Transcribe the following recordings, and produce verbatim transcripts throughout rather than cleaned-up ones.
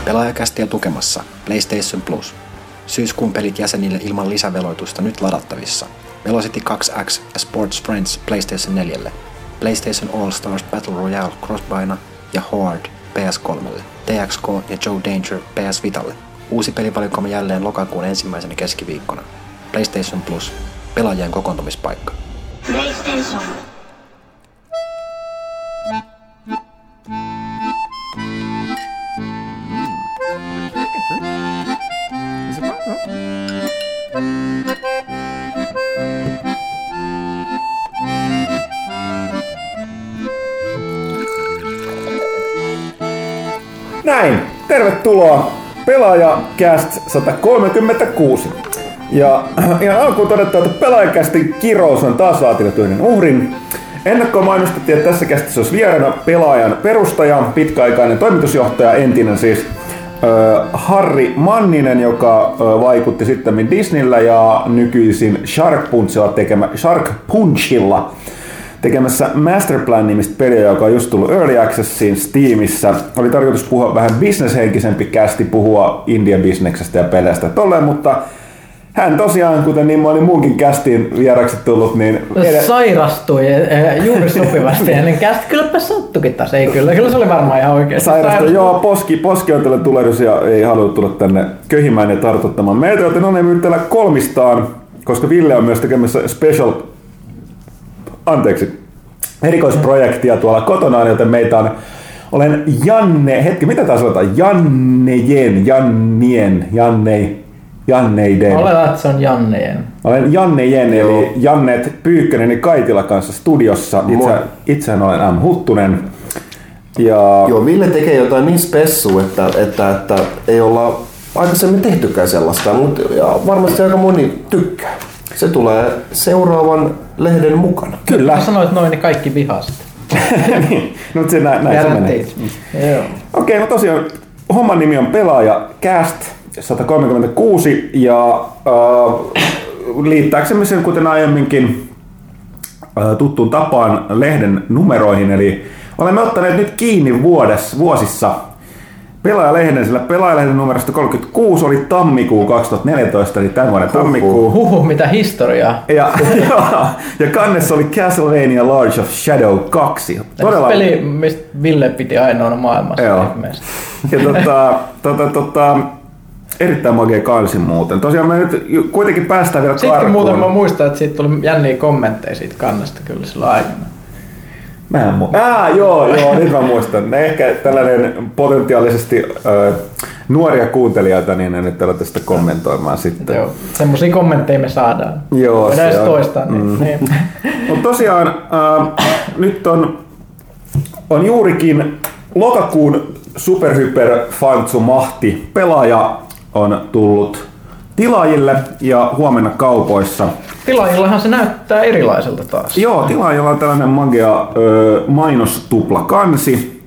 Pelaajakästiä tukemassa PlayStation Plus. Syyskuun pelit jäsenille ilman lisäveloitusta nyt ladattavissa. Velocity kaksi X ja Sports Friends PlayStation neljälle. PlayStation All Stars Battle Royale Crossbuyna ja Horde P S kolmelle. T X K ja Joe Danger P S Vitalle. Uusi pelivalikoima jälleen lokakuun ensimmäisenä keskiviikkona. PlayStation Plus. Pelaajien kokoontumispaikka. PlayStation. Näin, tervetuloa Pelaajakäst sata kolmekymmentäkuusi. Ja ihan alkuun todetaan, että Pelaajakästin kirous on taas vaatinut yhden uhrin. Ennakkoon mainostettiin, että tässä kästissä olisi vieraana pelaajan perustaja, pitkäaikainen toimitusjohtaja, entinen siis äh, Harri Manninen, joka äh, vaikutti sitten Disneyllä ja nykyisin Shark Punchilla, tekemä, Shark Punchilla tekemässä Masterplan-nimistä peliä, joka on just tullut Early Accessiin Steamissa. Oli tarkoitus puhua vähän bisneshenkisempi kästi, puhua India-bisneksestä ja peleistä tolleen, mutta hän tosiaan, kuten niin moni muunkin kästiin vieraksi tullut, niin edä... sairastui juuri sopivasti ennen kästi. Kylläpä sattukin taas, ei kyllä. Kyllä se oli varmaan ihan oikein. Sairastui, sairastui. Joo, poski, poski on tälle tulehdus ja ei halua tulla tänne köhimään ja tartuttamaan meitä, joten on nyt täällä kolmistaan, koska Ville on myös tekemässä special, anteeksi, erikoisprojektia tuolla kotonaan, joten meitä on, olen Janne, hetki, mitä taas sanotaan? Jannejen, Jannien, Jannei. Janneiden. Oletaan, että se on Jannejen. Olen Jannejen, eli Jannet Pyykkönen ja Kaitila kanssa studiossa. Itse, itsehän olen M. Huttunen. Ja... Joo, Ville tekee jotain niin spessua, että, että, että ei olla aikaisemmin tehtykään sellaista, mutta varmasti aika moni tykkää. Se tulee seuraavan lehden mukana. Kyllä. Mä sanoin, että noin ne kaikki vihaa sitä. niin, no se näin, näin se menee. Okei, okay, no tosiaan homman nimi on Pelaajakäst sata kolmekymmentäkuusi ja äh, liittääksemme sen kuten aiemminkin äh, tuttuun tapaan lehden numeroihin, eli olemme ottaneet nyt kiinni vuodessa, vuosissa Pelaajalehden, sillä Pelaajalehden numerosta kolmekymmentäkuusi oli tammikuu kaksituhattaneljätoista, eli tämän vuoden tammikuu. Huhhuh, mitä historiaa. Ja, ja, ja kannessa oli Castlevania Lords of Shadow kaksi. Todella... peli, mistä Ville piti ainoana maailmassa. Joo. Ja tota, tota, tota, erittäin magia kansi muuten. Tosiaan me nyt kuitenkin päästään vielä karkuun. Sitten muuten mä muistan, että siitä tuli jänniä kommentteja siitä kannasta kyllä sillä aikana. Mä en muista. Ah, joo, joo, nyt mä muistan. Ehkä tällainen potentiaalisesti äh, nuoria kuuntelijoita, niin ne nyt aloitte sitä kommentoimaan sitten. Joo, semmosia kommentteja me saadaan. Joo, voidaan edes toistaa. Niin. Mm. Niin. Mutta tosiaan äh, nyt on, on juurikin lokakuun Superhyper Fantsu Mahti pelaaja on tullut tilaajille ja huomenna kaupoissa. Tilaajillahan se näyttää erilaiselta taas. Joo, tilaajilla on tällainen magea ö, mainostupla kansi.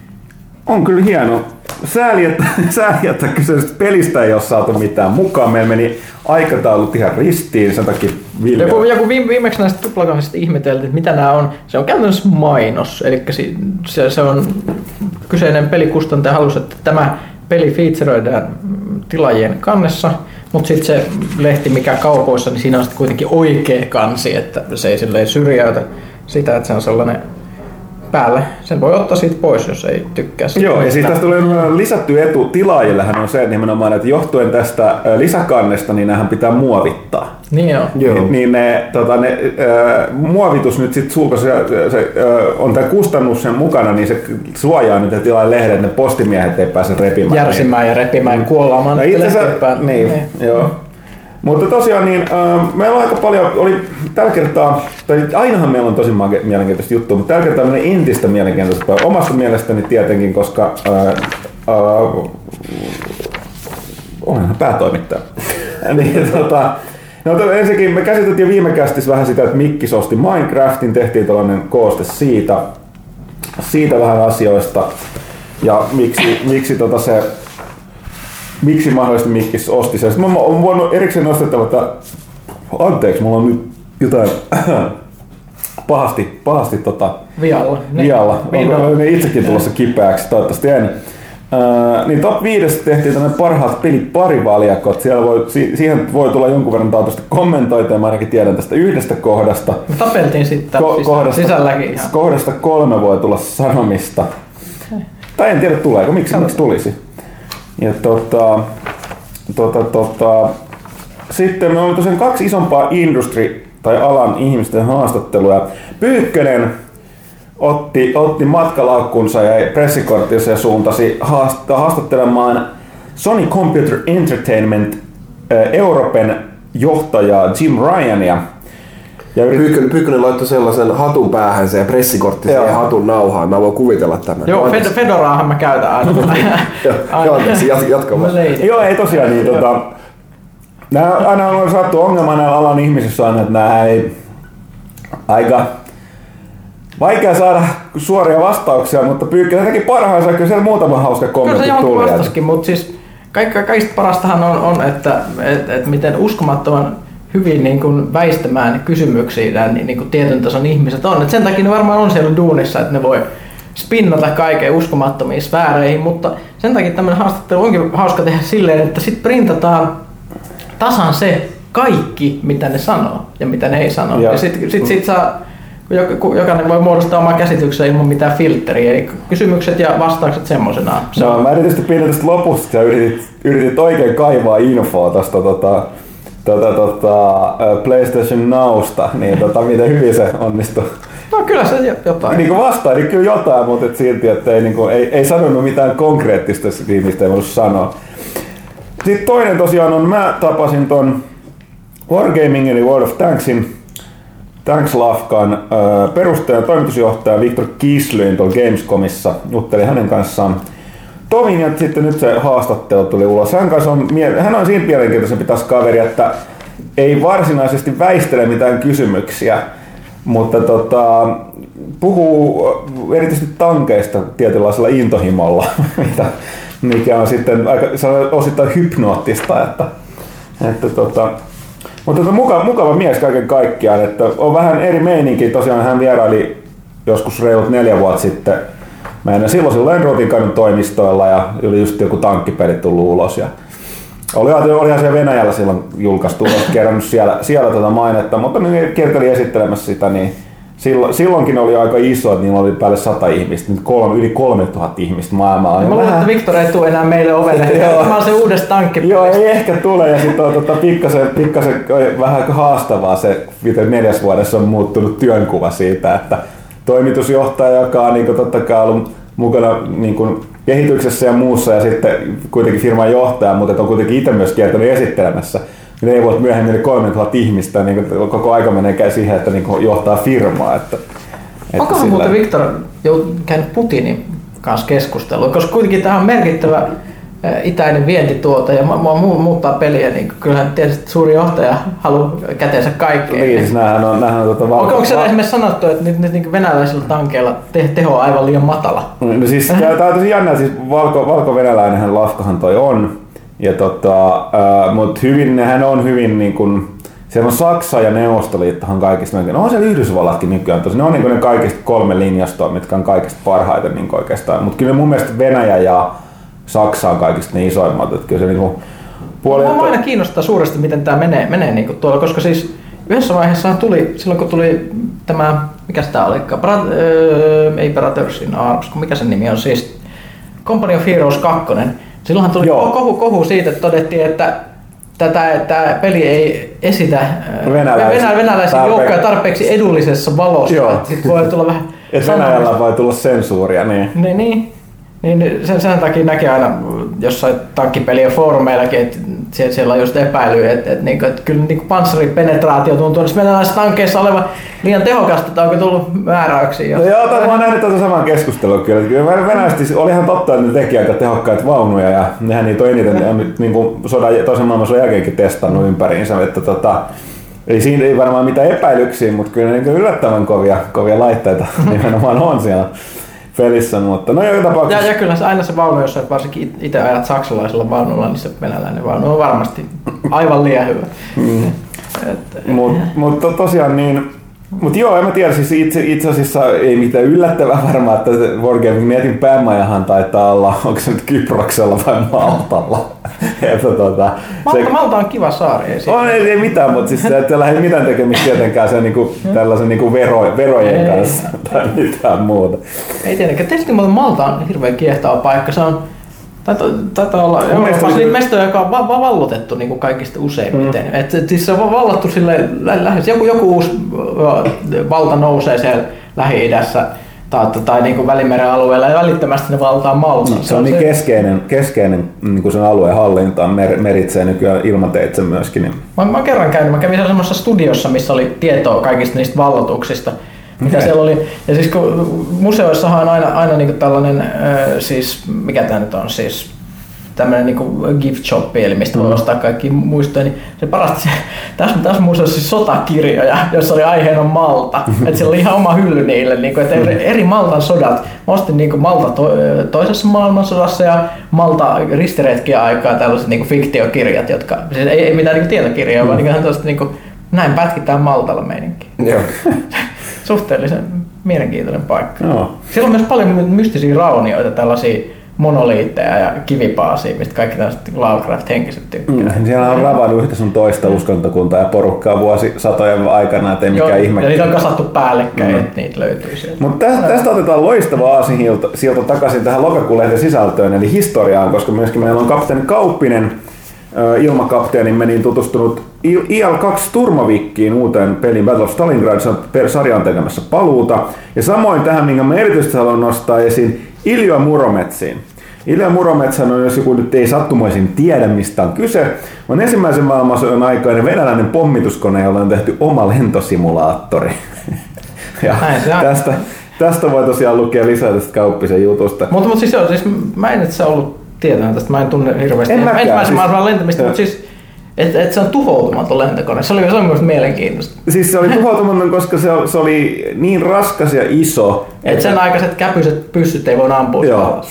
On kyllä hieno. Sääli, että, sääli, että kyseisestä pelistä ei ole saatu mitään mukaan. Meillä meni aikataulut ihan ristiin, sen takia Ville... Joku, joku viime, viimeksi näistä tuplakansista ihmeteltiin, että mitä nämä on. Se on käytännössä mainos, eli se, se on kyseinen pelikustantaja halusi, että tämä peli featuroidaan tilaajien kannessa, mutta sitten se lehti, mikä kaupoissa, niin siinä on sitten kuitenkin oikea kansi, että se ei silleen syrjäytä sitä, että se on sellainen päälle. Sen voi ottaa siitä pois, jos ei tykkää sitä. Joo, ja siis tästä tuli lisätty etu tilaajillehän on se, että nimenomaan, että johtuen tästä lisäkannesta, niin nämähän pitää muovittaa. Niin on. Joo. Niin, niin ne, tota, ne, äh, muovitus nyt sitten sulko, se, se äh, on tämä kustannus sen mukana, niin se suojaa nyt tilaajan lehden, että ne postimiehet ei pääse repimään. Järsimään ja repimään ja kuolaamaan. No itse asiassa, niin, niin, joo. Mutta tosiaan niin, äh, meillä on aika paljon, oli tällä kertaa, tai ainahan meillä on tosi mielenkiintoista juttua, mutta tällä kertaa meillä on entistä mielenkiintoista, omasta mielestäni tietenkin, koska äh, äh, olenhan päätoimittaja. niin, tota, no, ensinnäkin me käsiteltiin viime kästissä vähän sitä, että Mikkis osti Minecraftin, tehtiin tällainen kooste siitä, siitä vähän asioista ja miksi, miksi tota se miksi mahdollisesti Mikkis osti sen. Sitten mä oon voinut erikseen nostettava, että anteeksi, mulla on nyt jotain pahasti, pahasti tota, vialla. vialla. On itsekin tulossa kipeäksi, toivottavasti en. Äh, niin top viidestä tehtiin tämmöinen parhaat peliparivaljakot. Siellä voi, si- siihen voi tulla jonkun verran taatusti kommentoita, ja mä ainakin tiedän tästä yhdestä kohdasta. Me tapeltiin sitten Ko- sisä- kohdasta, sisälläkin ihan. Kohdasta kolme voi tulla sanomista. Okay. Tai en tiedä tuleeko, miksi, miksi tulisi. Ja tota, tota, tota, sitten meillä on tosiaan kaksi isompaa industry- tai alan ihmisten haastattelua. Pyykkönen otti, otti matkalaukkunsa ja pressikorttinsa ja suuntasi haastattelemaan Sony Computer Entertainment Euroopan johtajaa Jim Ryania. Ja Pyykkönen, Pyykkönen laittoi sellaisen hatun päähänsä ja pressikortti siihen hatun nauhaan. Mä voin kuvitella tämän. Joo, Fed- Fedoraahan mä käytän aina. Joo, anteeksi, jatka vaan. Joo, ei tosiaan niin. Tota, nää aina on saattu ongelma näillä alan ihmisissä on, että nää ei aika vaikea saada suoria vastauksia, mutta Pyykkönen teki parhaansa, kyllä siellä muutama hauska kommentti tuli. Kyllä se vastaskin, mutta siis kaikista, kaikista parastahan on, on että et, et miten uskomattoman hyvin niin kuin väistämään kysymyksiä nämä niin kuin tietyn tason ihmiset on. Et sen takia ne varmaan on siellä duunissa, että ne voi spinnata kaiken uskomattomiin sfääreihin, mutta sen takia tämmöinen haastattelu onkin hauska tehdä silleen, että sit printataan tasan se kaikki, mitä ne sanoo ja mitä ne ei sano. Ja, ja sitten sit, sit saa, jokainen voi muodostaa omaa käsityksen ilman mitään filtteriä, eli kysymykset ja vastaukset semmoisenaan. Se no, mä yritin pinna tästä lopusta ja yritit, yritit oikein kaivaa infoa tästä tota, tota, tota, PlayStation Nowsta, niin tota, miten hyvin se onnistui. No kyllä se jotain. Niin kuin vastaan, niin kyllä jotain, mutta et silti, että ei, niin kuin, ei, ei sanonut mitään konkreettista, mistä ei voinut sanoa. Sitten toinen tosiaan on, mä tapasin ton Wargaming eli World of Tanksin Tanks-lafkan äh, perustajan toimitusjohtaja Victor Kislyin tuolla Gamescomissa. Juttelin hänen kanssaan Tomin ja sitten nyt se haastattelu tuli ulos. Hän, kanssa on, hän on siinä mielenkiintoisempi taas kaveri, että ei varsinaisesti väistele mitään kysymyksiä, mutta tota, puhuu erityisesti tankeista tietynlaisella intohimolla, mikä on sitten aika osittain hypnoottista. Että, että tota, mutta tota, mukava, mukava mies kaiken kaikkiaan, että on vähän eri meininki. Tosiaan hän vieraili joskus reilut neljä vuotta sitten meidän silloin Landroadin kadun toimistoilla ja oli just joku tankkipeli tullut ulos. Ja oli, olihan se Venäjällä silloin julkaistu, kerännyt siellä, siellä tätä mainetta, mutta ne kerteli esittelemässä sitä, niin silloin, silloinkin oli aika iso, että niillä oli päälle sata ihmistä, nyt kolme, yli kolmetuhatta ihmistä maailmaa. Mä luulen, että Victor ei tule enää meille ovelle. Tämä on se uudesta tankkipelistä. Joo, ei ehkä tule ja sitten on tota, pikkasen, pikkasen vähän haastavaa se, miten neljäs vuodessa on muuttunut työnkuva siitä, että toimitusjohtaja, joka on niin totta kai ollut mukana niin kuin kehityksessä ja muussa ja sitten kuitenkin firman johtaja, mutta on kuitenkin itse myös kiertänyt esittelemässä. Niin ei voi myöhemmin kolmetuhatta ihmistä, niin koko aika menee siihen, että niin johtaa firmaa. Että, onko sillä muuten Victor käynyt Putinin kanssa keskustelua, koska kuitenkin tämä on merkittävä itäinen vientituote ja muuttaa peliä, niin kyllähän tietysti suuri johtaja haluaa käteensä kaikkeen. Niin, siis näähän on, näähän on tota valko- Onko se esimerkiksi sanottu, että nyt, nyt niin venäläisillä tankeilla te- teho on aivan liian matala? No siis tämä on tosi jännä, siis valko, valko-venäläinenhän lafkahan toi on, ja tota, äh, mutta hyvin, nehän on hyvin niin kuin, siellä on Saksa ja Neuvostoliittohan kaikista, no on siellä Yhdysvallatkin nykyään, tosi ne on niin kuin ne kaikista kolme linjastoa, mitkä on kaikista parhaiten niin oikeastaan, mutta kyllä mun mielestä Venäjä ja Saksa on kaikista ne isoimmat, että kyllä se niinku puoli... Mua aina kiinnostaa suuresti, miten tämä menee, menee niinku tuolla, koska siis yhdessä vaiheessa tuli, silloin kun tuli tämä, mikä sitä oli, Bra- öö, ei Brothers in Arms, kun mikä sen nimi on siis, Company of Heroes kaksi, silloinhan tuli kohu, kohu siitä, että todettiin, että tätä, tämä peli ei esitä venäläisiä, venäläisiä joukkoja tarpeeksi edullisessa valossa, että sit voi tulla vähän... Että Venäjällä voi tulla sensuuria, niin... Niin, niin. Niin sen, sen takia näkee aina jossain tankkipelien foorumeillakin, että siellä on just epäily, että, että, että, että kyllä niin panssaripenetraatio tuntuu että venäläisissä tankeissa olevan liian tehokasta, että onko tullut määräyksiä. No joo, mä oon nähnyt tätä samaa keskustelua kyllä. Kyllä venäläisesti oli ihan totta, että ne teki aika tehokkaita vaunuja ja nehän niitä on eniten niin kuin sodan, toisen maailmansodan jälkeenkin testannut ympäriinsä. Että tota, ei siinä ei varmaan mitään epäilyksiä, mutta kyllä ne niin yllättävän kovia, kovia laitteita nimenomaan on siellä pelissä, mutta no joka tapauksessa... Ja, ja kyllä se aina se vaunu, jos varsinkin itse ajat saksalaisella vaunulla, niin se venäläinen vaunu on varmasti aivan liian hyvä. Mm. Mutta mut to, tosiaan niin, Mutta joo, en mä tiedä, siis itse, itse asiassa ei mitään yllättävää varmaan, että Wargaming Netin päämajahan taitaa olla, onko se nyt Kyproksella vai Maltalla. että, tuota, Malta, se, Malta on kiva saari. Ei, on, ei, ei mitään, mutta siis ei lähde mitään tekemistä tietenkään sen, niinku, tällaisen niinku vero, verojen ei, kanssa tai mitään muuta. Ei tietenkään. Tietysti Malta on hirveän kiehtova paikka. Se on Taitaa, taitaa olla Euroopassa niitä mestoja, joka on va- va- vallotettu niin kuin kaikista useimmiten. Mm. Et, et, siis se on vallattu sille lähes, joku, joku uusi valta nousee siellä Lähi-idässä tai, tai niin kuin Välimeren alueella ja välittömästi ne valtaa Maltan. Se, se on niin se keskeinen, keskeinen niin kuin sen alueen hallintaan, mer- meritsee nykyään ilmateitse myöskin. Niin. Mä, mä kerran käynyt, mä kävin semmoisessa studiossa, missä oli tietoa kaikista niistä vallotuksista. Mitä okay. siellä oli. Ja siis kun museoissahan on aina, aina niinku tällainen, äh, siis, mikä tämä nyt on, siis tämmöinen niinku gift shop, eli mistä voi ostaa kaikki muistoja, niin se parasti, tässä, tässä museossa siis sotakirjoja, jossa oli aiheena Malta. Että siellä oli ihan oma hylly niille, niinku, että eri, eri Maltan sodat. Mä ostin niinku Malta to, toisessa maailmansodassa ja Malta ristiretkien aikaa tällaiset niinku fiktiokirjat, jotka, siis ei, ei mitään niinku tietokirjoja, mm. vaan niinku, niinku, näin pätkitään Maltalla meininkin. Joo. Suhteellisen mielenkiintoinen paikka. No. Siellä on myös paljon mystisiä raunioita, tällaisia monoliitteja ja kivipaasia, mistä kaikki tällaiset Lovecraft-henkiset tykkää. Mm, siellä on ravannut yhtä sun toista uskontokuntaa ja porukkaa vuosisatojen aikana, ettei mikään ihme. Ja niitä on kasattu päällekkäin, mm. että niitä löytyy sieltä. Mutta tästä, tästä otetaan loistava aasinsilta takaisin tähän lokakuulehden sisältöön, eli historiaan, koska myöskin meillä on kapteeni Kauppinen, ilmakapteeni, menin tutustunut I L kaksi Turmavikkiin, uuteen peliin Battle of Stalingrad, per sarjaan tekemässä paluuta. Ja samoin tähän, minkä mä erityisesti haluan nostaa esiin, Ilja Murometsiin. Ilja Murometshän on, jos joku nyt ei sattumoisin tiedä, mistä on kyse, on ensimmäisen maailmansodan aikainen venäläinen pommituskone, jolla on tehty oma lentosimulaattori. ja tästä, tästä voi tosiaan lukea lisää tästä Kauppisen jutusta. Mutta mut siis joo, siis mä en et sä ollut tietoinen tästä, mä en tunne hirveästi ensimmäisen maailman lentämistä, mutta siis että et se on tuhoutumaton lentokone. Se oli, se oli myös mielenkiintoista. Siis se oli tuhoutumaton, koska se, se oli niin raskas ja iso. Että sen aikaiset käpyiset pyssyt ei voi ampua alas.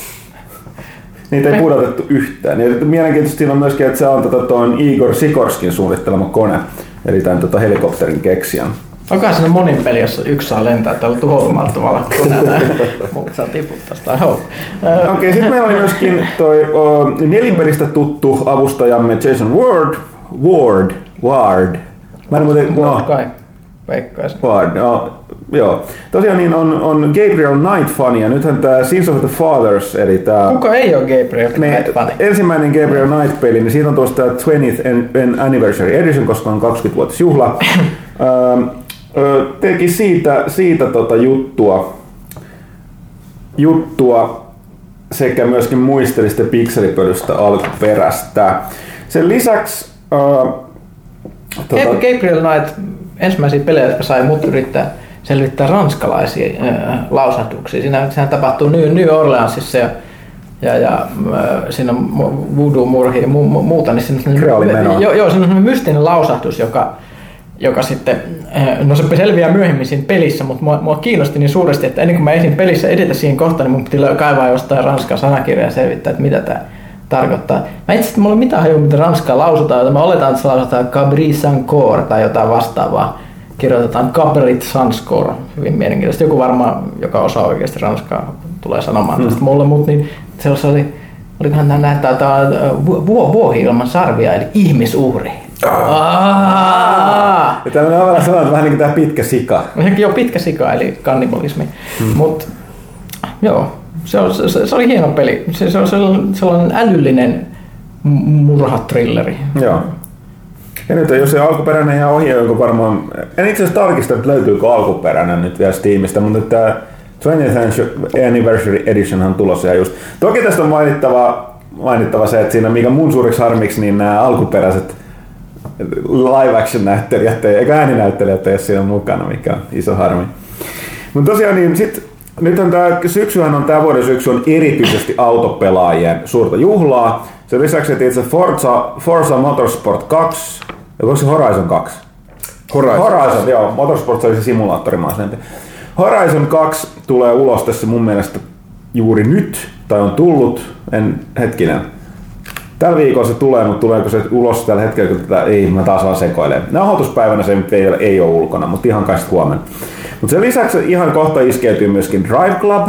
Niitä ei pudotettu yhtään. Ja mielenkiintoista siinä on myöskin, että se on tota, tuon Igor Sikorskin suunnittelema kone, eli tämän tota, helikopterin keksijän. Onkohan siinä monin peli, jossa yksi saa lentää tällä tuhoutumattomalla koneella, mutta saa tiputtaa sitä. Okei, okay, sitten meillä oli myöskin toi uh, nelinpelistä tuttu avustajamme Jason Ward. Ward. Ward. Mä en muuten... No, kai. Veikkaisin. Ward, no, joo. Tosiaan niin on, on Gabriel Knight-fani, ja nythän tää Sins of the Fathers, eli tää... Kuka ei ole Gabriel Knight-fani? Ensimmäinen Gabriel Knight-peli, niin siitä on tuosta twentieth Anniversary Edition, koska on kaksikymmenvuotisjuhla. Teki siitä, siitä tota juttua, juttua sekä myöskin muisteli sitten pikselipölystä alkuperästä. Sen lisäksi... Uh, tota... Gabriel Knight, ensimmäisiä pelejä, jotka sai mut yrittää selvittää ranskalaisia äh, lausahduksia. Siinä, sehän tapahtuu New, New Orleansissa ja, ja, ja äh, siinä on voodoo-murhia ja mu, mu, muuta. Niin siinä, jo, joo, siinä on mystinen lausahdus, joka joka sitten, no se selviää myöhemmin siinä pelissä, mutta mua, mua kiinnosti niin suuresti, että ennen kuin mä ehdin pelissä edetä siihen kohtaan, niin mun piti kaivaa jostain ranskan sanakirjaa ja selvittää, että mitä tää tarkoittaa. Mä itse asiassa mulla ei mitään hajua, mitä ranskaa lausutaan, joten mä oletan, että se lausutaan Cabri Sanscore tai jotain vastaavaa. Kirjoitetaan Cabrit Sanscore, hyvin mielenkiintoista. Joku varmaan, joka osaa oikeasti ranskaa, tulee sanomaan hmm. tästä mulle, mutta niin se oli, olikohan tämä näyttää vuohi-ilman sarvia, eli ihmisuhri. Ah. Ja tämmöinen on sanoa, vähän niin kuin tämä pitkä sika. Joo, pitkä sika, eli kannibalismi. Hmm. Mut, joo, se, on, se, se oli hieno peli. Se, se on sellainen älyllinen murhatrilleri. Joo. Ja nyt jos se alkuperäinen ihan ohi, jonka varmaan... En itse asiassa tarkista, että löytyykö alkuperäinen nyt vielä Steamista, mutta tämä twentieth Anniversary Edition on tulossa ihan just. Toki tästä on mainittava, mainittava se, että siinä mikä mun suuriksi harmiksi, niin nämä alkuperäiset live action näyttelijät, eikä ääninäyttelijät ei ole siinä mukana, mikä on iso harmi. Mutta tosiaan niin sit, nythän tää syksyhän on, tää vuoden syksy on erityisesti autopelaajien suurta juhlaa. Sen lisäksi että itse Forza, Forza Motorsport kaksi, ja onko se Horizon kaksi? Horizon. Horizon, joo, Motorsport oli se simulaattori. Horizon kaksi tulee ulos tässä mun mielestä juuri nyt, tai on tullut, en hetkinen. Tällä viikolla se tulee, mutta tuleeko se ulos tällä hetkellä, kun tätä ei, mä taas vaan sekoilen. Nauhoituspäivänä se ei, ei ole ulkona, mutta ihan kai sitten huomenna. Mutta sen lisäksi ihan kohta iskeytyy myöskin Drive Club.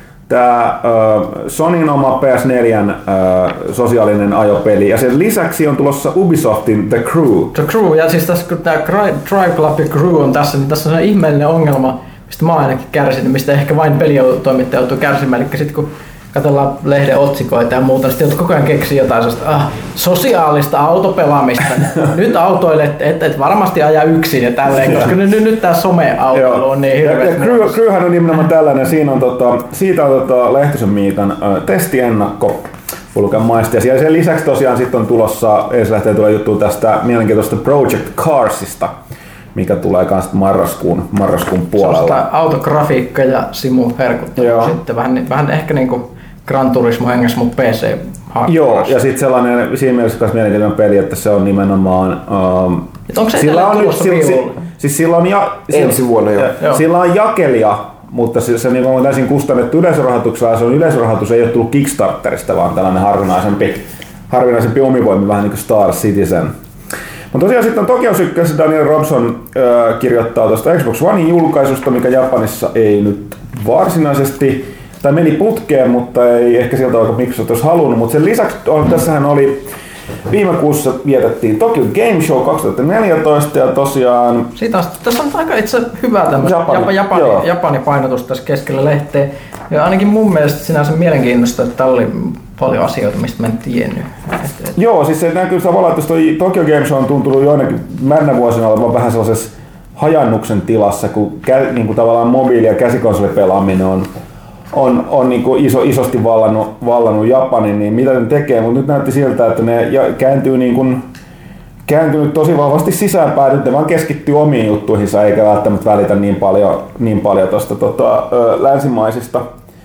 Tää uh, Sonyn oma P S neljä uh, sosiaalinen ajopeli, ja sen lisäksi on tulossa Ubisoftin The Crew. The Crew, ja siis tässä kun tää Drive Club ja Crew on tässä, niin tässä on ihmeellinen ongelma, mistä mä oon ainakin kärsinyt, mistä ehkä vain pelitoimittaja joutuu kärsimään. Eli sit kun katsellaan lehden otsikoita ja muuta, niin sitten koko ajan keksii jotain sellaista ah, sosiaalista autopelaamista. Nyt autoilet, et, et varmasti aja yksin ja tälleen, koska nyt, nyt, nyt tää some-autoilu on niin hirveä. Ja, ja Crew, Crewhän on nimenomaan tällainen, siinä on tota, siitä on tota Lehtisen Miitan äh, testiennakko Pulkan maista. Ja sen lisäksi tosiaan sitten on tulossa, ensi lähtee tulla juttu tästä mielenkiintoista Project Carsista, mikä tulee kans marraskuun, marraskuun puolella. Se on sitä autografiikka ja simu-herkuttelua. Sitten vähän, vähän ehkä niinku Gran Turismo hengessä, mutta P C hardcore. Joo, ja sitten sellainen siinä mielessä myös mielenkiintoinen peli, että se on nimenomaan... Um, onko se sillä on nyt, sillä, siis sillä on ja, ensi vuonna jo. Ja, sillä on jakelija, mutta se, se on täysin kustannettu yleisrahoituksella. Se on yleisrahoitus, ei ole tullut Kickstarterista, vaan tällainen harvinaisempi, harvinaisempi omivoimi, vähän niin kuin Star Citizen. Mutta tosiaan sitten on Tokyo Sykkässä Daniel Robson äh, kirjoittaa tuosta Xbox Onein julkaisusta, mikä Japanissa ei nyt varsinaisesti, tai meni putkeen, mutta ei ehkä sieltä oikein Microsoft olisi halunnut. Mutta sen lisäksi on, tässähän oli, viime kuussa vietettiin Tokyo Game Show kaksituhattaneljätoista ja tosiaan... Siitä on, tässä on aika itse hyvä tämmöistä Japani, Japani, Japani painotus tässä keskellä lehteä. Ja ainakin mun mielestä sinänsä mielenkiintoista, että täällä oli paljon asioita, mistä mä en tiennyt. Et, et. Joo, siis se näkyy tavallaan, että toi Tokyo Game Show on tuntunut joinakin männä vuosina olevan vähän sellaisessa hajannuksen tilassa, kun kä, niin kuin tavallaan mobiili- ja käsikonsolipelaaminen on, on, on niin kuin iso, isosti vallannut, vallannut Japanin, niin mitä ne tekee, mutta nyt näytti siltä, että ne kääntyy niin kuin, kääntynyt tosi vahvasti sisäänpäin, nyt ne vaan keskittyy omiin juttuihinsa, eikä välttämättä välitä niin paljon, niin paljon tuosta tota, länsimaisista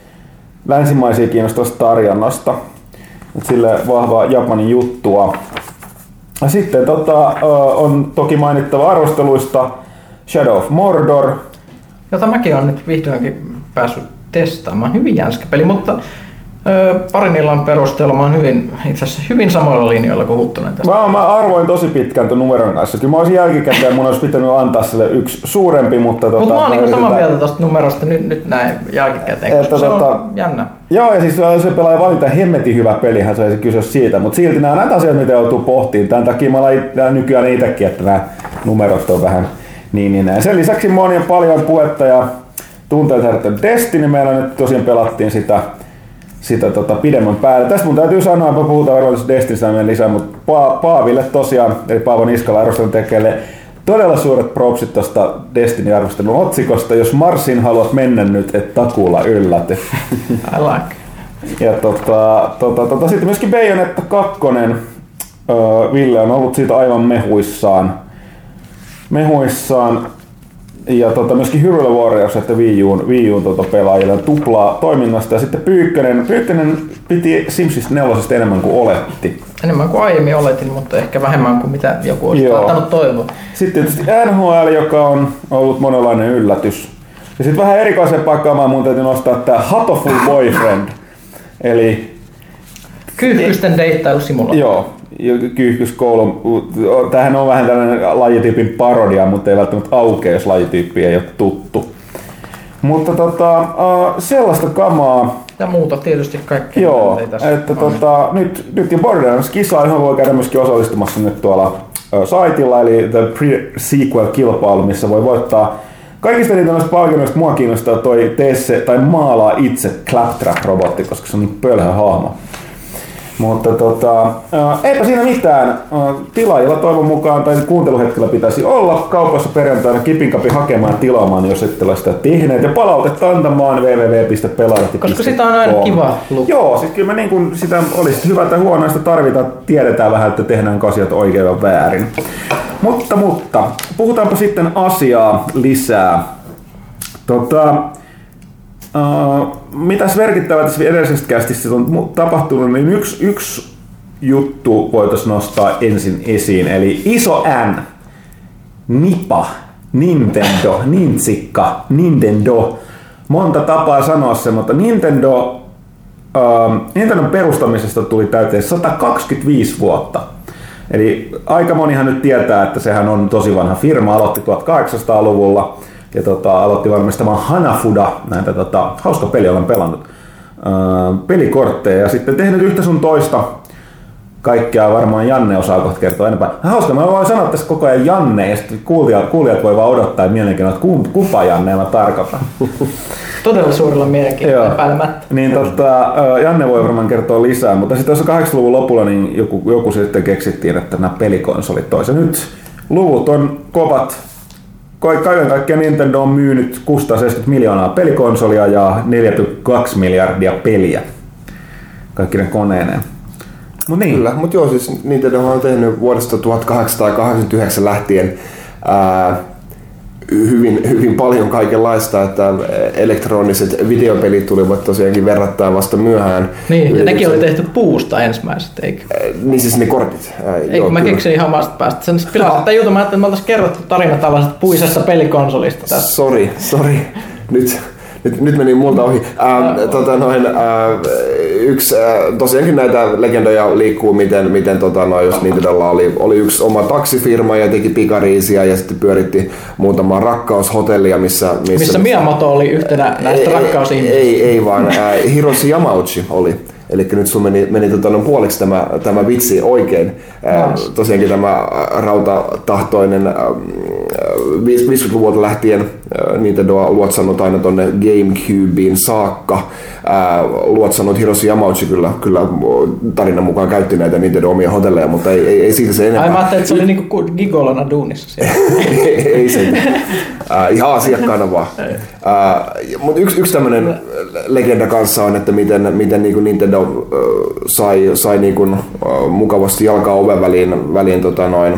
länsimaisia kiinnostavasta tarjonnasta. Sille vahvaa Japanin juttua. Ja sitten tota, on toki mainittava arvosteluista Shadow of Mordor. Jota mäkin olen nyt vihdoinkin päässyt testaamaan. Hyvin jänskä peli, mutta öö, parin illan perusteella mä oon hyvin, itse asiassa hyvin samoilla linjoilla kuin Huttunen tästä. Mä, mä arvoin tosi pitkään tuon numeron kanssa. Kyllä mä olisin jälkikäteen, mun olisi pitänyt antaa sille yksi suurempi, mutta... Mutta tota, mä oon niinku samaa mieltä tosta numerosta nyt, nyt näin jälkikäteen, koska se tota, on jännä. Joo, ja siis se pelaa valita hemmetin hyvä pelihän, se ei kysyä siitä, mutta silti nämä näitä asioita, mitä joutuu pohtimaan. Tämän takia mä olen nykyään itsekin, että nämä numerot on vähän niin, niin näin. Sen lisäksi monia paljon puhetta ja tunteita herättänyt Destiny. Meillä nyt tosiaan pelattiin sitä sitä tota, pidemmän päälle. Tästä mun täytyy sanoa, että puhutaan varmaan tästä Destinystä lisää, mutta pa- Paaville tosiaan, eli Paavo Niskala arvostelun tekijälle, todella suuret propsit tuosta Destiny-arvostelun otsikosta. Jos Marsin haluat mennä nyt, et takuulla ylläty. I like. Ja tota, tota, tota, sitten myöskin Bayonetta kaksi. Öö, Ville on ollut siitä aivan mehuissaan. Mehuissaan. Ja tota, myöskin Hyrule Warriors, että Wii U:n, Wii U:n tota, pelaajille tuplaa toiminnasta. Ja sitten Pyykkönen, Pyykkönen piti Simsistä nelosesta enemmän kuin oletti. Enemmän kuin aiemmin oletin, mutta ehkä vähemmän kuin mitä joku olisi saattanut toivoa. Sitten tietysti N H L, joka on ollut monenlainen yllätys. Ja sitten vähän erikoisempaa kamaa mun täytyy nostaa tää Hatoful Boyfriend. Eli... Kyyhkysten deittailusimulaatio. Joo. Kyyhkyskoulun. Tämähän on vähän tällainen lajityypin parodia, mutta ei välttämättä aukea, jos lajityyppi ei ole tuttu. Mutta tota, sellaista kamaa. Ja muuta tietysti kaikkea. Joo, että tota, nyt, nyt jo Borderlands-kisaa ihan voi käydä myöskin osallistumassa nyt tuolla ö, saitilla, eli The Pre-Sequel-kilpailu, missä voi voittaa kaikista niitä noista palkinnoista. Mua kiinnostaa toi tee se, tai maalaa itse Claptrap-robotti, koska se on niin pölhä hahmo. Mutta tota, ää, eipä siinä mitään. Ää, tilaajilla toivon mukaan, tai kuunteluhetkellä pitäisi olla kaupassa perjantaina kipinkapi hakemaan tilaamaan, jos ette ole sitä tehneet. Ja palautetta antamaan double-u double-u double-u piste pelaajalehti piste com. Koska sitä on aina kiva lukea. Joo, siis kyllä me niin kuin sitä olisi hyvä tai huonoista tarvita, tiedetään vähän, että tehdään asiat oikein ja väärin. Mutta, mutta, puhutaanpa sitten asiaa lisää. Tota, Uh, mitäs merkittävää tässä edellisessä kästissä on tapahtunut, niin yksi, yksi juttu voitaisiin nostaa ensin esiin, eli iso N, Nipa, Nintendo, Nintsikka, Nintendo, monta tapaa sanoa se, mutta Nintendo Uh, Nintendon perustamisesta tuli täyteen sata kaksikymmentäviisi vuotta. Eli aika monihan nyt tietää, että sehän on tosi vanha firma, aloitti tuhatkahdeksansataaluvulla ja tota, aloitti valmistamaan Hanafuda, näitä tota, hauska peli olen pelannut, uh, pelikortteja ja sitten tehnyt yhtä sun toista. Kaikkea varmaan Janne osaa kohta kertoa enempää. Hauska, mä voin sanoa tässä koko ajan Janne ja sitten kuulijat, kuulijat voi vaan odottaa mielenkiinnolla, että kumpa Janne mä tarkoitan. Todella suurella mielenkiinnolla epäilemättä. Niin tota, Janne voi varmaan kertoa lisää, mutta sitten tuossa kahdeksankymmentäluvun lopulla niin joku, joku sitten keksittiin, että nämä pelikonsolit toisen. Nyt luvut on kovat. Kaiken kaikkiaan Nintendo on myynyt kuusisataaseitsemänkymmentä miljoonaa pelikonsolia ja neljä pilkku kaksi miljardia peliä. Kaikki ne koneineen. Mut niin. Kyllä, mutta joo, siis Nintendo on tehnyt vuodesta tuhatkahdeksansataakahdeksankymmentäyhdeksän lähtien ää, hyvin, hyvin paljon kaikenlaista, että elektroniset videopelit tulivat tosiaankin verrattain vasta myöhään. Niin, ja nekin oli tehty puusta ensimmäiset, eikö? Niin siis ne kortit. Eikö, mä keksin ihan omasta päästä. Sen pilasit tämän jutun, mä ajattelin, että me oltaisiin kerrottu tarina tällaisesta puisesta pelikonsolista tässä. Sori, sori. Nyt... Nyt, nyt meni multa ohi. Äh, tota noin, äh, yksi, äh, tosiaankin näitä legendoja liikkuu, miten, miten tota noin, jos Nintendolla oli, oli yksi oma taksifirma ja teki pikariisiä ja sitten pyöritti muutamaa rakkaushotellia, missä... Missä, missä Miyamoto oli yhtenä näistä ei, rakkausihmisistä. Ei, ei vaan, äh, Hiroshi Yamauchi oli. Eli nyt sun meni, meni tota, no, puoliksi tämä, tämä vitsi oikein. Ää, tosiaankin tämä rautatahtoinen ää, viisikymmentäluvulta lähtien ää, Nintendo on luotsannut aina tuonne GameCubeen saakka. Ää, luotsannut Hiroshi Yamauchi kyllä, kyllä tarinan mukaan käytti näitä Nintendo omia hotelleja, mutta ei, ei, ei siitä se enemmän. Ai mä ajattelin, että se oli niinku gigolana duunissa siellä. ei, ei se. Ää, ihan asiakkaana vaan. Mutta yksi, yksi tämmöinen legenda kanssa on, että miten, miten niin kuin Nintendo äh, sai, sai niin kuin, äh, mukavasti jalkaa oven väliin, väliin tota noin, äh,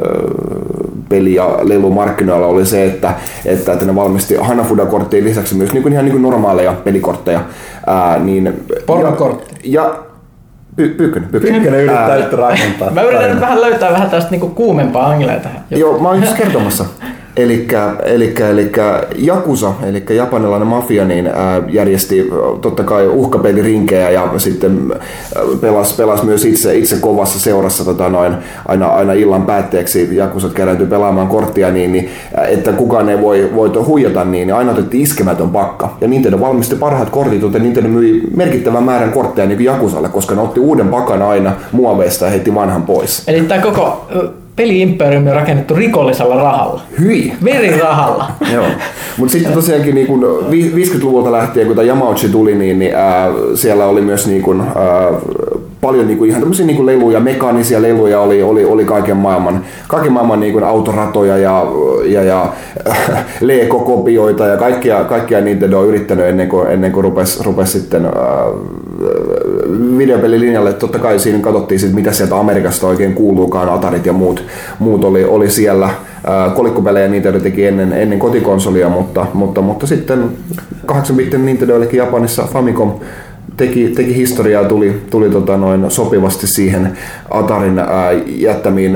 peli- ja lelumarkkinoilla oli se, että, että, että ne valmisti Hanafuda-korttien lisäksi myös niin kuin ihan niin kuin normaaleja pelikortteja. Ää, niin, Pornokortti. Ja, ja Py, Pyykkönen, Pyykkönen yrittää yhtä rakentaa. Mä yritän nyt vähän löytää vähän tästä niinku kuumempaa anglea tähän. Joo, mä oon just kertomassa. Elikkä, elikkä, elikkä Yakuza, eli japanilainen mafia, niin ää, järjesti totta kai uhkapelirinkejä ja sitten pelasi, pelasi myös itse, itse kovassa seurassa tota noin, aina, aina illan päätteeksi Yakuzat kerääntyi pelaamaan korttia, niin, niin, että kukaan ei voi, voi huijata, niin, niin aina otettiin iskemätön pakka. Ja Nintendo valmisti parhaat kortit, joten Nintendo myi merkittävän määrän kortteja niin kuin Yakuzalle, koska ne otti uuden pakan aina muoveista ja heitti vanhan pois. Eli tämä koko peli-imperiumi on rakennettu rikollisella rahalla. Hyi! Verirahalla. Joo. Mutta sitten tosiaankin niin kun viisikymmentäluvulta lähtien, kun tämä Yamauchi tuli, niin, niin ää, siellä oli myös niin kun, ää, paljon niin kun, ihan tämmöisiä niin kun leluja, mekaanisia leluja, oli, oli, oli kaiken maailman, kaiken maailman niin kun autoratoja ja, ja, ja äh, Lego-kopioita ja kaikkia, kaikkia Nintendo on yrittänyt ennen kuin, ennen kuin rupesi, rupesi sitten äh, videopelilinjalle. Totta kai siinä katsottiin, sit, mitä sieltä Amerikasta oikein kuuluukaan, Atarit ja muut, muut oli, oli siellä. Kolikkopelejä Nintendo teki ennen, ennen kotikonsolia, mutta, mutta, mutta sitten kahdeksan-bittinen Nintendo, eli Japanissa Famicom, teki, teki historiaa, tuli, tuli tota noin sopivasti siihen Atarin ää, jättämiin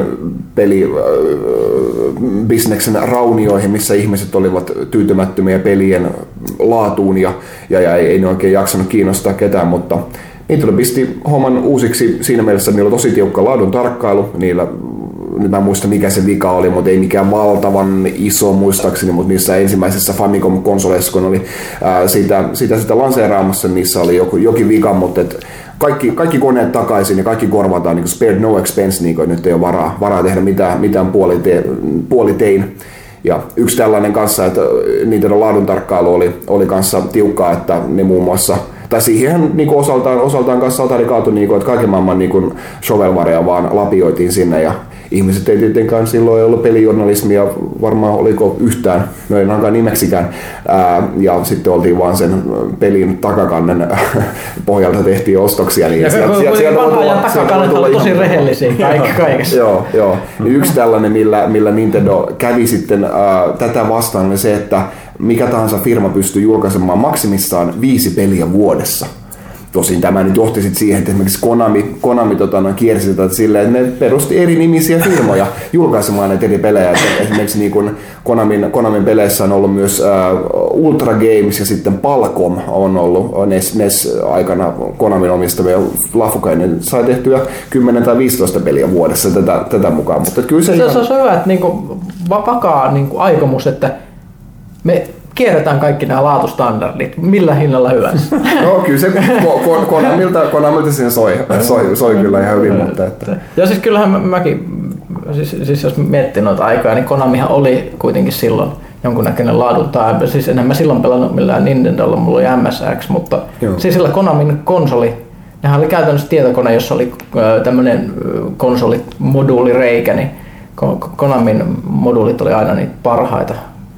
pelibisneksen raunioihin, missä ihmiset olivat tyytymättömiä pelien laatuun ja, ja, ja ei, ei ne oikein jaksanut kiinnostaa ketään, mutta Nintendo pisti homman uusiksi siinä mielessä, että niillä oli tosi tiukka laadun tarkkailu, niillä nyt mä en muista mikä se vika oli, mutta ei mikään valtavan iso muistaakseni, mutta niissä ensimmäisissä Famicom-konsoleissa, kun oli ää, sitä, sitä, sitä lanseeraamassa, niissä oli joku, jokin vika, mutta et kaikki, kaikki koneet takaisin ja kaikki korvataan, niin kuin spared no expense, niin kuin nyt ei ole varaa, varaa tehdä mitään, mitään puolite, puolitein. Ja yksi tällainen kanssa, että Nintendo laadun tarkkailu oli, oli kanssa tiukkaa, että ne muun muassa tai siihen niin kuin osaltaan, osaltaan kanssa Atari kaatui, niin kuin, että kaiken maailman niin shovelwareja vaan lapioitiin sinne ja ihmiset ei tietenkään silloin ollut pelijournalismia, varmaan oliko yhtään, no ei ainakaan nimeksikään, ää, ja sitten oltiin vaan sen pelin takakannen pohjalta tehtiin ostoksia. Niin ja sieltä, sieltä, sieltä vanha ajan takakannet oli tosi rehellisiä kaikki kaikessa. Joo, joo. Yksi tällainen, millä, millä Nintendo kävi sitten ää, tätä vastaan, oli se, että mikä tahansa firma pystyy julkaisemaan maksimissaan viisi peliä vuodessa. Tosin tämä nyt johti sit siihen, että esimerkiksi Konami, Konami tota, no, kiersi tätä silleen, että ne perusti eri nimisiä firmoja julkaisemaan näitä eri pelejä. Et esimerkiksi niin kun Konamin, Konamin peleissä on ollut myös äh, Ultra Games ja sitten Palcom on ollut N E S, N E S-aikana Konamin omistamia lafukai. Ne sai tehtyä kymmenen tai viisitoista peliä vuodessa tätä, tätä mukaan. Mutta kyllä se, se, ihan... se on hyvä, että niinku, vakaa niinku, aikomus, että me kierretään kaikki nämä laatustandardit, millä hinnalla hyvänsä. No kyllä se Konamilta, Konamilta siinä soi, soi, soi kyllä ihan hyvin. Mutta että. Ja siis kyllähän mä, mäkin, siis, siis jos miettii noita aikaa, niin Konamihan oli kuitenkin silloin jonkunnäköinen laadun tai siis enhän mä silloin pelannut millään Nintendolla, mulla oli M S X, mutta Joo. siis sillä Konamin konsoli, nehän oli käytännössä tietokone, jossa oli tämmöinen konsolimoduulireikä, niin Konamin moduulit oli aina niitä parhaita.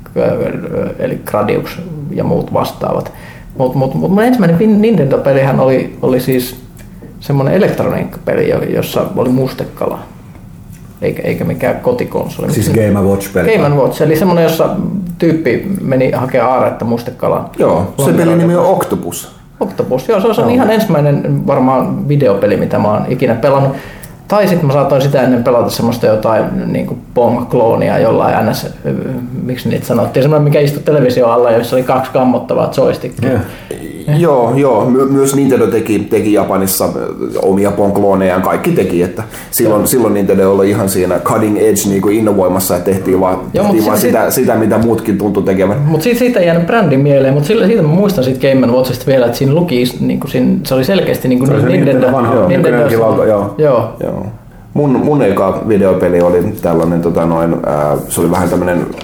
Eli Gradius ja muut vastaavat. Mutta mut, mut mun ensimmäinen Nintendo-pelihän oli, oli siis semmoinen elektroniikkapeli, jossa oli mustekala. Eikä, eikä mikään kotikonsoli. Siis Game and Watch-peli. Game and Watch, eli semmoinen, jossa tyyppi meni hakemaan aaretta mustekalaan. Joo, se pelin nimi on Octopus. Octopus, joo, se on, se on ihan ensimmäinen varmaan videopeli, mitä mä oon ikinä pelannut. Tai sitten mä saatoin sitä ennen pelata semmoista jotain niin kuin Pong-kloonia jollain ns. Miksi niitä sanottiin? Semmoinen, mikä istui televisio alla, jossa oli kaksi kammottavaa joystickia. Yeah. Yeah. Joo, joo. My- myös Nintendo teki, teki Japanissa omia Pong-kloonejaan, kaikki teki. Että silloin, silloin Nintendo oli ihan siinä cutting edge niin kuin innovoimassa ja tehtiin vaan, joo, tehtiin vaan sitä, siitä, sitä, mitä muutkin tuntui tekevän. Mutta siitä, siitä ei jäänyt brändin mieleen, mutta siitä mä muistan siitä Game and Watchista vielä, että siinä luki, niin kuin siinä, se oli selkeästi niin kuin se Nintendo. Vanha, Nintendo Nintendo joo. joo. joo. Mun, mun eka videopeli oli tällainen, tota noin, äh, se oli vähän tämmönen äh,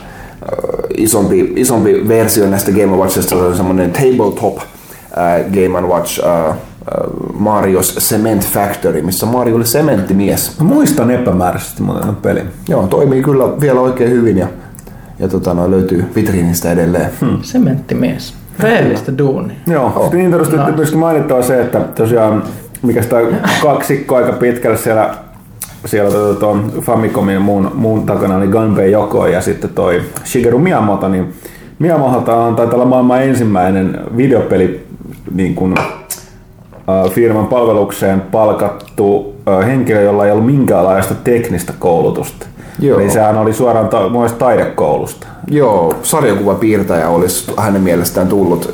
isompi, isompi versio näistä Game and Watchista, se oli semmoinen tabletop äh, Game and Watch äh, Mario's Cement Factory, missä Mario oli sementtimies. Mä muistan epämääräisesti muuten pelin. Joo, toimii kyllä vielä oikein hyvin ja, ja tota noin, löytyy vitriinistä edelleen. Hmm. Sementtimies. Rehellistä duunia. Joo, oh. Sitten Nintendosta no. tietysti mainittava se, että tosiaan mikä sitä kaksikko aika pitkälle siellä siellä tuon Famicomin ja muun, muun takana oli Gunpei Yokoi ja sitten toi Shigeru Miyamoto, niin Miyamoto on taitaa olla maailman ensimmäinen videopeli niin kuin, äh, firman palvelukseen palkattu äh, henkilö, jolla ei ollut minkäänlaista teknistä koulutusta. Joo. Eli sehän oli suoraan ta- muista taidekoulusta. Joo, sarjakuvapiirtäjä olisi hänen mielestään tullut,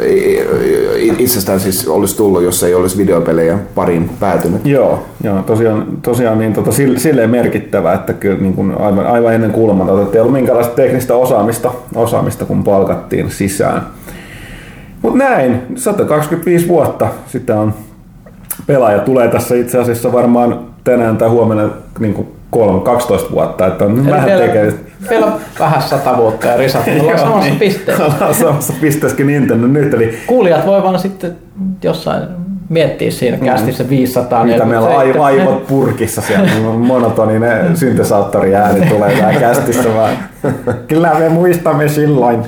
itsestään siis olisi tullut, jos ei olisi videopelejä pariin päätynyt. Joo, joo tosiaan, tosiaan niin, tota, silleen merkittävä, että kyllä niin kuin aivan, aivan ennen kuulumatonta, että ei ollut minkäänlaista teknistä osaamista, osaamista kun palkattiin sisään. Mutta näin, sata kaksikymmentäviisi vuotta sitten on pelaaja, tulee tässä itse asiassa varmaan tänään tai huomenna niin kuin kolme, kaksitoista vuotta, että on eli vähän tekemistä. Vielä vähän sata vuotta ja risat, me ollaan samassa niin, pisteessä. Ollaan samassa pisteessäkin Nintendo nyt. Eli kuulijat voi vaan sitten jossain miettiä siinä mm. kästissä viisisataa. Mitä meillä on aiv- aivot purkissa siellä, monotoninen syntesaattori ääni tulee tää kästissä vaan. Kyllä me muistamme silloin.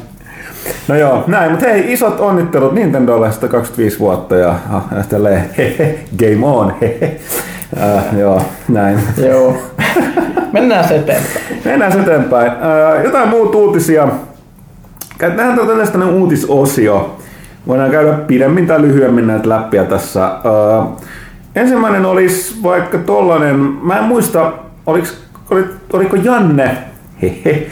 No joo, näin, mutta hei, isot onnittelut Nintendolle sata kaksikymmentäviisi vuotta ja ah, tälleen hehe, game on, hehe. Äh, joo, näin. Joo. Mennään se eteenpäin. Mennään se eteenpäin. Äh, jotain muuta uutisia. Nähdään tällainen uutisosio. Voidaan käydä pidemmin tai lyhyemmin näitä läppiä tässä. Äh, ensimmäinen olisi vaikka tollanen, mä en muista, oliko, oliko Janne hehe,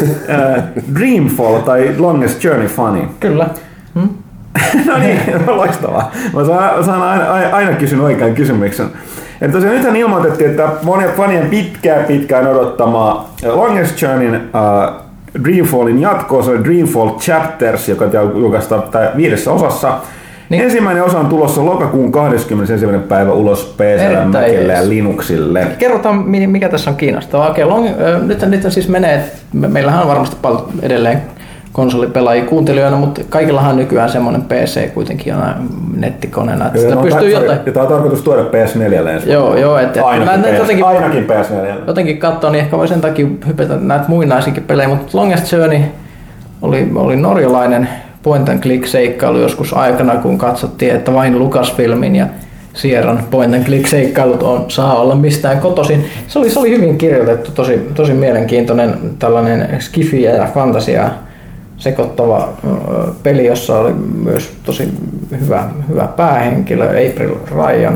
äh, Dreamfall tai Longest Journey fani? Kyllä. Hmm? No niin, loistavaa. Mä saan, saan aina, aina kysyn oikean kysymyksen. Että tosiaan nythän ilmoitettiin, että monien fanien pitkään pitkään odottamaa Longest Journeyn uh, Dreamfallin jatko, se on Dreamfall Chapters, joka julkaistaan viidessä osassa. Niin. Ensimmäinen osa on tulossa lokakuun kahdeskymmenesensimmäinen päivä ulos P C, Macille ja Linuxille. Kerrotaan, mikä tässä on kiinnostavaa. Okei, long, äh, nyt, nyt siis menee, me, meillähän on varmasti paljon edelleen konsolipelaajia kuuntelijoina, mutta kaikillahan nykyään semmoinen P C kuitenkin on nettikoneena, että sitä pystyy ta- jotain. Ja tämä on tarkoitus tuoda P S neljälle ensin. Joo, joo, että ainakin, mä, P S, jotenkin, ainakin P S neljälle. Jotenkin katsoa, niin ehkä voi sen takia hypätä näitä muinaisiakin pelejä, mutta Longest Journey oli, oli norjalainen point and click seikkailu joskus aikana, kun katsottiin, että vain Lucasfilmin ja Sierran point and click seikkailut on, saa olla mistään kotoisin. Se oli, se oli hyvin kirjoitettu, tosi, tosi mielenkiintoinen tällainen skifiä ja fantasiaa sekoittava peli, jossa oli myös tosi hyvä, hyvä päähenkilö, April Ryan,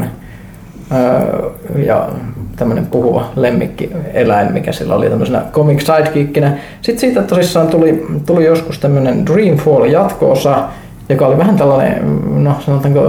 ja tämmöinen puhuva lemmikkieläin, mikä sillä oli tämmöisenä comic sidekickinä. Sitten siitä tosissaan tuli, tuli joskus tämmöinen Dreamfall jatko-osa, joka oli vähän tällainen, no sanotaanko,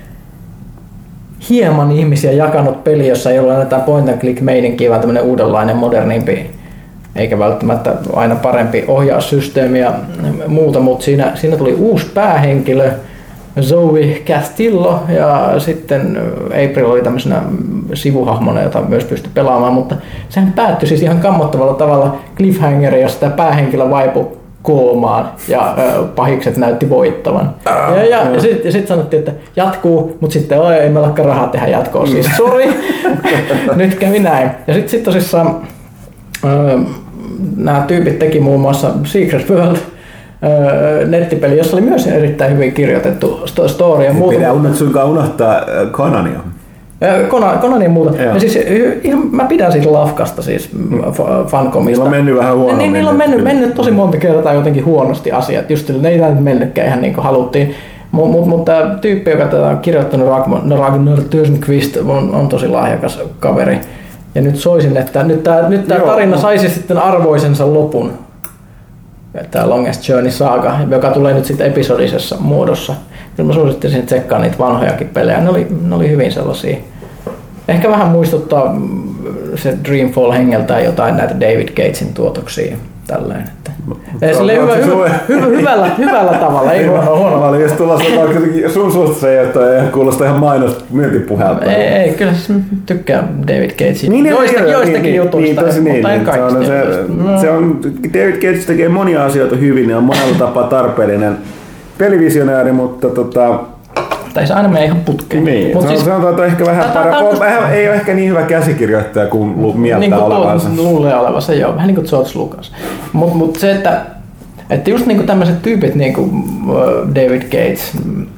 hieman ihmisiä jakanut peli, jossa ei ollut enää point and click meininkiä, vaan tämmöinen uudenlainen, modernimpi, eikä välttämättä aina parempi ohjaussysteemi ja muuta, mutta siinä, siinä tuli uusi päähenkilö, Zoe Castillo, ja sitten April oli tämmöisenä sivuhahmona, jota myös pystyi pelaamaan, mutta sehän päättyi siis ihan kammottavalla tavalla cliffhangeri, jossa tämä päähenkilö vaipui koomaan ja pahikset näytti voittavan. Ja, ja, ja sitten sit sanottiin, että jatkuu, mutta sitten oi, ei meillä olekaan rahaa tehdä jatkoa, siis sori, nyt kävi näin. Ja sitten sit tosissaan nämä tyypit teki muun muassa Secret World nettipeli, jossa oli myös erittäin hyvin kirjoitettu story ja muuta. Ei pidä suinkaan unohtaa Conania. Conan ja muuta. Ja siis, ihan, mä pidän siitä lafkasta, siis mm. fankomista. Niillä on mennyt vähän huonommin. Niin, niillä on mennyt, mennyt tosi monta kertaa jotenkin huonosti asiat. Just ne ei näin mennytkään ihan niin kuin haluttiin. Mutta mut, mut tämä tyyppi, joka tätä on kirjoittanut, Ragnar Törnqvist, on, on tosi lahjakas kaveri. Ja nyt soisin, että nyt tämä nyt tarina saisi sitten arvoisensa lopun. Tämä Longest Journey Saga, joka tulee nyt sitten episodisessa muodossa. Kyllä mä suosittelisin tsekkaa niitä vanhojakin pelejä. Ne oli, ne oli hyvin sellaisia. Ehkä vähän muistuttaa se Dreamfall hengeltään jotain näitä David Gatesin tuotoksia. Tällainen. Silleen hyvä, hyvä, hyvä, hyvällä, hyvällä tavalla, ei huono huono. Mä olin just tulossa, että sun suusta se ei kuulostaa ihan mainos myyntipuhelta. Ei, ei, kyllä siis tykkään David Gatesin niin, joista, niin, joistakin niin, jutuista, niin, mutta niin, en kaikista. Se, se, se on, David Gates tekee monia asioita hyvin ja on monella tapaa tarpeellinen pelivisionääri, mutta tota, tai se aina menee ihan putkeen. Niin, Mut siis, sanotaan, että ehkä vähän parempi. Ei ole ehkä niin hyvä käsikirjoittaja kuin mieltää niin kuin olevansa. Luulee olevansa, joo. Vähän niin kuin George Lucas. Mutta mut se, että, että just niin kuin tämmöiset tyypit niin kuin David Gates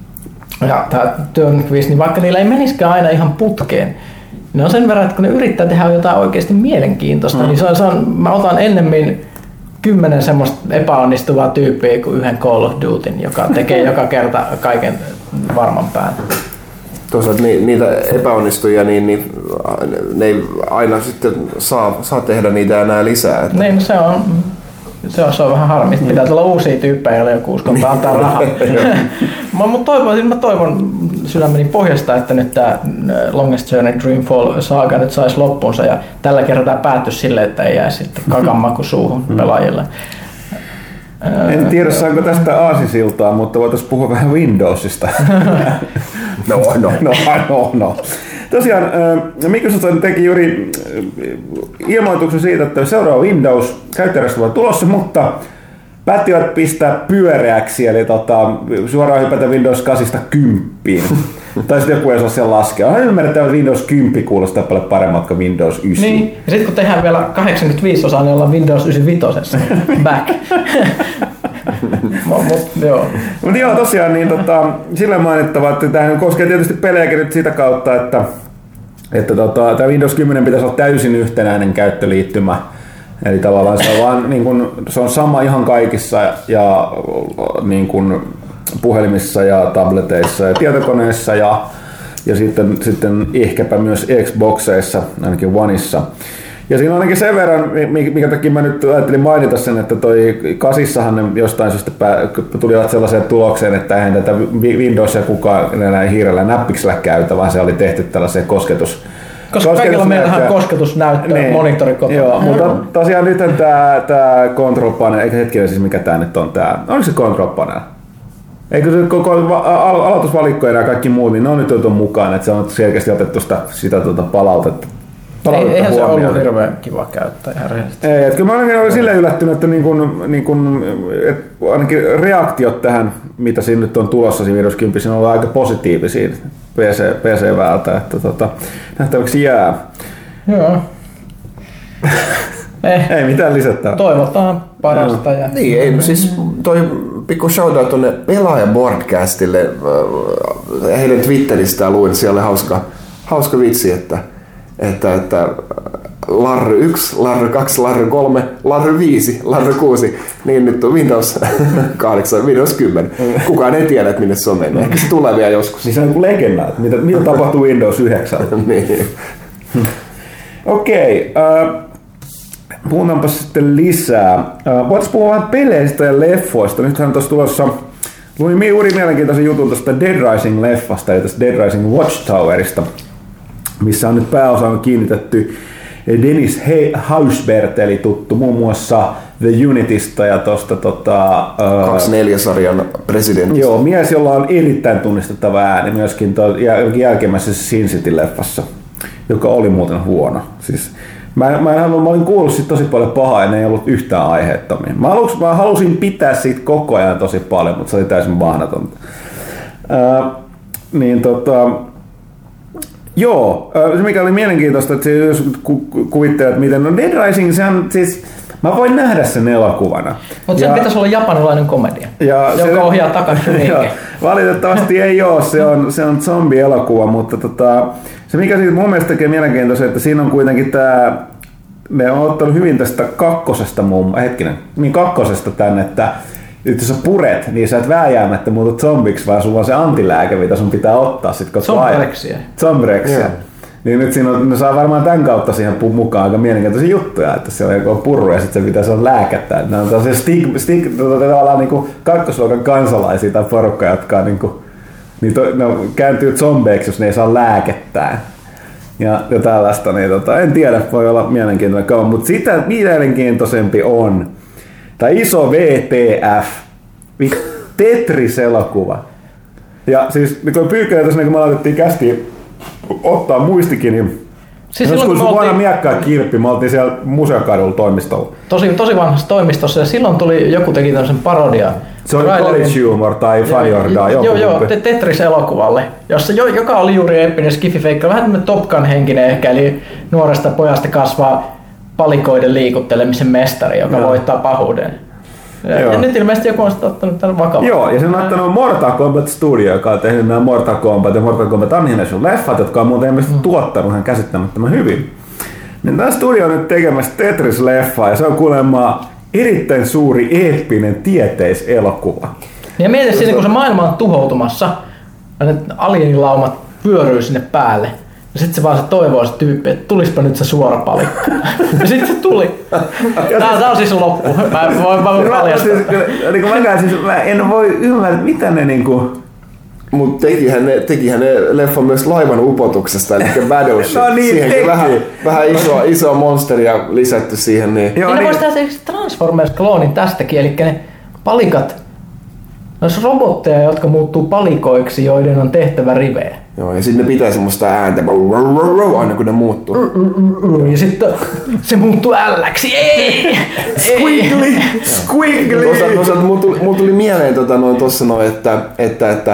ja tämä Törnqvist, niin vaikka niillä ei menisikään aina ihan putkeen, ne on sen verran, että kun ne yrittää tehdä jotain oikeasti mielenkiintoista, mm. niin se on, se on, mä otan ennemmin kymmenen semmoista epäonnistuvaa tyyppiä kuin yhden Call of Dutyn, joka tekee joka kerta kaiken varman pään. Toisaalta niitä epäonnistujia, niin, niin ne ei aina sitten saa, saa tehdä niitä enää lisää. Että... Niin, se on, se on, se on vähän harmi. Pitää tulla uusia tyyppejä, joille joku uskontaa antaa rahaa. mä, mä, toivon, mä toivon sydämeni pohjasta, että nyt tämä Longest Journey Dreamfall Saga nyt saisi loppunsa ja tällä kertaa päättyisi sille, että ei jää sitten kakanmaku suuhun pelaajille. En tiedä, saanko tästä aasisiltaa, mutta voitaisiin puhua vähän Windowsista. no, no, no, no, no. Tosiaan Microsoft teki juuri ilmoituksen siitä, että seuraava Windows käyttäjärjestelmä on tulossa, mutta päättivät pistää pyöreäksi, eli tota, suoraan hypätä Windows kahdeksan kymppiin. Tai sitten joku ei osaa siellä laskea. Olen ymmärrettävä, että Windows kymmenen kuulostaa paljon paremmalta kuin Windows yhdeksän. Niin, ja sitten kun tehdään vielä kahdeksankymmentäviisi osaa, niin ollaan Windows yhdeksänkymmentäviisi back. Mut joo. Mut joo, tosiaan niin tota, sillä mainittava, että tämähän koskee tietysti pelejäkin nyt sitä kautta, että, että tota, tämä Windows kymmenen pitäisi olla täysin yhtenäinen käyttöliittymä. Eli tavallaan se on, vaan, niin kun, se on sama ihan kaikissa ja niin kun, puhelimissa ja tableteissa ja tietokoneissa ja, ja sitten, sitten ehkäpä myös Xboxeissa, ainakin Oneissa. Ja siinä on ainakin sen verran, mikä takia mä nyt ajattelin mainita sen, että toi kasissahan ne jostain syystä tulivat sellaiseen tulokseen, että eihän tätä Windowsia kukaan enää hiirellä näppiksellä käytä, vaan se oli tehty tällaiseen kosketus. Koska kaikilla meillähän on kosketusnäyttö, niin, monitori kotona. Joo, mutta tosiaan nyt tämä, tämä control panel, eikä hetkinen siis mikä tämä nyt on tämä, onko se control panel? Eikö se koko aloitusvalikko ja kaikki muut, niin ne on nyt otettu mukaan, että se on selkeästi otettu sitä, sitä tuota palautetta. Ei, eihän se ollut hirveän kiva käyttää ihan rehellisesti. Ei, että kyllä mä ainakin olin silleen yllättynyt, että, niin kun, niin kun, että ainakin reaktiot tähän, mitä siinä nyt on tulossa siinä Windows kymmenen, on ollut aika positiivisia P C, P C-väältä, että tota, nähtäväksi jää. Joo. Eh, ei mitään lisättävää. Toivotaan parasta. Ja... Niin, ei, siis toi pikku shoutout tuonne Pelaaja-Boardcastille. Heidän Twitteristä luin, siellä oli hauska, hauska vitsi, että, että, että Larry yksi, Larry kaksi, Larry kolme, Larry viisi, Larry kuusi, niin nyt on Windows kahdeksan, Windows kymmenen. Kukaan ei tiedä, että minne se on mennyt. Ehkä se tulee vielä joskus. Niin se on joku legenda, että mitä, mitä tapahtuu Windows yhdeksän. Niin. Okei, okay, uh, puhutaanpa sitten lisää. Uh, Voitaisiin puhua vähän peleistä ja leffoista. Nythän on tuossa tulossa, luin juuri mielenkiintoisen jutun tuosta Dead Rising-leffasta, eli tästä Dead Rising Watchtowerista, missä on nyt pääosa on kiinnitetty Dennis Hausberg, eli tuttu muun muassa The Unitysta ja tuosta tota, kaksikymmentäneljä-sarjan presidentti. Joo, mies, jolla on erittäin tunnistettava ääni myöskin jälkimmäisessä Sin City-leffassa, joka oli muuten huono. Siis, mä, mä, mä, mä olin kuullut siitä tosi paljon pahaa ja ne ei ollut yhtään aiheettomia. Mä, halus, mä halusin pitää siitä koko ajan tosi paljon, mutta se oli täysin mahdotonta. Äh, niin tota... Joo, se mikä oli mielenkiintoista, että se, jos ku, kuvittelet, miten no Dead Rising, se on siis, mä voin nähdä sen elokuvana. Mutta sen pitäisi olla japanilainen komedia, ja joka se, ohjaa Takashi Miike. Valitettavasti ei ole, se on, se on zombie-elokuva, mutta tota, se mikä siitä mun mielestä tekee mielenkiintoista, että siinä on kuitenkin tää, ne on ottanut hyvin tästä kakkosesta muun, hetkinen, niin kakkosesta tänne, että jos sä puret, niin sä et vääjäämättä muutu zombiksi, vaan sulla on se antilääke, mitä sun pitää ottaa sit, koska Zombreksia. Zombreksia. Yeah. Niin nyt siinä on, ne saa varmaan tämän kautta siihen mukaan aika mielenkiintoisia juttuja, että siellä on joku purru ja sitten se pitää saada lääkettä. Nämä on tällaisia stig, stig, tavallaan niin kuin kakkosluokan kansalaisia tai porukka, jotka on, niin kuin, niin to, ne kääntyy zombeiksi, jos ne ei saa lääkettään. Ja, ja tällaista, niin tota, en tiedä, voi olla mielenkiintoinen kauan, mutta sitä mielenkiintoisempi on tämä iso V T F, Tetris-elokuva. Ja siis kun Pyykkönen tässä, kun me aloitettiin kästiin ottaa muistikin, niin siis joskus vuonna oltiin... miekkaa kirppi, me oltiin siellä Museokadulla toimistolla. Tosi, tosi vanhassa toimistossa ja silloin tuli, joku teki tämmöisen parodia. Se oli College Humor tai Funny or Die. Joo, joo, Tetris-elokuvalle, jossa, joka oli juuri eeppinen skififeikka, vähän tämmöinen Top Gun -henkinen ehkä, eli nuoresta pojasta kasvaa palikoiden liikuttelemisen mestari, joka joo. voittaa pahuuden. Ja, ja nyt ilmeisesti joku on sitä ottanut tämän vakavasti. Joo, ja se on ottanut Mortal Kombat Studio, joka on tehnyt nämä Mortal Kombat ja Mortal Kombat Annihilation-leffat, jotka on muuten ilmeisesti mm. tuottanut ihan käsittämättömän hyvin. Niin tämä studio on nyt tekemässä Tetris-leffaa, ja se on kuulemma erittäin suuri eeppinen tieteiselokuva. Ja mieti siinä, kun se maailma on tuhoutumassa, ja ne alienilaumat vyöryy sinne päälle. Ja sit se vaan se toivoo se tyyppi, että tulispa nyt se suora palikka. Ja sit se tuli. Tää, tää on siis loppu. Mä voin, mä voin paljastaa. Siis, niin mä, siis, mä en voi ymmärtää, mitä ne niinku... Mut tekihän ne, tekihän ne leffon myös laivan upotuksesta, eli Battleship. No niin, siihenkin vähän, vähän isoa, isoa monsteria lisätty siihen. Niin, Joo, niin ne vois tehdä Transformers-kloonin tästäkin, eli ne palikat, ne olisi robotteja, jotka muuttuu palikoiksi, joiden on tehtävä riveä. Joo, ja sitten ne pitää semmoista ääntä, aina kun ne muuttuu. Ja sitten se muuttuu älläksi. Ei! Squiggly! Squiggly! Toisaalta mulla tuli, mulla tuli mieleen tota, noin, tossa noin, että, että, että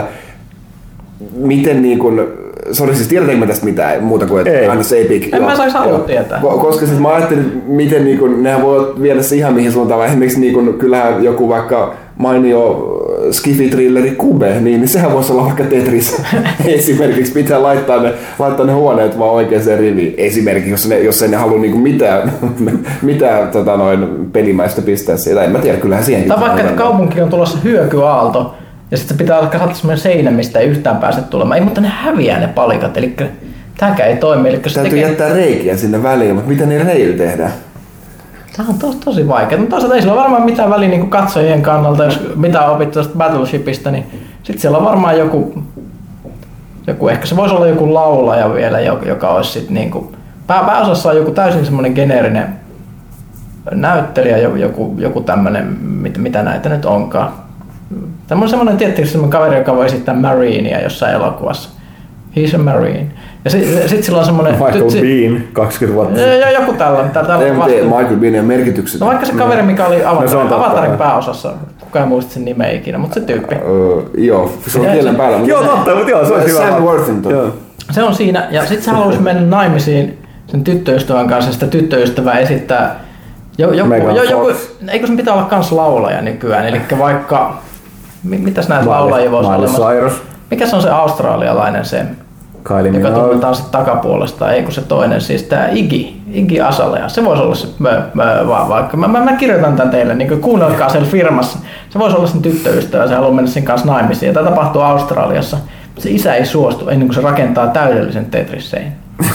miten niin kun, sori siis tiedetäänkö mä tästä mitään muuta kuin, että aina se epic. En joo, mä sais halua tietää. Koska siis mä ajattelin, miten niin kun, nehän voi viedä se ihan mihin suuntaan. Esimerkiksi niin kun, kyllähän joku vaikka mainio skifi-trilleri Cube, niin, niin sehän voisi olla vaikka Tetris. Esimerkiksi pitää laittaa ne, laittaa ne huoneet vaan oikeaan riviin. Esimerkiksi, jos, ne, jos ei ne halua niinku mitään, mitään tota noin, pelimäistä pistää siitä. En mä tiedä, kyllähän siihenkin. Tai vaikka, että kaupunki on tulossa hyökyaalto, ja sitten pitää alkaa katsoa semmoinen seinä, mistä ei yhtään pääse tulemaan. Ei, mutta ne häviää ne palikat, eli tämäkään ei toimi. Eli täytyy tekee... jättää reikiä sinne väliin, mutta mitä niillä reillä tehdään? Tämä on tos, tosi vaikea. No toisaalta ei sillä ole varmaan mitään väliä niin katsojien kannalta, jos mitä on opittu tästä Battleshipistä, niin sitten siellä on varmaan joku, joku, ehkä se voisi olla joku laulaja vielä, joka olisi sitten niin kuin, pää, pääosassa on joku täysin semmoinen geneerinen näyttelijä, joku, joku tämmöinen, mit, mitä näitä nyt onkaan. Tämä on semmoinen tietysti semmoinen kaveri, joka voi esittää Marinea jossain elokuvassa. He's a Marine. Ja sitten sit sillä on semmoinen... Michael tytsi, Bean, kaksikymmentä vuotta. Ja joku tällainen. tällainen Michael Beanin merkitykset. No vaikka se kaveri, mikä oli Avatarin, no, Avatarin pääosassa. Kukaan ei muista sen nimeä ikinä, mutta se tyyppi. Uh, joo, se on kielen päällä. Joo, totta, mutta joo, se on hyvä. Sam Worthington. Se on siinä, ja sitten se haluaisi mennä naimisiin sen tyttöystävän kanssa, sitä tyttöystävää esittää... Jo, joku, jo, joku, eikö sen pitää olla kans laulaja nykyään, eli vaikka... Mitäs näitä laulajia voisi olla? Cyrus. Mikä se on se australialainen se? Kylie joka Minogue. tunnetaan sitten takapuolesta, ei kun se toinen, siis tää Iggy, Iggy Azalea. Se voisi olla se, mä, mä, mä, vaikka mä, mä, mä kirjoitan tän teille, niin kuunnelkaa siellä firmassa. Se voisi olla sen tyttöystävä, se haluaa mennä sen kanssa naimisiin. Tämä tapahtuu Australiassa. Se isä ei suostu ennen kuin se rakentaa täydellisen Tetris-sein.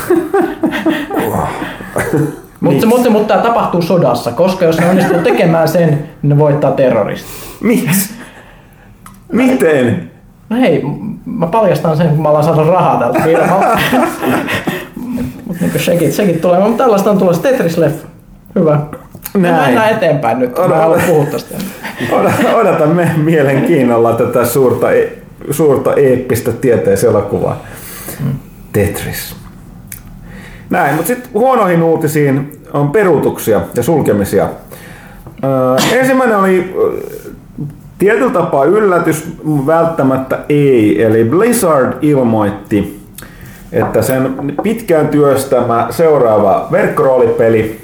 Mutta mut, mut tämä tapahtuu sodassa, koska jos ne onnistuu tekemään sen, niin ne voittaa terroristit. Miksi? Miten? No hei, mä paljastan sen, kun mä alan saada rahaa tältä firmalta. Mutta niin sekin, sekin tulee. Mutta tällaista on tulossa Tetris-leffa. Hyvä. Näin. Mennään eteenpäin nyt. Mä haluan puhua tästä. Odotamme mielenkiinnolla tätä suurta, e- suurta eeppistä tieteiselokuvaa. Hmm. Tetris. Näin, mutta sitten huonoihin uutisiin on peruutuksia ja sulkemisia. Öö, ensimmäinen oli tietyllä tapaa yllätys, välttämättä ei. Eli Blizzard ilmoitti, että sen pitkään työstämä seuraava verkkoroolipeli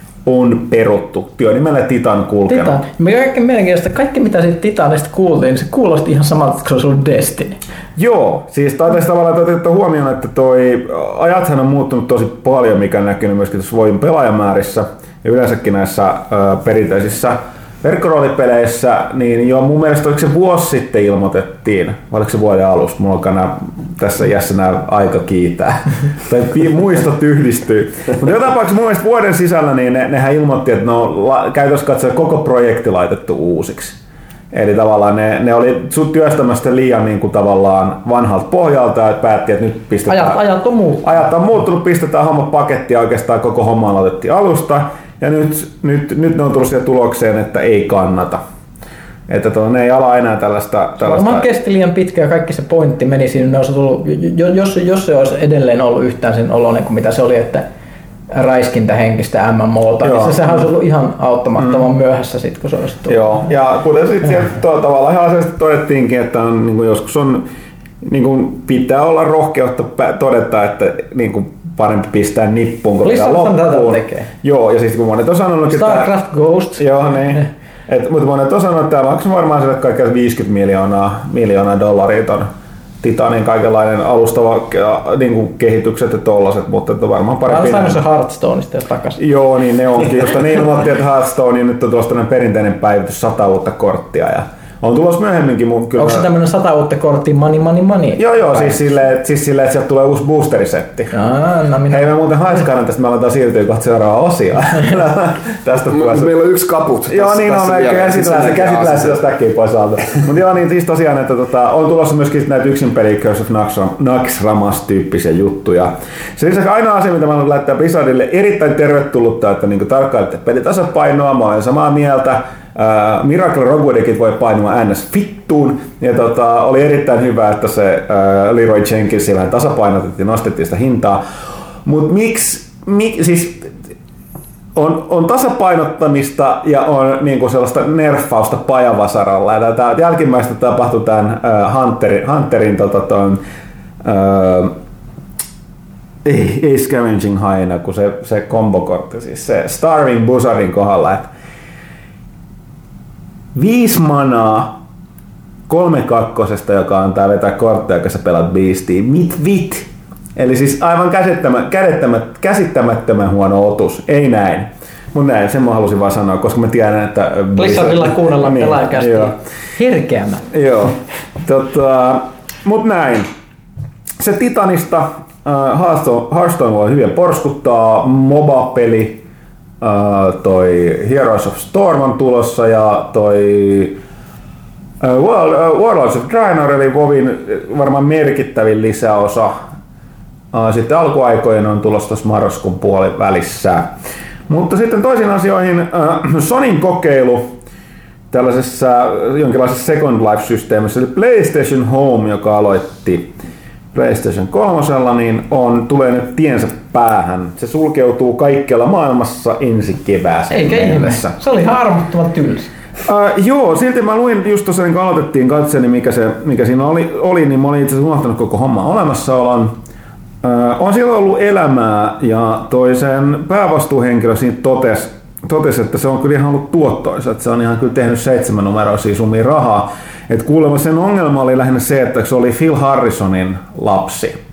on peruttu. Työnimellä Titan kulkenut. Titan. Kaikki mielenkiintoista, kaikki mitä siitä Titanista kuultiin, se kuulosti ihan samalta, kun se olisi ollut Destiny. Joo, siis taitaisi tavallaan ottaa huomioon, että toi ajathan on muuttunut tosi paljon, mikä on näkynyt myöskin tuossa voimin pelaajamäärissä ja yleensäkin näissä ö, perinteisissä verkkoroolipeleissä, niin jo mun mielestä oliko se vuosi sitten ilmoitettiin, vai oliko se vuoden alussa, mulla alkaa nää, tässä iässä nämä aika kiitää, tai muistot yhdistyy. Mutta joka tapauksessa mun mielestä vuoden sisällä niin ne, nehän ilmoitti, että ne on käytössä katsoen koko projekti laitettu uusiksi. Eli tavallaan ne, ne oli työstämästä liian niin kuin tavallaan vanhalta pohjalta, että päätti, että nyt pistetään... Ajat, ajat on muuttunut. Ajat on muuttunut, pistetään homma pakettia, oikeastaan koko homma aloitettiin alusta. Ja nyt, nyt, nyt ne on tullut siihen tulokseen, että ei kannata. Että to, ne ei ala enää tällaista... tällaista... Varmaan kesti liian pitkä ja kaikki se pointti meni siinä. Ne olisi tullut, jos, jos se olisi edelleen ollut yhtään sen oloinen kuin mitä se oli, että räiskintähenkistä M M O:ta, niin se, sehän olisi ollut ihan auttamattoman mm. myöhässä sit, kun se olisi tullut. Joo, ja kuten sitten tavallaan ihan asiallisesti todettiinkin, että on, niin kuin joskus on, niin kuin pitää olla rohkeutta todeta, että niin kuin parempi pistää nippuun, kun pitää loppuun. Joo, ja siis kun monet on sanonut, että... Starcraft Ghost. Joo, niin. Et, mutta monet on sanonut, että tämä maksaa varmaan sille kaikkea viisikymmentä miljoonaa, miljoonaa dollaria ton Titanin kaikenlainen alustava niin kuin kehitykset ja tollaset, mutta että varmaan parempi... Tämä on se Hearthstoneista jo takaisin. Joo, niin ne onkin, josta niin ilmoitti, että Hearthstone nyt on tuossa perinteinen päivitys, sata uutta korttia ja on tulossa myöhemminkin. Mun, kyllä onko se tämmöinen sata uutta korttia, money, money, money? Joo, joo, siis silleen, siis sille, että sieltä tulee uusi boosterisetti. Aa, no minä... Hei, me muuten haiskaana tästä, me aletaan siirtyä kohta seuraavaan osioon. Tästä tulee se... Meillä on yksi kaput. Joo, niin on, me käsitellään se, käsitellään se tästä äkkiä pois alta. Mutta joo, niin siis tosiaan, että tota, on tulossa myöskin näitä yksin peli Curse of Naxxramas-tyyppisiä juttuja. Sen lisäksi aina asia, mitä mä haluan laittaa Blizzardille, erittäin tervetullutta, että niinku tarkkailette pelitasapainoa, mä olen samaa mieltä. Uh, Miracle Roguedeckit voi painua ns. Fittuun, ja tota, oli erittäin hyvä, että se uh, Leroy Jenkins siellä tasapainotettiin ja nostettiin sitä hintaa. Mutta miksi, mik, siis on, on tasapainottamista ja on niinku sellaista nerfausta pajavasaralla. Ja tämä jälkimmäistä tapahtui tämän uh, Hunterin, Hunterin tota, ton, uh, ei, ei Scavenging Hyena, kun se, se kombokortti, siis se Starving Buzzardin kohdalla, että Viisi manaa kolme kakkosesta, joka antaa vetää kortteja, kun sä pelaat Beastia. Mit vit? Eli siis aivan käsittämättömän, käsittämättömän huono otus. Ei näin. Mun näin, sen mä halusin vaan sanoa, koska mä tiedän, että... Blizzardilla kuunnellaan niin, pelaajakästi herkeämä. Joo. Tota, mut näin. Se Titanista uh, Hearthstone, Hearthstone voi hyvin porskuttaa. MOBA-peli. Uh, toi Heroes of Storm on tulossa ja toi uh, World, uh, Warlords of Draenor eli WoWin varmaan merkittävin lisäosa. Uh, sitten alkuaikojen on tulossa tuossa marraskuun puolin välissä. Mutta sitten toisiin asioihin uh, Sonyn kokeilu tällaisessa jonkinlaisessa Second Life-systeemissä eli PlayStation Home, joka aloitti PlayStation kolmosella, niin on, tulee nyt tiensä päähän. Se sulkeutuu kaikkialla maailmassa ensi kevääseen. Eikä ihme. Se oli harmittoman tylsä. Uh, joo, silti mä luin just tuossa, kun aloitettiin katseeni, mikä, se, mikä siinä oli, oli, niin mä olin itse asiassa unohtanut koko homma olemassaolon. Uh, on siellä ollut elämää ja toisen päävastuuhenkilö siinä totesi, totesi, että se on kyllä ihan ollut tuottoisa, että se on ihan kyllä tehnyt seitsemän numeroisia summia rahaa. Et kuulemma sen ongelma oli lähinnä se, että se oli Phil Harrisonin lapsi.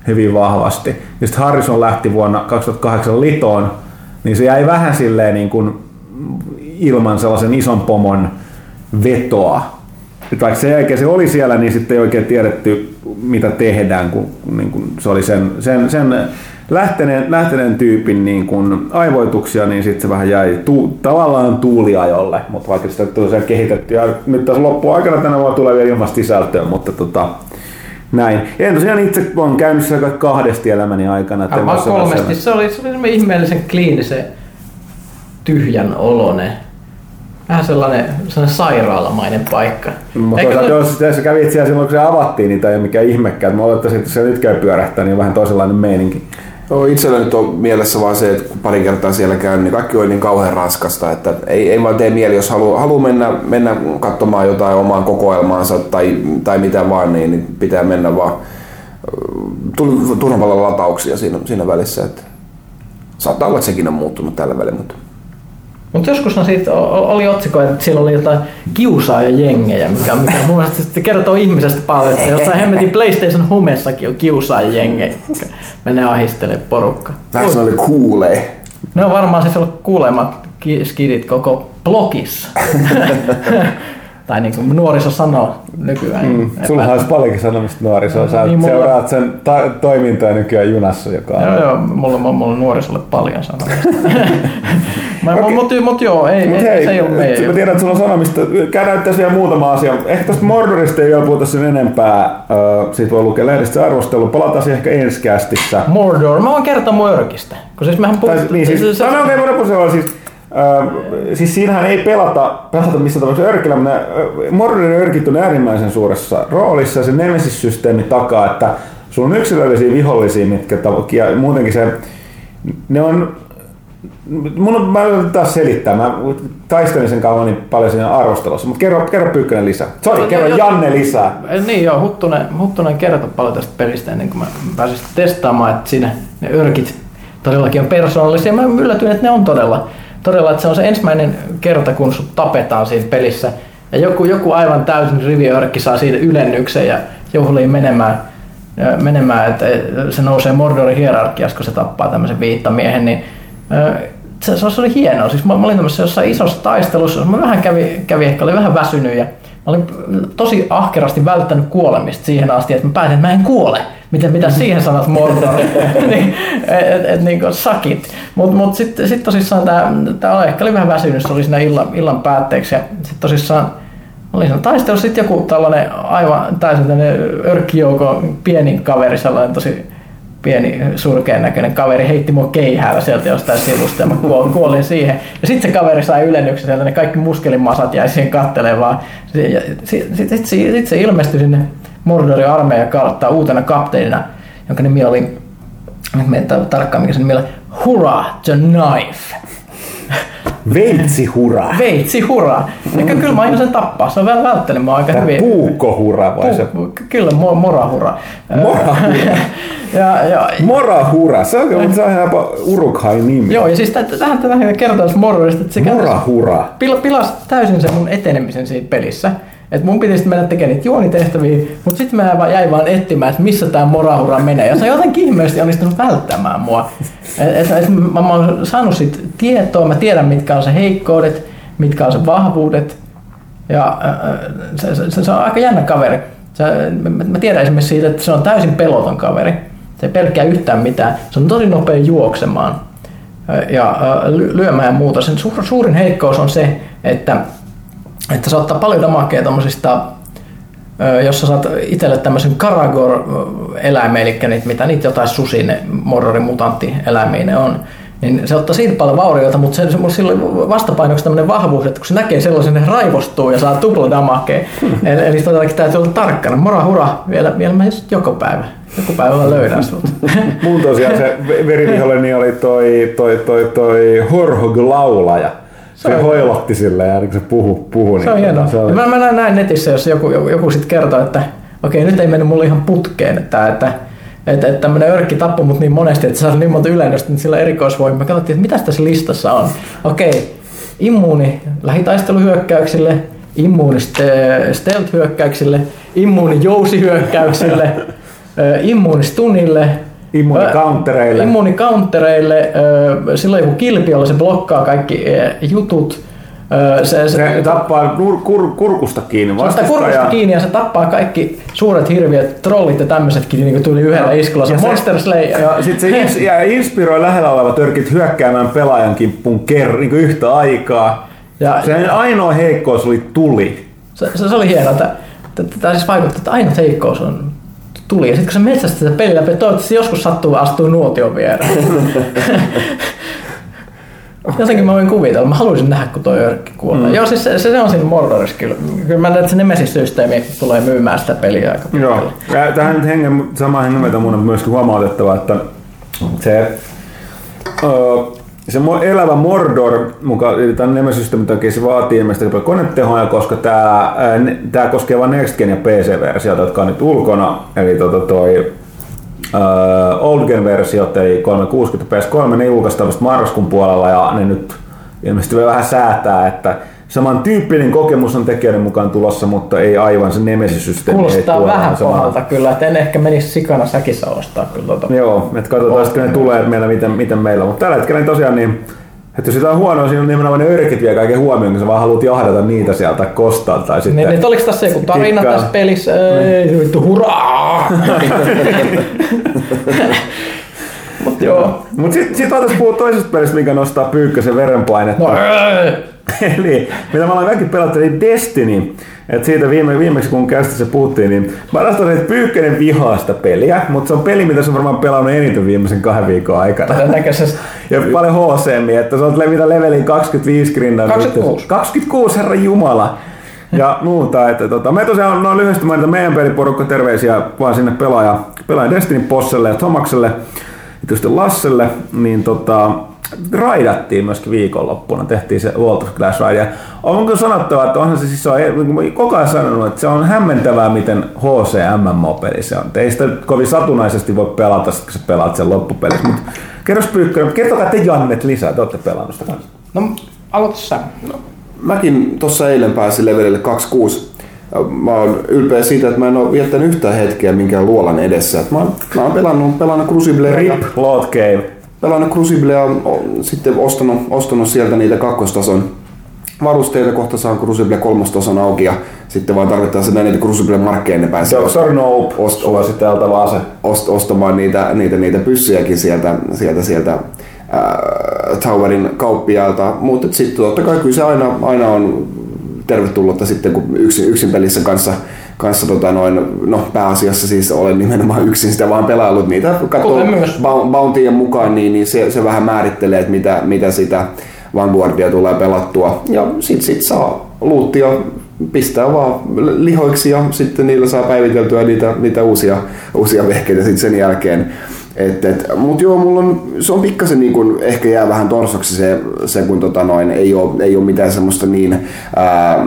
hyvin vahvasti. Ja sitten Harrison lähti vuonna kaksituhattakahdeksan litoon, niin se jäi vähän silleen niin kuin ilman sellaisen ison pomon vetoa. Et vaikka sen jälkeen se oli siellä, niin sitten ei oikein tiedetty, mitä tehdään, kun niin kun se oli sen, sen, sen lähteneen, lähteneen tyypin niin kun aivoituksia, niin sitten se vähän jäi tu, tavallaan tuuliajolle, mutta vaikka sitä tosiaan kehitetty. Ja nyt tässä loppuaikana tänä vuonna tulee vielä ilmasta sisältöä, mutta tota, näin. En tosiaan itse olen käynyt siellä kahdesti elämäni aikana. Aivan kolmesti. Se oli, se oli ihmeellisen kliinisen tyhjän oloinen. Vähän sellainen, sellainen sairaalamainen paikka. Mutta toisaalta jos, jos kävit siellä silloin, kun se avattiin, niin ei ole mikään ihmekään. Mä olettaisin, että se nyt käy pyörähtää, niin on vähän toisenlainen meininki. No, itsellä nyt on mielessä vaan se, että kun pari kertaa siellä käyn, niin kaikki on niin kauhean raskasta, että ei, ei vaan tee mieli, jos haluaa halu mennä, mennä katsomaan jotain omaan kokoelmaansa tai, tai mitä vaan, niin, niin pitää mennä vaan turhan paljon latauksia siinä, siinä välissä. Että saattaa olla, että sekin on muuttunut tällä välillä. Mutta Mutta joskushan siitä oli otsikko, että siellä oli jotain kiusaajajengejä, mikä, mikä mun mielestä se kertoo ihmisestä paljon, että jossain hemmetin PlayStation Homessakin on kiusaajajengejä, mikä menee ahistelemaan porukkaa. Vähän ne oli kuulee. Ne on varmaan siis ollut kuulemat skidit koko blogissa. Tai niin kuin nuoriso sanoo nykyään. Mm, sulla olisi paljonkin sanomista nuorisoa. Sä niin seuraat mulla sen ta- toimintoja nykyään junassa, joka on... Joo, joo, mulla, mulla on nuorisolle paljon sanomista. okay. Mutta mut joo, ei, mut ei, hei, se ei ole meidän. Mä tiedän, että sulla on sanomista. Käydään tässä vielä muutama asia. Ehkä tästä Mordorista ei vielä puhuta sen enempää. Siitä voi lukea lehdistä arvostelua. Palataan siihen ehkä ensi kästissä. Mordor. Mä voin kertoa mun örkistä. Kun siis mehän puhut... Niin, siis, se, se, no, okei, okay, se on siis... Äh, siis siinähän ei pelata, pelata missään tapauksessa örkillä, mutta Mordorin örkit on äärimmäisen suuressa roolissa ja se Nemesis-systeemi takaa, että sulla on yksilöllisiä vihollisia, mitkä ja muutenkin se, ne on, mun on, mä yritän taas selittää, mä taistelin sen kauan niin paljon siinä arvostelussa, mutta kerro, kerro Pyykkönen lisää. Sori, kerro Janne lisää. Niin joo, Huttunen, Huttunen kertoi paljon tästä pelistä ennen kuin mä pääsin testaamaan, että siinä ne örkit todellakin on persoonallisia. Mä yllätyin, että ne on todella. Todella, että se on se ensimmäinen kerta, kun sut tapetaan siinä pelissä ja joku, joku aivan täysin riviörkki saa siitä ylennyksen ja juhliin menemään, menemään, että se nousee Mordorin hierarkiassa, kun se tappaa tämmöisen viittamiehen, niin se, se oli hienoa. Siis mä, mä olin tämmöisessä jossain isossa taistelussa, mä vähän kävin, kävi, ehkä oli vähän väsynyt ja mä olin tosi ahkerasti välttänyt kuolemista siihen asti, että mä päätin, että mä en kuole. Mitä, mitä siihen sanat Mordor? niin, et, et, niin kuin sakit. Mutta mut sitten sit tosissaan tämä ehkä oli vähän väsynyt, se oli siinä illan, illan päätteeksi. Ja sitten tosissaan oli siinä taistelu sitten joku tällainen aivan täysin örkkijoukon pienin kaveri, sellainen tosi pieni surkean näköinen kaveri heitti mua keihäällä sieltä jostain sivusta ja mä kuolin siihen. Ja sitten se kaveri sai ylennyksen sieltä, ne kaikki muskelimasat jäi siihen kattelemaan. Sitten sit, sit, sit se ilmestyi sinne Mordorin armeijan kautta uutena kapteenina, jonka nimi oli, nyt me ei tarkkaan mikä se nimi oli, Hurra the Knife. Veitsi hura. Veitsi hura. Ja kyllä mä aion sen tappaa, se on vielä välttänyt mä aika hyvin. Puukko hura vai se? Kyllä, mora hura. Mora hura. ja, ja, Mora hura, se on, se on jopa Uruk-hain nimi. Joo, ja siis tähän tähän kertoo Mordorista, että se Mora hura. Pil, pilasi täysin sen mun etenemisen siinä pelissä. Et mun piti sitten mennä tekemään niitä juonitehtäviä, mutta sitten mä jäin vaan etsimään, että missä tää morahura menee. Ja se on jotenkin ihmeellisesti onnistunut välttämään mua. Et, et, et mä, mä oon saanut siitä tietoa, mä tiedän mitkä on se heikkoudet, mitkä on se vahvuudet. Ja se, se, se on aika jännä kaveri. Se, mä, mä tiedän esimerkiksi siitä, että se on täysin peloton kaveri. Se ei pelkkää yhtään mitään. Se on tosi nopea juoksemaan ja lyömään ja muuta. Sen suurin heikkous on se, että Että se ottaa paljon damakea tommosista, jos sä saat itselle tämmöisen Karagor-eläimen, eli niitä, mitä niitä jotain susi, ne Mordorin mutanttieläimiä ne on, niin se ottaa siitä paljon vaurioita, mutta se, se, sillä on vastapainoksi tämmöinen vahvuus, että kun se näkee sellaisen, ne raivostuu ja saa tupla damakea. eli, eli todellakin täytyy olla tarkkana. Mora hura, vielä, vielä mä just joka päivä. Joku päivä mä löydän sut. Mun tosiaan se veriviholleni oli toi, toi, toi, toi Horhog-laulaja. Se, se hoilotti silleen ja kun se puhu, puhu se on niin hienoa. Se oli... Mä, mä näin netissä, jos joku, joku, joku sit kertoo, että okei, nyt ei mennyt mulle ihan putkeen, että, että, että, että tämmönen örkki tappoi mut niin monesti, että saa niin monta ylennystä, niin sillä erikoisvoimia. Mä katsottiin, että mitä tässä listassa on. Okei, immuuni lähitaisteluhyökkäyksille, immuuni stealth-hyökkäyksille, immuuni jousihyökkäyksille, immuunistunille, immuunikauntereille. immuunikauntereille, silloin kun kilpi on, se blokkaa kaikki jutut. Se, se, se tappaa kur, kur, kurkusta kiinni vastustaja. Se kurkusta kiinni ja se tappaa kaikki suuret hirviöt, trollit ja tämmöisetkin niin tuli yhdellä iskulla. Se Monster Slayer. Ja sit se ins, ja inspiroi lähellä olevat örkit hyökkäämään pelaajan kimppuun ker, niin yhtä aikaa. Ja, se ainoa heikkous oli tuli. Se, se, se oli hienoa. Tämä siis vaikuttaa, että ainoa heikkous on tuli. Ja sitten kun sä metsästät sitä pelillä, toivottavasti joskus sattuu astuu nuotion viereen. Jotenkin mä voin kuvitella. Mä haluaisin nähdä, kun toi örkki kuolee. Mm. Joo, siis se, se on siinä Mordorissa kyllä. Kyllä mä näen, että se Nemesis-systeemi tulee myymään sitä peliä aika pitkälle. Joo. Tähän nyt hengen, samaan hengenvetä mun on myöskin huomautettava, että se, uh, se elävä Mordor, mukaan tämän Nemesis-systeemin takia se vaatii ilmeisesti paljon konetehoja, koska tää, tää koskee vain Next Gen ja P C-versiota, jotka on nyt ulkona. Eli tota toi Uh, Old Gen-versiot, eli kolmesataakuusikymmentä P S kolme, ne julkaistaan vasta marraskuun puolella ja ne nyt ilmeisesti vähän säätää, että samantyyppinen kokemus on tekijöiden mukaan tulossa, mutta ei aivan se Nemesis-systeemi. Kuulostaa vähän pahalta kyllä, että en ehkä menisi sikana säkissä ostaa kyllä tuota. Joo, että katsotaan sitten, kun ne tulee, että meillä, miten, miten meillä on. Mutta tällä hetkellä niin tosiaan, niin, että jos jotain huonoa, siinä on nimenomaan ne örkit vie kaiken huomioon, kun sä vaan haluat jahdata niitä sieltä tai kostaa. Tai sitten niin, niin, oliko tässä joku tarina kikkaa tässä pelissä? Ei, vittu, hurraa! Mut joo. Mut sit, sit voitais puhua toisesta pelistä, mikä nostaa Pyykkösen verenpainetta. No, eli mitä mä olen kaikki pelattu, eli Destiny. Et siitä viime, viimeksi kun kästissä puhuttiin, niin mä rastan, että Pyykkönen vihaa sitä peliä, mutta se on peli, mitä se on varmaan pelannut eniten viimeisen kahden viikon aikana. Ja paljon H C-miä, että se on mitä leveliin kaksikymmentäviisi grindaa. kaksikymmentäkuusi. kaksikymmentäkuusi, herra jumala. Ja muuta, että tota, me tosiaan noin lyhyesti mainita meidän peliporukka, terveisiä vaan sinne pelaaja, pelaaja Destiny-Posselle ja Tomakselle ja tietysti Lasselle, niin tota, raidattiin myöskin viikonloppuna, tehtiin se World of Clash Ride. On kyllä sanottava, että onhan se siis on, koko ajan sanonut, että se on hämmentävää, miten H C M M O-peli se on. Ei sitä kovin satunnaisesti voi pelata, kun sä pelaat sen loppupelissä. Mutta kerros Pyykkönen, kertokaa te Jannet lisää, te olette pelannut sitä kanssa. No, aloita sä. No. Mäkin tuossa eilen pääsin levelille kaksikymmentäkuusi. Mä oon ylpeä siitä, että mä en oo viettänyt yhtään hetkeä minkään luolan edessä. Mä oon, mä oon pelannut, pelannut Cruciblea. Rip, Lord Game. Pelannut Cruciblea ja sitten ostanut, ostanut sieltä niitä kakkostason varusteita. Kohta saan Crucible kolmostason auki ja sitten vaan tarvitaan sitä niitä Crucible-markkeja, ne pääsee Doctor Nope, ost- suositeltava ase. Ost- ostamaan niitä, niitä, niitä pyssyjäkin sieltä, sieltä, sieltä ää, Towerin kauppiaalta. Mutta sitten totta kai kyllä se aina, aina on tervetullutta sitten, kun yksin, yksin pelissä kanssa, kanssa tota noin, no pääasiassa siis olen nimenomaan yksin sitä vaan pelaillut niitä, katsoo Bountien mukaan, niin, niin se, se vähän määrittelee, että mitä, mitä sitä Vanguardia tulee pelattua. Ja sit, sit saa luuttia, pistää vaan lihoiksi ja sitten niillä saa päiviteltyä niitä, niitä uusia, uusia vehkeitä sitten sen jälkeen. Et, et, mut joo, mulla on, se on pikkasen niin kun, ehkä jää vähän torsoksi se, se kun tota noin, ei ole ei ole mitään semmoista niin ää,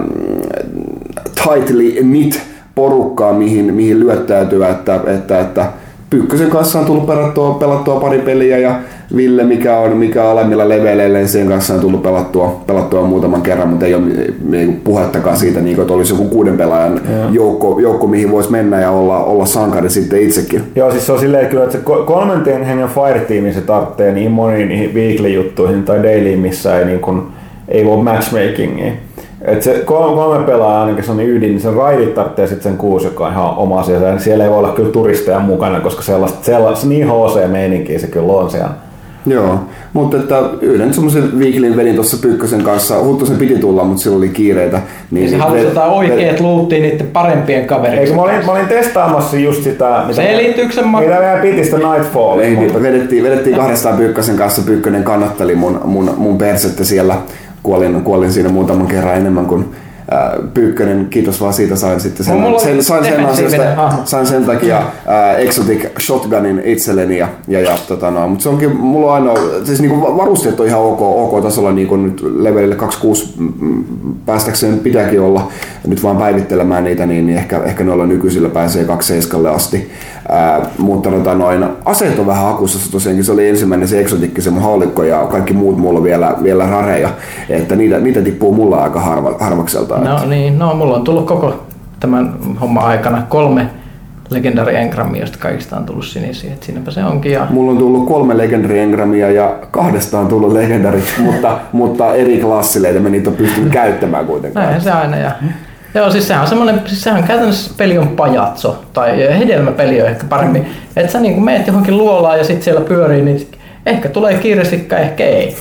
tightly knit porukkaa, mihin, mihin lyöttäytyä, että, että, että Pyykkösen kanssa on tullut pelattua, pelattua pari peliä ja Ville, mikä on, mikä on alemmilla leveleillä, niin sen kanssa on tullut pelattua, pelattua muutaman kerran, mutta ei ole niin puhettakaan siitä, niin kuin, että olisi joku kuuden pelaajan joukko, joukko, mihin voisi mennä ja olla, olla sankari sitten itsekin. Joo, siis se on silleen kyllä, että se kolmanteen hengen Fireteamin se tarvitsee niin moniin niihin weekly-juttuihin tai dailyin, missä ei, niin kuin, ei voi matchmakingia. Et se kolme pelaajaa ainakin se on niin ydin, niin sen raidit tarvitsee sitten sen kuusi, joka on ihan oma asia. Siellä ei voi olla kyllä turisteja mukana, koska sellaista, sellaista niin H C-meininkiä se kyllä on siellä. Joo, mutta että yhden semmoisen viiklin vedin tuossa Pyykkösen kanssa. Huttusen piti tulla, mutta sillä oli kiireitä. Niin se halusi jotain oikeat luuttiin niiden parempien kaveriksi. Eikö mä olin, mä olin testaamassa just sitä, mitä, ma- mitä meidän piti sitä Nightfall. Ei, mutta... vedettiin, vedettiin kahdestaan Pyykkösen kanssa. Pyykkönen kannatteli mun, mun, mun persettä siellä. Kuolin, kuolin siinä muutaman kerran enemmän kuin äh, Pyykkönen. Kiitos vaan siitä, sain sitten sen, sen, sain sen, asiasta, sain sen takia äh, Exotic Shotgunin itselleni. Ja, ja, ja, tota, no, mutta se onkin, mulla on ainoa, siis niinku varusteet on ihan ok, ok tasolla, niinku nyt levelille kaksikymmentäkuusi päästäkseen pitääkin olla. Nyt vaan päivittelemään niitä, niin, niin ehkä, ehkä noilla nykyisillä pääsee kaksikymmentäseitsemän asti. Ää, mutta tota, noin, aseet on vähän hakussa tosiaankin, se oli ensimmäinen se eksotikki, se mun haulikko ja kaikki muut mulla vielä, vielä rareja, että niitä, niitä tippuu mulla aika harva, harvakselta. No että. niin, no mulla on tullut koko tämän homman aikana kolme Legendary Engramia, josta kaikista on tullut sinisiä, että siinäpä se onkin. Ja... Mulla on tullut kolme Legendary Engramia ja kahdesta on tullut Legendary, mutta, mutta eri klassille, että mä niitä on pystynyt käyttämään kuitenkaan. Näin se aina. Ja... Joo, siis sehän on semmoinen, siis sehän käytännössä peli on pajatso, tai hedelmäpeli on ehkä paremmin. Että sä niin meet johonkin luolaan ja sit siellä pyörii, niin ehkä tulee kirsikka, ehkä ei.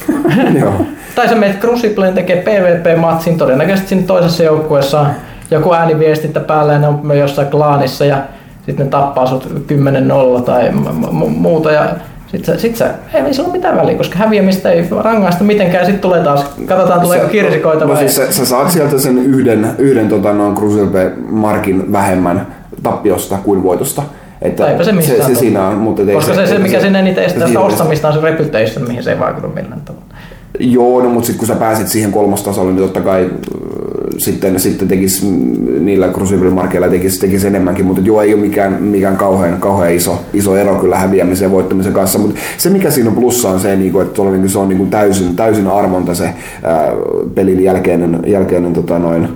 Tai sä meet Crucibleen tekee PvP-matsin, todennäköisesti siinä toisessa joukkueessa on joku ääniviestintä päällä ja ne on jossain klaanissa ja sitten ne tappaa sut kymmenen nolla tai m- m- muuta. Ja sit sä, sit sä, ei sillä ole mitään väliä, koska häviämistä ei rangaista mitenkään. Sitten tulee taas, katsotaan tuleeko kirsikoita vai... No siis sä, sä saat sieltä sen yhden, yhden tota, noin Crucible-markin vähemmän tappiosta kuin voitosta. Että se, se, se siinä on, mutta koska se, se, mikä sinne eniten estää sitä ostamista on se reputation, mihin se ei vaikuta millään tavalla. Joo, no mutta sitten kun sä pääsit siihen kolmostasolle, niin totta kai sitten, sitten tekisi niillä Crucible-markeilla tekisi, tekisi enemmänkin, mutta joo, ei ole mikään, mikään kauhean, kauhean iso, iso ero kyllä häviämisen ja voittamisen kanssa, mutta se mikä siinä on plussa on se, että se on niin täysin, täysin arvonta se ää, pelin jälkeinen, jälkeinen tota noin,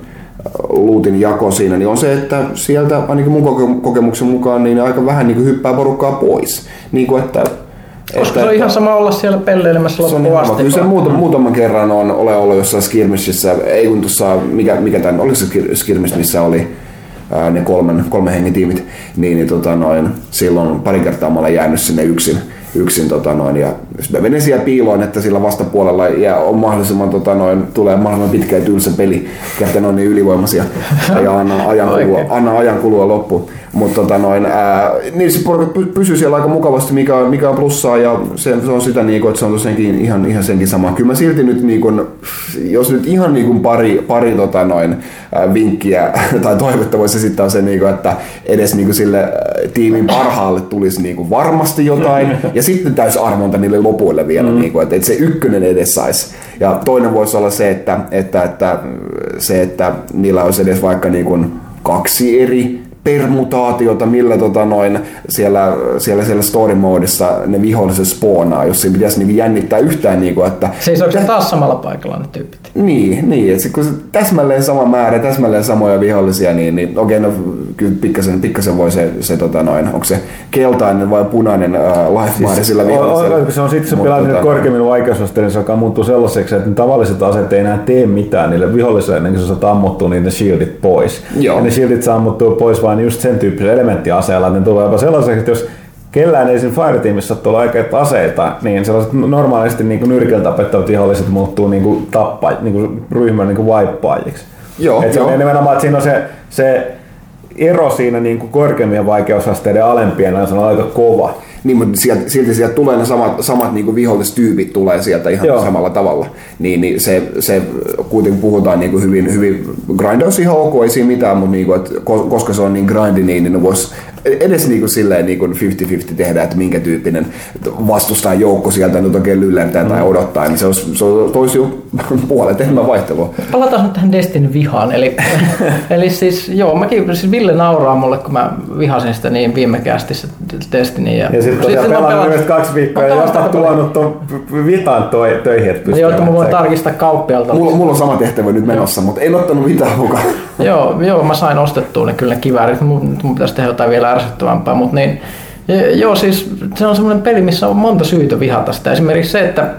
lootin jako siinä, niin on se, että sieltä ainakin mun kokemuksen mukaan niin aika vähän niin hyppää porukkaa pois. Niin kuin, että koska että, se on ihan sama olla siellä pelleilemässä loppuun asti. Kyllä se muutama, muutaman kerran on ole ollut jossain skirmishissä, ei kun tuossa, mikä, mikä tämän, oliko se skirmish, missä oli ää, ne kolmen, kolmen hengen tiimit, niin, niin tota noin, silloin pari kertaa mä olen jäänyt sinne yksin, yksin tota noin, ja mä menen siellä piiloon, että sillä vastapuolella ja on mahdollisimman, tota noin, tulee mahdollisimman pitkä ja tylsä peli, kertaa ne on niin ylivoimaisia ja anna ajan kulua, anna ajan kulua loppuun. Mutta tota noin, ää, niin se pysyy siellä aika mukavasti, mikä on, mikä on plussaa, ja se, se on sitä, niin kuin, että se on tosiaankin ihan, ihan senkin sama. Kyllä mä silti nyt, niin kuin, jos nyt ihan niin kuin pari, pari tota noin, ää, vinkkiä tai toivetta voisi esittää se, niin kuin, että edes niin kuin sille tiimin parhaalle tulisi niin kuin varmasti jotain, ja sitten täys arvonta niille lopuille vielä, mm. niin kuin, että, että se ykkönen edes saisi. Ja toinen voisi olla se, että, että, että, se, että niillä olisi edes vaikka niin kuin kaksi eri permutaatiota, millä tota noin, siellä, siellä, siellä story-moodissa ne viholliset spoonaa, jos siinä pitäisi niin jännittää yhtään. Niin kuin, että siis onko se taas samalla paikalla ne tyypit? Niin, niin että kun se täsmälleen sama määrä, täsmälleen samoja vihollisia, niin, niin okei, okay, no kyllä pikkasen, pikkasen voi se, se tota noin, onko se keltainen vai punainen uh, life bar siis sillä vihollisella. On, se on sitten, kun pelaat tota... korkeammin vaikeusasteella, niin se alkaa muuttua sellaiseksi, että ne tavalliset aseet ei enää tee mitään niille vihollisille, ennen kuin sä saat ammuttua niiden shieldit pois. Joo. Ja ne shieldit saa ammuttua pois vaan just sen tyyppisen elementtiaseella, että ne tulee jopa sellaiseksi, että jos kellään ei siinä Fire-tiimissä ole tullut oikeita aseita, niin sellaiset normaalisti niin nyrkillä tapettavat viholliset muuttuu niin tappa, niin ryhmän niin vaippaajiksi. Joo, et se on nimenomaan, että siinä on se, se ero siinä niin korkeammien vaikeusasteiden alempien, se on aika kova. Niin, mutta sieltä, silti sieltä tulee ne samat, samat niin vihallistyypit tulee sieltä ihan Joo. samalla tavalla. Niin, niin se, se kuitenkin puhutaan niin hyvin, hyvin grindaus ihan ok, ei siinä mitään, mutta niin kuin, että koska se on niin grindi, niin, niin ne vois edes niin kuin silleen niin kuin viisikymmentä viisikymmentä tehdä, että minkä tyyppinen vastustaa joukko sieltä nyt oikein lyllentää mm. tai odottaa, niin se, olisi, se toisi jo puolet enemmän vaihtelua. Palataan nyt tähän Destiny vihaan. Eli, eli siis, joo, mäkin, siis Ville nauraa mulle, kun mä vihasin sitä niin viime kästissä Destiny. Ja, ja sitten tosiaan pelannut myös kaksi viikkoa ja jostain tuonut tuon vitaan toi, töihin, että pystyy. Joo, että mä voin tarkistaa kauppialta. Mulla, mulla on sama tehtävä nyt menossa, mutta en ottanut mitään mukaan. joo, joo, mä sain ostettua ne kyllä kiväärit, mun, mun pitäisi tehdä jotain vielä ärsyttävämpää, mutta niin, joo, siis se on semmoinen peli, missä on monta syytä vihata sitä. Esimerkiksi se, että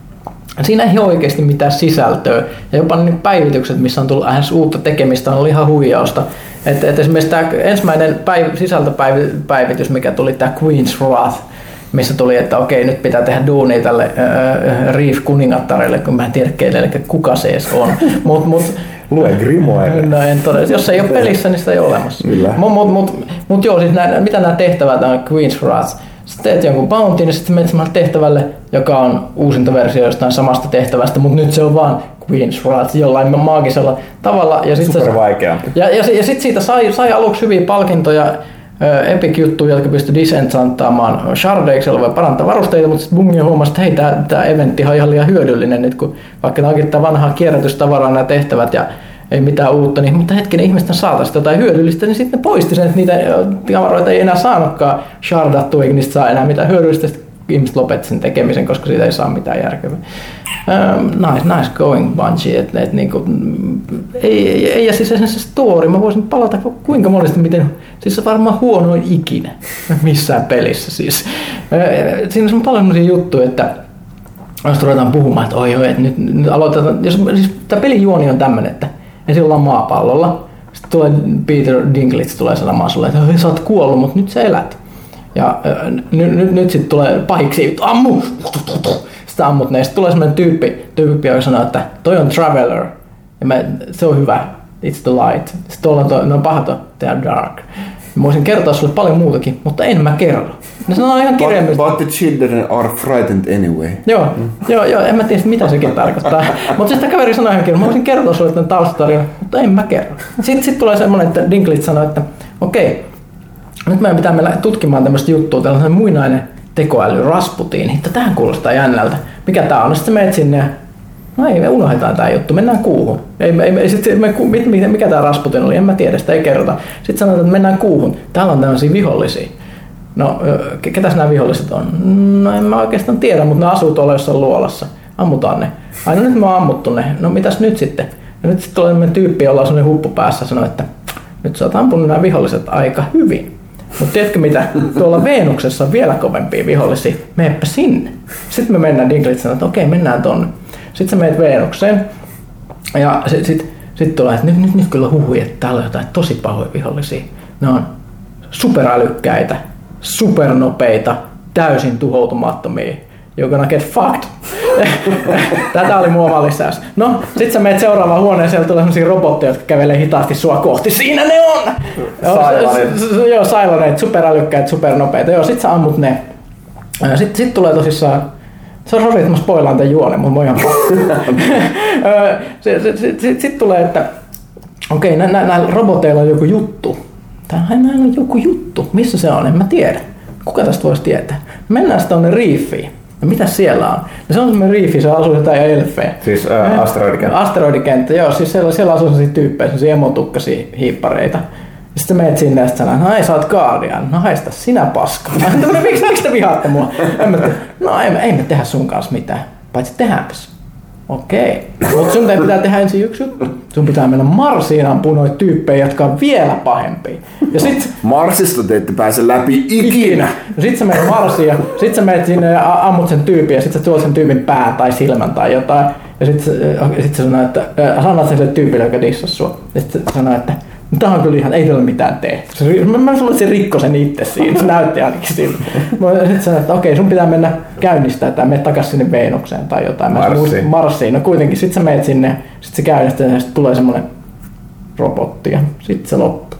siinä ei ole oikeasti mitään sisältöä ja jopa ne päivitykset, missä on tullut lähes uutta tekemistä, on ollut ihan huijausta. Et, et esimerkiksi tämä ensimmäinen päiv- sisältöpäivitys, mikä tuli, tämä Queen's Wrath, missä tuli, että okei, nyt pitää tehdä duunia tälle äh, Reef-kuningattarelle, kun mä en tiedä keille, eli kuka se edes on. mut, mut, Lue grimoire. No en todella. Jos se ei ole pelissä, niin sitä ei ole olemassa. Mutta mut, mut, mut joo, siis nää, mitä nämä tehtävät on Queen's Wrath? Sitten teet jonkun bounty, niin sitten menet samalle tehtävälle, joka on uusinta versio jostain samasta tehtävästä, mutta nyt se on vaan Queen's Wrath jollain maagisella tavalla. Ja sit Super vaikeampi. Ja, ja, ja sitten siitä sai, sai aluksi hyviä palkintoja, Epic-juttuja, jotka pystyi disenchantaamaan shardeiksi, jolla voi parantaa varusteita, mutta sitten Bungie huomasi, että hei, tämä, tämä eventti on ihan liian hyödyllinen nyt, kun vaikka nämä onkin tämä vanhaa kierrätystavaraa nämä tehtävät ja ei mitään uutta, niin mutta hetkinen, ihmisten saataisiin jotain hyödyllistä, niin sitten ne poisti sen, että niitä tavaroita ei enää saanutkaan shardattua, eikä niistä saa enää mitään hyödyllistä, ihmiset lopetti sen tekemisen, koska siitä ei saa mitään järkevää. nice, nice going Bungie, että et, niinku, ei, ei, ei, ja siis se story, mä voisin palata kuinka monesti, miten, siis se on varmaan huonoin ikinä missään pelissä siis. Siinä on paljon sellaisia juttuja, että jos ruvetaan puhumaan, että oi oi, että nyt, nyt aloitetaan, jos, siis tämä pelin juoni on tämmöinen, että ensin ollaan maapallolla, sitten tulee Peter Dinklage tulee sanomaan sulle, että sä oot kuollut, mutta nyt sä elät. Ja nyt, nyt, nyt sitten tulee pahiksi, ammu! Sitten ammut ne. Sitten tulee semmoinen tyyppi, tyyppi joka sanoo, että toi on Traveler. Ja mä, se on hyvä. It's the light. Sitten tuolla on, ne on pahat, they are dark. Mä voisin kertoa sulle paljon muutakin, mutta en mä kerro. Ne sanoo ihan kirjaimellisesti. But, but the children are frightened anyway. Joo, mm. joo, joo, en mä tiedä mitä sekin tarkoittaa. Mutta sitten kaveri sanoi ihan kirjaimellisesti, mä voisin kertoa sulle tämän taustatarina, mutta en mä kerro. Sitten sit tulee semmoinen, että Dinklage sanoo, että okei, okay, nyt meidän pitää mennä tutkimaan tämmöistä juttua, tällainen muinainen tekoäly Rasputin. Hitto, tähän kuulostaa jännältä. Mikä tää on? Sitten menet sinne ja no ei, me unohdetaan tää juttu, mennään kuuhun. Ei, ei, sit, me, mit, mikä tää Rasputin oli, en mä tiedä, sitä ei kerrota. Sitten sanotaan, että mennään kuuhun. Täällä on tämmöisiä vihollisia. No, ketäs nämä viholliset on? No en mä oikeastaan tiedä, mutta ne asuu tuolla jossain luolassa. Ammutaan ne. Ai no nyt me on ammuttu ne. No mitäs nyt sitten? Ja nyt sitten tulee tämmöinen tyyppi, jolla on semmoinen huppu päässä, sanoo, että nyt sä oot ampunut nämä viholliset aika hyvin. Mutta tiedätkö mitä? Tuolla Veenuksessa on vielä kovempia vihollisia. Meepä sinne. Sitten me mennään, Dinklage sanoo, että okei, mennään tonne. Sitten sä meet Veenukseen. Ja sitten sit, sit tulee, että nyt, nyt, nyt kyllä huhui, että täällä on jotain tosi pahoja vihollisia. Ne on superälykkäitä, supernopeita, täysin tuhoutumattomia. You're gonna get fucked. Tätä oli mua oma lisäys. No, sit sä meet seuraavaan huoneeseen, siellä tulee sellaisia robotteja, jotka kävelee hitaasti sua kohti. Siinä ne on! Cylonate. Joo, Cylonate, superälykkäitä, supernopeita. Joo, sit sä ammut ne. Sit, sit tulee tosissaan, se on sori, että mä spoilaan tän juonen, mutta mä oon ihan Sitten sit, sit, sit tulee, että okei, okay, näillä roboteilla on joku juttu. Tämähän on joku juttu. Missä se on? En mä tiedä. Kuka tästä voisi tietää? Mennään sitten tuonne Reefiin. No mitä siellä on? No se on semmoinen Reefi, se asuu jotain elfejä. Siis äh, asteroidikenttä. Asteroidikenttä, joo. Siis siellä, siellä asuu sellaisia tyyppejä, sellaisia emotukkaisia hiippareita. Sitten menet sinne ja sitten sanoo, no ei sä oot Guardian. No haista sinä paska. miksi, miksi te vihaatte mua? No ei, ei me tehdä sun kanssa mitään. Paitsi tehdäänpäs. Okei. Mutta sun pitää tehdä ensin yksi juttu. Sun pitää mennä Marsiin ampumaan noita tyyppejä, jotka on vielä pahempia. Ja sit, Marsista te ette pääse läpi ikinä. ikinä. No sit sä menet Marsiin ja sit sä menet sinne ja ammut sen tyypin ja sit sä tuot sen tyypin pää tai silmän tai jotain. Ja sit, sit sä sanoo, että äh, sanot sen sille tyypille, joka dissasi sua. Ja sit sä sanoo, että tää on kyllä ihan, ei tällä mitään tee. Mä, mä sanoin, että se rikko sen itse siinä. Se näytti ainakin siltä. Sitten sanoin, että okei, sun pitää mennä käynnistää tai mene takas sinne Veenukseen tai jotain. Marsiin. Marsiin. No kuitenkin, sit sä meet sinne, sit se käynnistää ja sit tulee semmonen robotti ja sit se loppuu.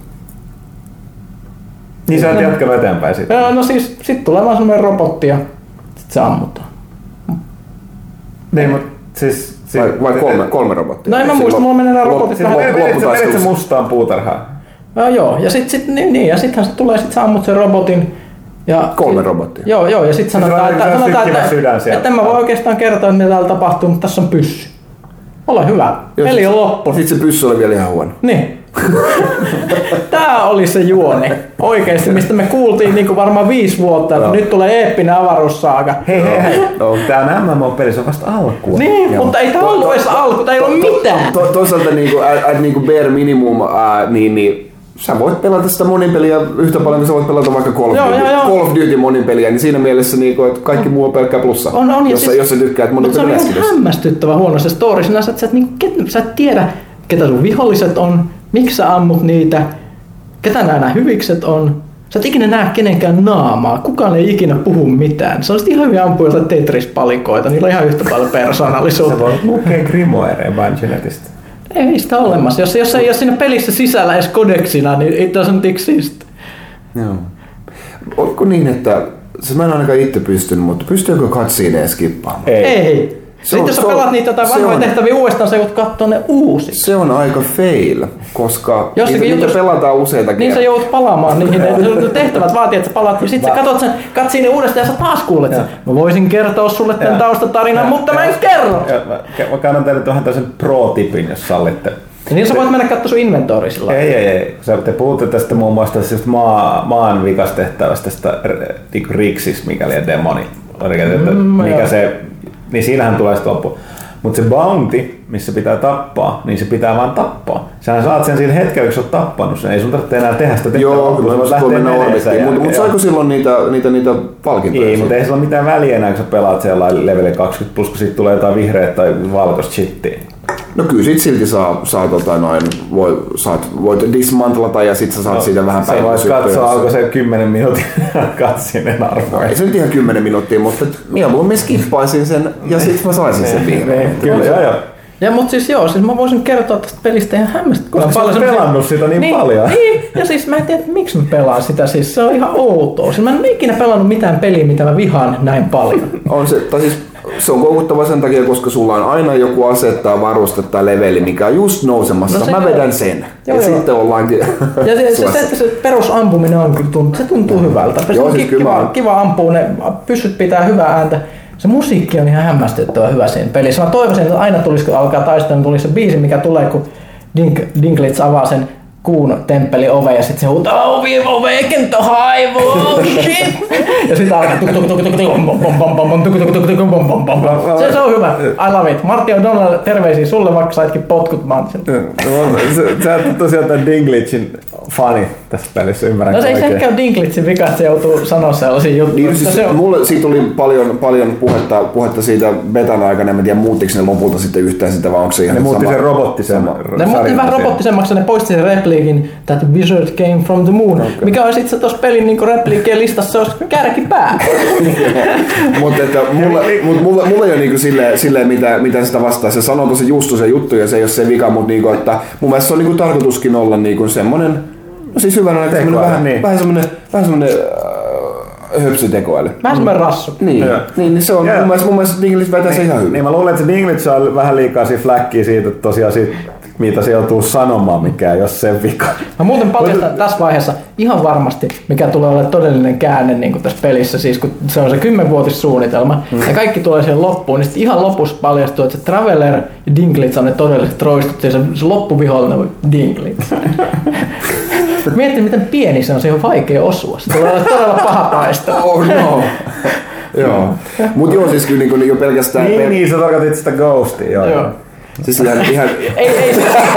Niin sä oot jatkanut eteenpäin siitä? No, no siis, sit tulee vaan semmonen robotti ja sit se ammutaan. Niin, mut siis... Vai, vai kolme, kolme robottia? No en mä muista, mulla menee nämä robotit tähän. Menit sä mustaan puutarhaan? No, joo, ja sit, sit, niin, niin, ja sittenhän se tulee, sit sä ammut sen robotin. Ja kolme sit, robottia? Joo, joo, ja sit sanotaan, että, sanotaan, että, että en mä voi oikeastaan kertoa, mitä täällä tapahtuu, mutta tässä on pyssy. Ole hyvä, peli on loppu. Sit se pyssy oli vielä ihan huono. Niin. Tää oli se juoni oikeesti, mistä me kuultiin niinku varmaan viisi vuotta, että no. Nyt tulee eeppinen avaruussaaga. Hei hei hei, no, tää on M M O-peli, se on vasta alkua. Niin, joo. Mutta ei tää ollut edes alku, tää ei ole mitään. To, to, toisaalta niinku, äh, niinku bare minimum, äh, niin, niin sä voit pelata sitä monin peliä yhtä paljon kuin sä voit pelata vaikka Call of, joo, Duty, joo, joo. Call of Duty monin peliä, niin siinä mielessä niinku, että kaikki muu on pelkkää plussa, on, on, jos, siis, jos sä tykkäät monin peliä. Mutta se on ihan hämmästyttävä huono se story, sinä, että sä et, niinku, ket, sä et tiedä, ketä sun viholliset on, miksi sä ammut niitä, ketä nämä hyvikset on. Sä et ikinä näe kenenkään naamaa, kukaan ei ikinä puhu mitään. Se on ihan hyvin ampua jotain Tetris-palikoita, niillä on ihan yhtä paljon persoonallisuutta. Sä voit lukea Grimoireen Bungie-netistä. Ei sitä olemassa. Jos, jos ei ole siinä pelissä sisällä edes kodeksina, niin it doesn't exist. Joo. Onko niin, että se mä en ainakaan itse pystynyt, mutta pystyykö cutsceneen skippaamaan? Ei. Ei. Sitten jos sä pelat niitä tai vanhoja tehtäviä uudestaan, sä joudut katsoa ne uusiksi. Se on aika fail, koska Jossakin niitä, jutus, niitä pelataan useita niin kertaa. sä joudut palaamaan niihin. Tehtävät vaatii, että sä palaat ja sit sä katot sen cutscene uudestaan ja sä taas kuulet sen. Mä voisin kertoa sulle tämän taustatarinan, mutta mä en kerro. Mä kannan teille vähän tällaisen pro-tipin, jos sallitte. Niin sä voit mennä katsoa sun inventoori sillä. Ei, ei, ei. Te puhutte tästä muun muassa tästä maa, maan vikastehtävästä, tästä niinku Riksis, mikäli demoni. Mm, mikä se niin siinähän tulee sitten loppu. Mutta se bounty, missä pitää tappaa, niin se pitää vaan tappaa. Sähän saat sen siinä hetkellä, kun sä oot tappanut sen. Ei sun tarvitse enää tehdä sitä tehtävää. Joo, kyllä se voi mennä orbittiin. Mutta mut saiko silloin niitä, niitä, niitä palkintoja? Ei, mutta ei sillä ole mitään väliä enää, kun sä pelaat sellainen level kaksikymmentä plus, kun siitä tulee jotain vihreät tai valkoista shittiä. No kyllä sit silti saa, saa tota noin, voi, saat, voit dismantlata ja sit sä saat no, siitä vähän päivää. Sä voit katsoa, alkoi se kymmenen minuutin katsinen arvo. Ei se nyt ihan kymmenen minuuttia, mutta mieluummin skippaisin sen ja sit mä saisin sen vihreän. Kyllä, joo joo. Ja mut siis joo, siis mä voisin kertoa tästä pelistä ihan hämmästä. Koska sä oot pelannut sitä niin, niin paljon. Niin, ja siis mä en tiedä, miksi mä pelaan sitä, siis se on ihan outoa. Siis mä en ole ikinä pelannut mitään peliä, mitä mä vihaan näin paljon. On se, tai siis se on koukuttava sen takia, koska sulla on aina joku ase tai varuste tai leveli, mikä on just nousemassa. No mä vedän sen. Joo, ja joo. Sitten ollaankin. Ja se, se, se, se perusampuminen on kyllä tuntuu, se tuntuu hyvältä. Se joo, on siis kiva, kiva ampua, ne pyssyt pitää hyvää ääntä. Se musiikki on ihan hämmästyttävän hyvä siinä pelissä. Mä toivoisin, että aina tulisi, kun alkaa taistella, niin tulisi se biisi, mikä tulee, kun Dink, Dinklage avaa sen kuun temppelin ove ja sit se huutaa "Oh, we've awakened the hive, oh shit!" Ja sit alkaa tuk tuk tuk tuk tuk bom bom bom bom tuk tuk tuk tuk bom bom bom. Se, se on hyvä. I love it. Martti O'Donnell, terveisiä sulle, vaikka saitkin potkut Mansilta. Sä oot tosiaan tämän Dinklagein fani tässä pelissä, ymmärrän. No se ei ehkä ole Dinklagein vika, että se joutuu sanoa sellaisia juttuja. Niin, siis on... Mulle siitä tuli paljon, paljon puhetta, puhetta siitä betan aikana, en tiedä muuttiko ne lopulta sitten yhtään sitä, vai onko se ihan ne muutti sama, sen robottisen. Ne muutti vähän robottisemmaksi ja ne poisti sen repliikin That wizard came from the moon, okay. Mikä olisi itse tuossa pelin niin repliikkien listassa, se olisi kärkipää. Mutta mulla, mut mulla, mulla ei ole niinku silleen, silleen mitä, mitä sitä vastaa. Se sanoo tosi justu se juttu ja se ei ole se vika, mutta niinku, että mun mielestä se on niinku tarkoituskin olla niinku semmonen, no siis hyvänä aika semmonen vähän, niin. vähän semmonen, vähän semmonen äh, höpsytekoäly. Vähän semmonen rassu. Niin, niin, niin se on, yeah. mun mielestä, mun mielestä Dinklage vetää niin, se ihan hyvin. Niin mä luulen, että se Dinklage saa vähän liikaa siitä fläkkiä siitä, että tosiaan siitä mitä se joutuu sanomaan mikään, jos sen vika. Mä muuten paljastan tässä vaiheessa ihan varmasti, mikä tulee olemaan todellinen käänne niin tässä pelissä, siis kun se on se kymmenvuotissuunnitelma mm. ja kaikki tulee siihen loppuun, niin ihan lopussa paljastuu, että se Traveler ja Dinklage on ne todelliset roistut ja se, se loppuvihollinen on Dinklage. Miettii, miten pieni se on, se on vaikea osua. Se tulee olla todella paha taistelu. Oh no. Joo. Mut joo, siis kyllä niin jo pelkästään... Niin, niin sä tarkoitit sitä Ghostia, joo. joo. Siis ihan, ihan... ei, ei,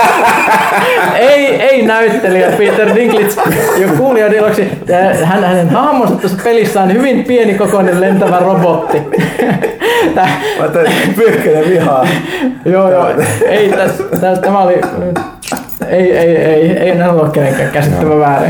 ei, ei näyttelijä Peter Dinklage, jo kuulijoiden iloksi. Hän, hänen hahmonsa tuossa pelissä on hyvin pienikokoinen lentävä robotti. Tää... Mä tein pyyhkelen vihaa. Joo, joo. Ei, täs, täs, tämä oli... Ei, ei, ei, ei en ole kenenkään käsittämä väärin.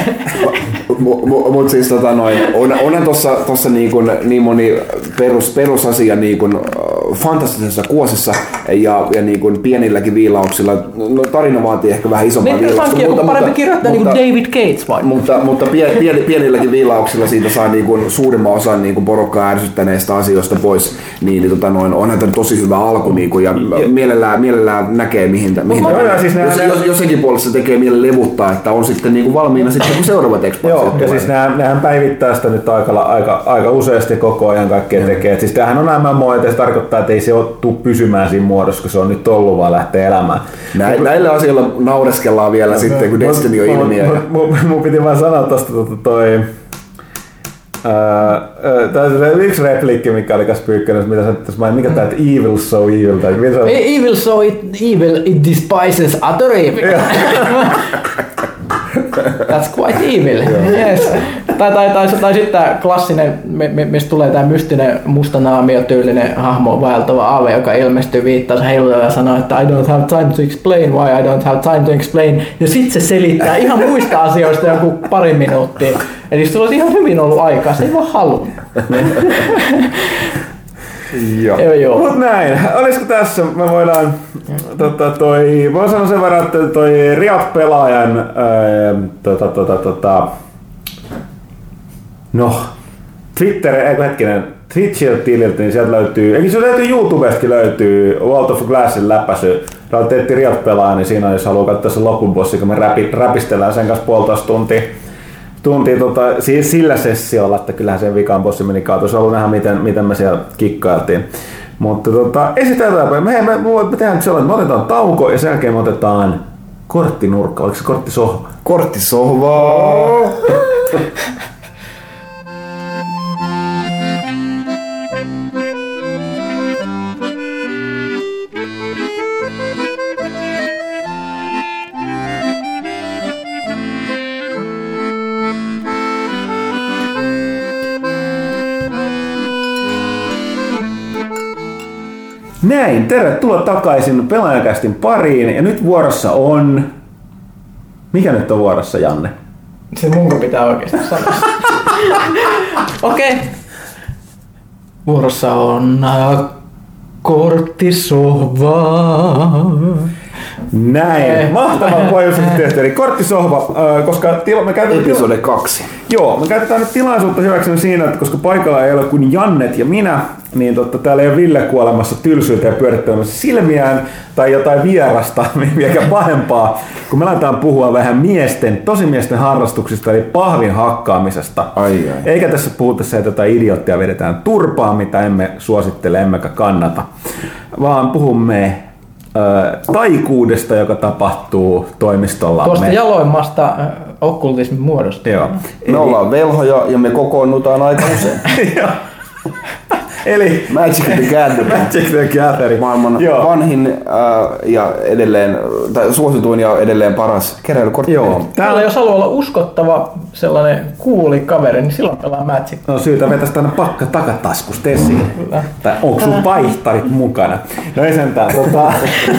Mutta mut siis tota noin, on, onhan tossa, tossa niin, kun, niin moni perus, perusasia niin kun, fantastisessa kuosissa ja, ja niin kun pienilläkin viilauksilla. No, tarina vaatii ehkä vähän isompaa niin, viilausta. Niin, mutta parempi kirjoittaa niin kuin David Gates vai? Mutta, mutta pien, pien, pienilläkin viilauksilla siitä saa niin kun, suurimman osan niin kun porukkaa ärsyttäneistä asioista pois. Niin, niin tota noin, onhan tämä tosi hyvä alku niin kun, ja mielellään, mielellään näkee mihin, mihin no, tämä, siis jos, nää, jos, jossakin puolessa tekee mielen levuttaa, että on sitten niin kun valmiina sitten kun seuraavat ekspansiot. Joo, ja siis nehän, nehän päivittää sitä nyt aika, aika, aika useasti koko ajan kaikkea tekee. Et siis tämähän on M M O, ja se tarkoittaa, että ei se ole tule pysymään siinä muodossa, kun se on nyt ollut, vaan lähtee elämään. Nä, näillä asioilla naureskellaan vielä no, sitten, kun Destiny on ilmiö. Mun, mun piti vaan sanoa tosta to, toi... Tämä on se yksi repliikki, mikä oli kanssa pyykkänyt, mitä sä mainit, mikä tää, että evil so evil. Tai evil so it, evil, it despises other evil. That's quite evil. Yes. Tai, tai, tai, tai sitten tämä klassinen, mistä tulee tämä mystinen mustanaamio-tyylinen hahmo vaeltava aave, joka ilmestyy viittaus heilutella ja sanoo, että I don't have time to explain why I don't have time to explain. Ja sitten se selittää ihan muista asioista joku pari minuuttia. Eli sulla olisi ihan hyvin ollut aikaa, se ei vaan halunnut. Joo. Joo, joo. Mut näin, olisiko tässä, me voidaan, tota, toi, voin sanoa sen verran, että toi Riot-pelaajan, ää, tota, tota, tota, no, Twitter, eikö hetkinen, Twitch-tililtä, niin sieltä löytyy, eikä se löytyy YouTubestakin löytyy World of Glassin läpäisy. Rajoitettiin Riot-pelaaja, niin siinä on, jos haluaa katsoa sen loppubossi, kun me räpi, räpistellään sen kanssa puolitoista tuntia. Tuntia tota, sillä sessiolla, että kyllähän sen vikaan bossi meni kaatu. Se on ollut nähdä, miten, miten me siellä kikkailtiin. Mutta tota, esitellään. Me, me, me tehdään nyt sellainen, me otetaan tauko ja sen jälkeen me otetaan korttinurkka. Oliko se korttisohva? Korttisohva! Näin, tervetuloa takaisin Pelaajakästin pariin ja nyt vuorossa on... Mikä nyt on vuorossa, Janne? Se munko pitää oikeesti sanoa. Okei. Okay. Vuorossa on uh, korttisohva. Näin, Eh, mahtavaa pohjoisesta tehty, eli korttisohva, äh, koska tila, me käytetään... Episode kaksi. Joo, me käytetään nyt tilaisuutta hyväksemme siinä, että koska paikalla ei ole kuin Jannet ja minä, niin totta, täällä ei ole Ville kuolemassa tylsyyttä ja pyörittämässä silmiään tai jotain vierasta, mikä pahempaa, kun me aletaan puhua vähän miesten, tosimiesten harrastuksista, eli pahvin hakkaamisesta. Ai, ai. Eikä tässä puhuta se, että jotain idioottia vedetään turpaan, mitä emme suosittele emmekä kannata, vaan puhumme taikuudesta, joka tapahtuu toimistollamme. Tuosta jaloimmasta äh, okkultismin muodosta. Joo. Me ollaan velhoja ja me kokoonnutaan aika usein. Eli Magic the Gathering. Magic the Gathering. Maailman Joo. vanhin äh, ja edelleen, tai suosituin ja edelleen paras keräilykortti. Joo. Täällä jos haluaa olla uskottava sellainen kuuli kaveri, niin silloin pelaa Magic. No syytä vetäisi tänne pakka takataskusta esiin. Tai onko sun vaihtarit mukana? No ei sentään. Tota...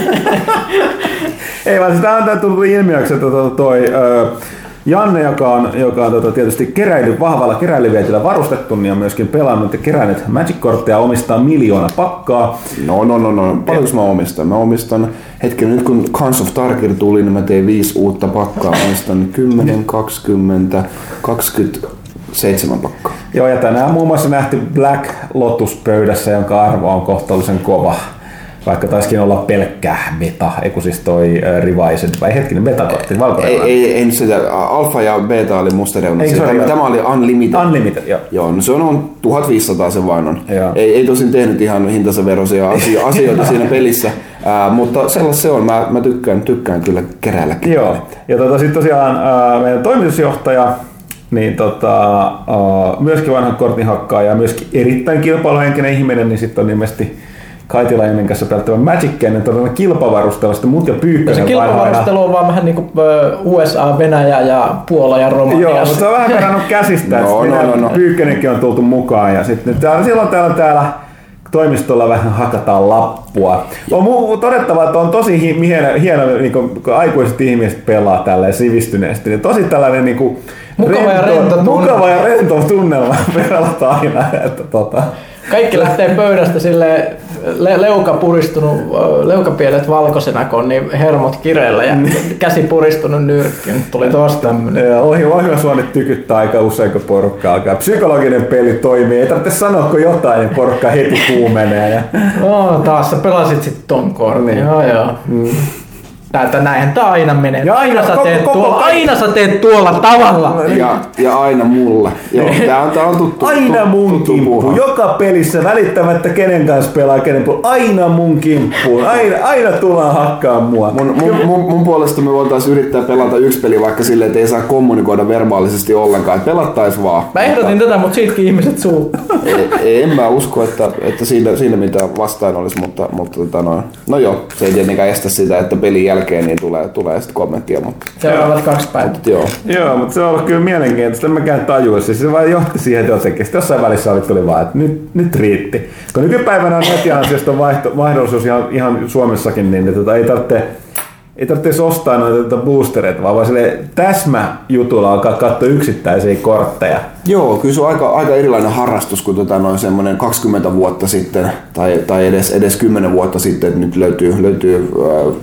ei vaan sitä on tullut ilmiöksi, että toi, toi ö, Janne, joka on, joka on tota, tietysti keräily, vahvalla keräilyvietillä varustettu, niin on myöskin pelannut ja kerännyt Magic-kortteja, omistaa miljoona pakkaa. No, no, no, no. Paljonko mä omistan? Mä omistan, hetken nyt kun Khans of Tarkir tuli, niin mä tein viisi uutta pakkaa. Omistan kymmenen, kaksikymmentä, kaksikymmentäseitsemän pakkaa. Joo, ja tänään muun muassa nähty Black Lotus-pöydässä, jonka arvo on kohtuullisen kova. Vaikka taisikin olla pelkkä beta, eiku siis toi uh, Revised, vai hetkinen beta-kortti, Ei, ei, ei sitä, alfa ja beta oli mustareunat. Tämä, tämä oli Unlimited. Unlimited, joo. Joo, no se on, on tuhatviisisataa se vain on. Ei, ei tosin tehnyt ihan hintasaveroisia asio- asioita siinä pelissä, uh, mutta sellaista se on. Mä, mä tykkään, tykkään kyllä keräilläkin. Joo, ja tota, sitten tosiaan uh, meidän toimitusjohtaja, niin tota, uh, myöskin vanhan kortinhakkaaja ja myöskin erittäin kilpailuhenkinen ihminen, niin sitten on ilmeisesti Kaitilainen kanssa pelattava Magic-keinen todella kilpavarustella, sitten mut ja Pyykkönen. Se kilpavarustelu on vaan vähän niin kuin U S A, Venäjä ja Puola ja Romania. Joo, mutta se on vähän karannut käsistä, no, no, no, no. Pyykkönenkin on tultu mukaan ja sitten täällä, silloin täällä, täällä toimistolla vähän hakataan lappua. On muu todettava, että on tosi hi- hieno, hieno niin kun aikuiset ihmiset pelaa tälleen sivistyneesti. Niin tosi tällainen niin kuin mukava, rento, ja rento mukava ja rento tunnelma pelata aina. Että, tota. Kaikki lähtee pöydästä silleen le- leuka puristunut, leukapielet valkoisena, kun on niin hermot kireellä ja käsi puristunut nyrkki. Nyt tuli tosta tämmönen. Ja ohi, ohjelmasuonit tykyttää aika usein, kun porukka alkaa. Psykologinen peli toimii. Ei tarvitse sanoa, kun jotain, niin porukka heti kuumenee. Ja... No, taas sä pelasit sit ton kortin. Niin. Joo, joo. Mm. Täältä näinhän tää aina menee. Ja aina, sä koko, teet koko, tuolla, koko, aina sä teet tuolla tavalla. Ja, ja aina mulle. Joo, tää on, tää on tuttu. Aina mun tuttu kimppu. puuha. Joka pelissä välittämättä kenen kanssa pelaa kenen puolella. Aina mun kimppuun. Aina, aina tullaan hakkaa mua. Mun, mun, mun, mun puolesta me voitaisiin yrittää pelata yksi peli vaikka silleen, että ei saa kommunikoida verbaalisesti ollenkaan. Että pelattais vaan. Mä ehdotin tätä, mutta siitäkin ihmiset suu. Ei, en mä usko, että, että siinä, siinä mitään vastaan olisi, mutta, mutta tota no, no joo, se ei tietenkään estä sitä, että pelin jälkeen niin tulee, tulee sitten kommenttia. Mutta, Seuraavat kaksi päivää. mutta joo. Joo, mutta se on ollut kyllä mielenkiintoista. En mäkään tajua. Siis se vaan johti siihen jotenkin. Sitten jossain välissä oli, tuli vaan, että nyt, nyt riitti. Kun nykypäivänä on netiansiosta vaihto, mahdollisuus ihan, ihan Suomessakin, niin tota, ei tarvitse Ei tarvitse ostaa noita boostereita, vaan vaan täsmäjutulla alkaa katsoa yksittäisiä kortteja. Joo, kyllä se on aika, aika erilainen harrastus kuin tota noin semmoinen kaksikymmentä vuotta sitten tai, tai edes, edes kymmenen vuotta sitten, että nyt löytyy, löytyy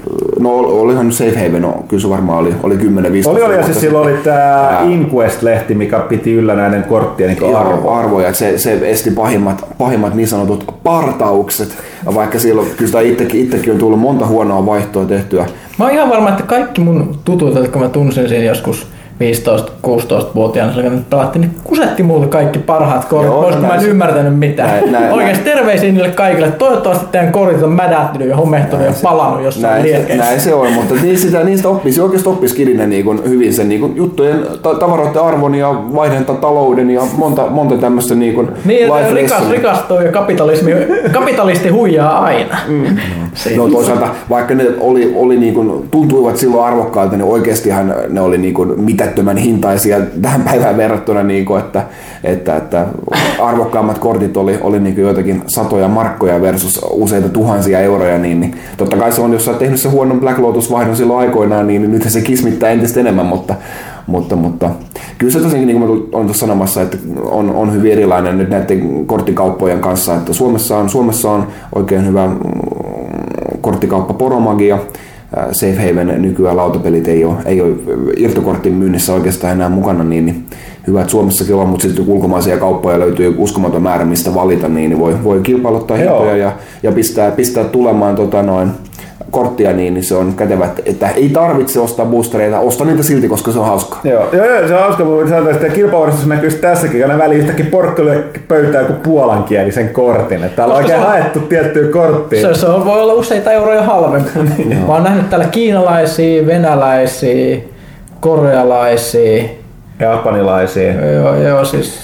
no olihan nyt Safe Haven, no, kyllä se varmaan oli, oli kymmenen viisitoista Oli, oli ja vuotta siis silloin oli tämä Ää... Inquest-lehti, mikä piti yllä näiden korttien niin arvoa. arvoja. Se, se esti pahimmat, pahimmat niin sanotut partaukset, vaikka silloin kyllä sitä itsekin, itsekin on tullut monta huonoa vaihtoa tehtyä. Mä oon ihan varma, että kaikki mun tutut, jotka mä tunsin siinä joskus viisitoista-kuusitoista-vuotiaana, kun pelattiin, niin kusetti mulle kaikki parhaat kortit, koska mä en se... ymmärtänyt mitään. Näin, näin, Oikeasti näin. Terveisiä niille kaikille. Toivottavasti teidän kortit on mädättynyt ja homehtunut ja palannut jossain liekeissä. Näin se on, mutta niistä, niistä oppisi, oikeasti oppisi Kidinen niin hyvin sen niin juttujen, ta- tavaroiden arvon ja vaihdantatalouden ja monta, monta tämmöistä niin kuin niin, rikas rikastuu ja kapitalismi, kapitalisti huijaa aina. Mm. No toisaalta, vaikka ne oli, oli niin kuin, tuntuivat silloin arvokkailta, niin oikeastihan ne oli niin kuin mitä mielettömän hintaisia tähän päivään verrattuna, niin kuin, että, että, että arvokkaammat kortit oli, oli niin kuin joitakin satoja markkoja versus useita tuhansia euroja, niin, niin totta kai se on, jos sä oot tehnyt se huonon Black Lotus-vaihdon silloin aikoinaan, niin, niin nyt se kismittää entistä enemmän, mutta, mutta, mutta kyllä se tosiaankin, niin kuin mä olen tuossa sanomassa, että on, on hyvin erilainen nyt näiden korttikauppojen kanssa, että Suomessa on, Suomessa on oikein hyvä korttikauppa Poromagia. Safe Haven nykyään lautapelit ei ole, ei ole irtokortin myynnissä oikeastaan enää mukana, niin, niin hyvä, että Suomessakin on, mutta sitten ulkomaisia kauppoja löytyy uskomaton määrä, mistä valita, niin voi, voi kilpailuttaa hintoja ja, ja pistää, pistää tulemaan tota noin, korttia, niin, niin se on kätevä, että, että ei tarvitse ostaa boostereita, osta niitä silti, koska se on hauskaa. Joo, joo, joo se on hauska, mutta sanotaan, että kilpailuudessa näkyy tässäkin, kun ne väliin yhtäkkiä porkkalle pöytää kuin puolankielisen kortin. Että täällä on oikein haettu tiettyä korttia. Se, se on, voi olla useita euroja halvempi. Mä oon nähnyt täällä kiinalaisia, venäläisiä, korealaisia, japanilaisia. Joo, joo, siis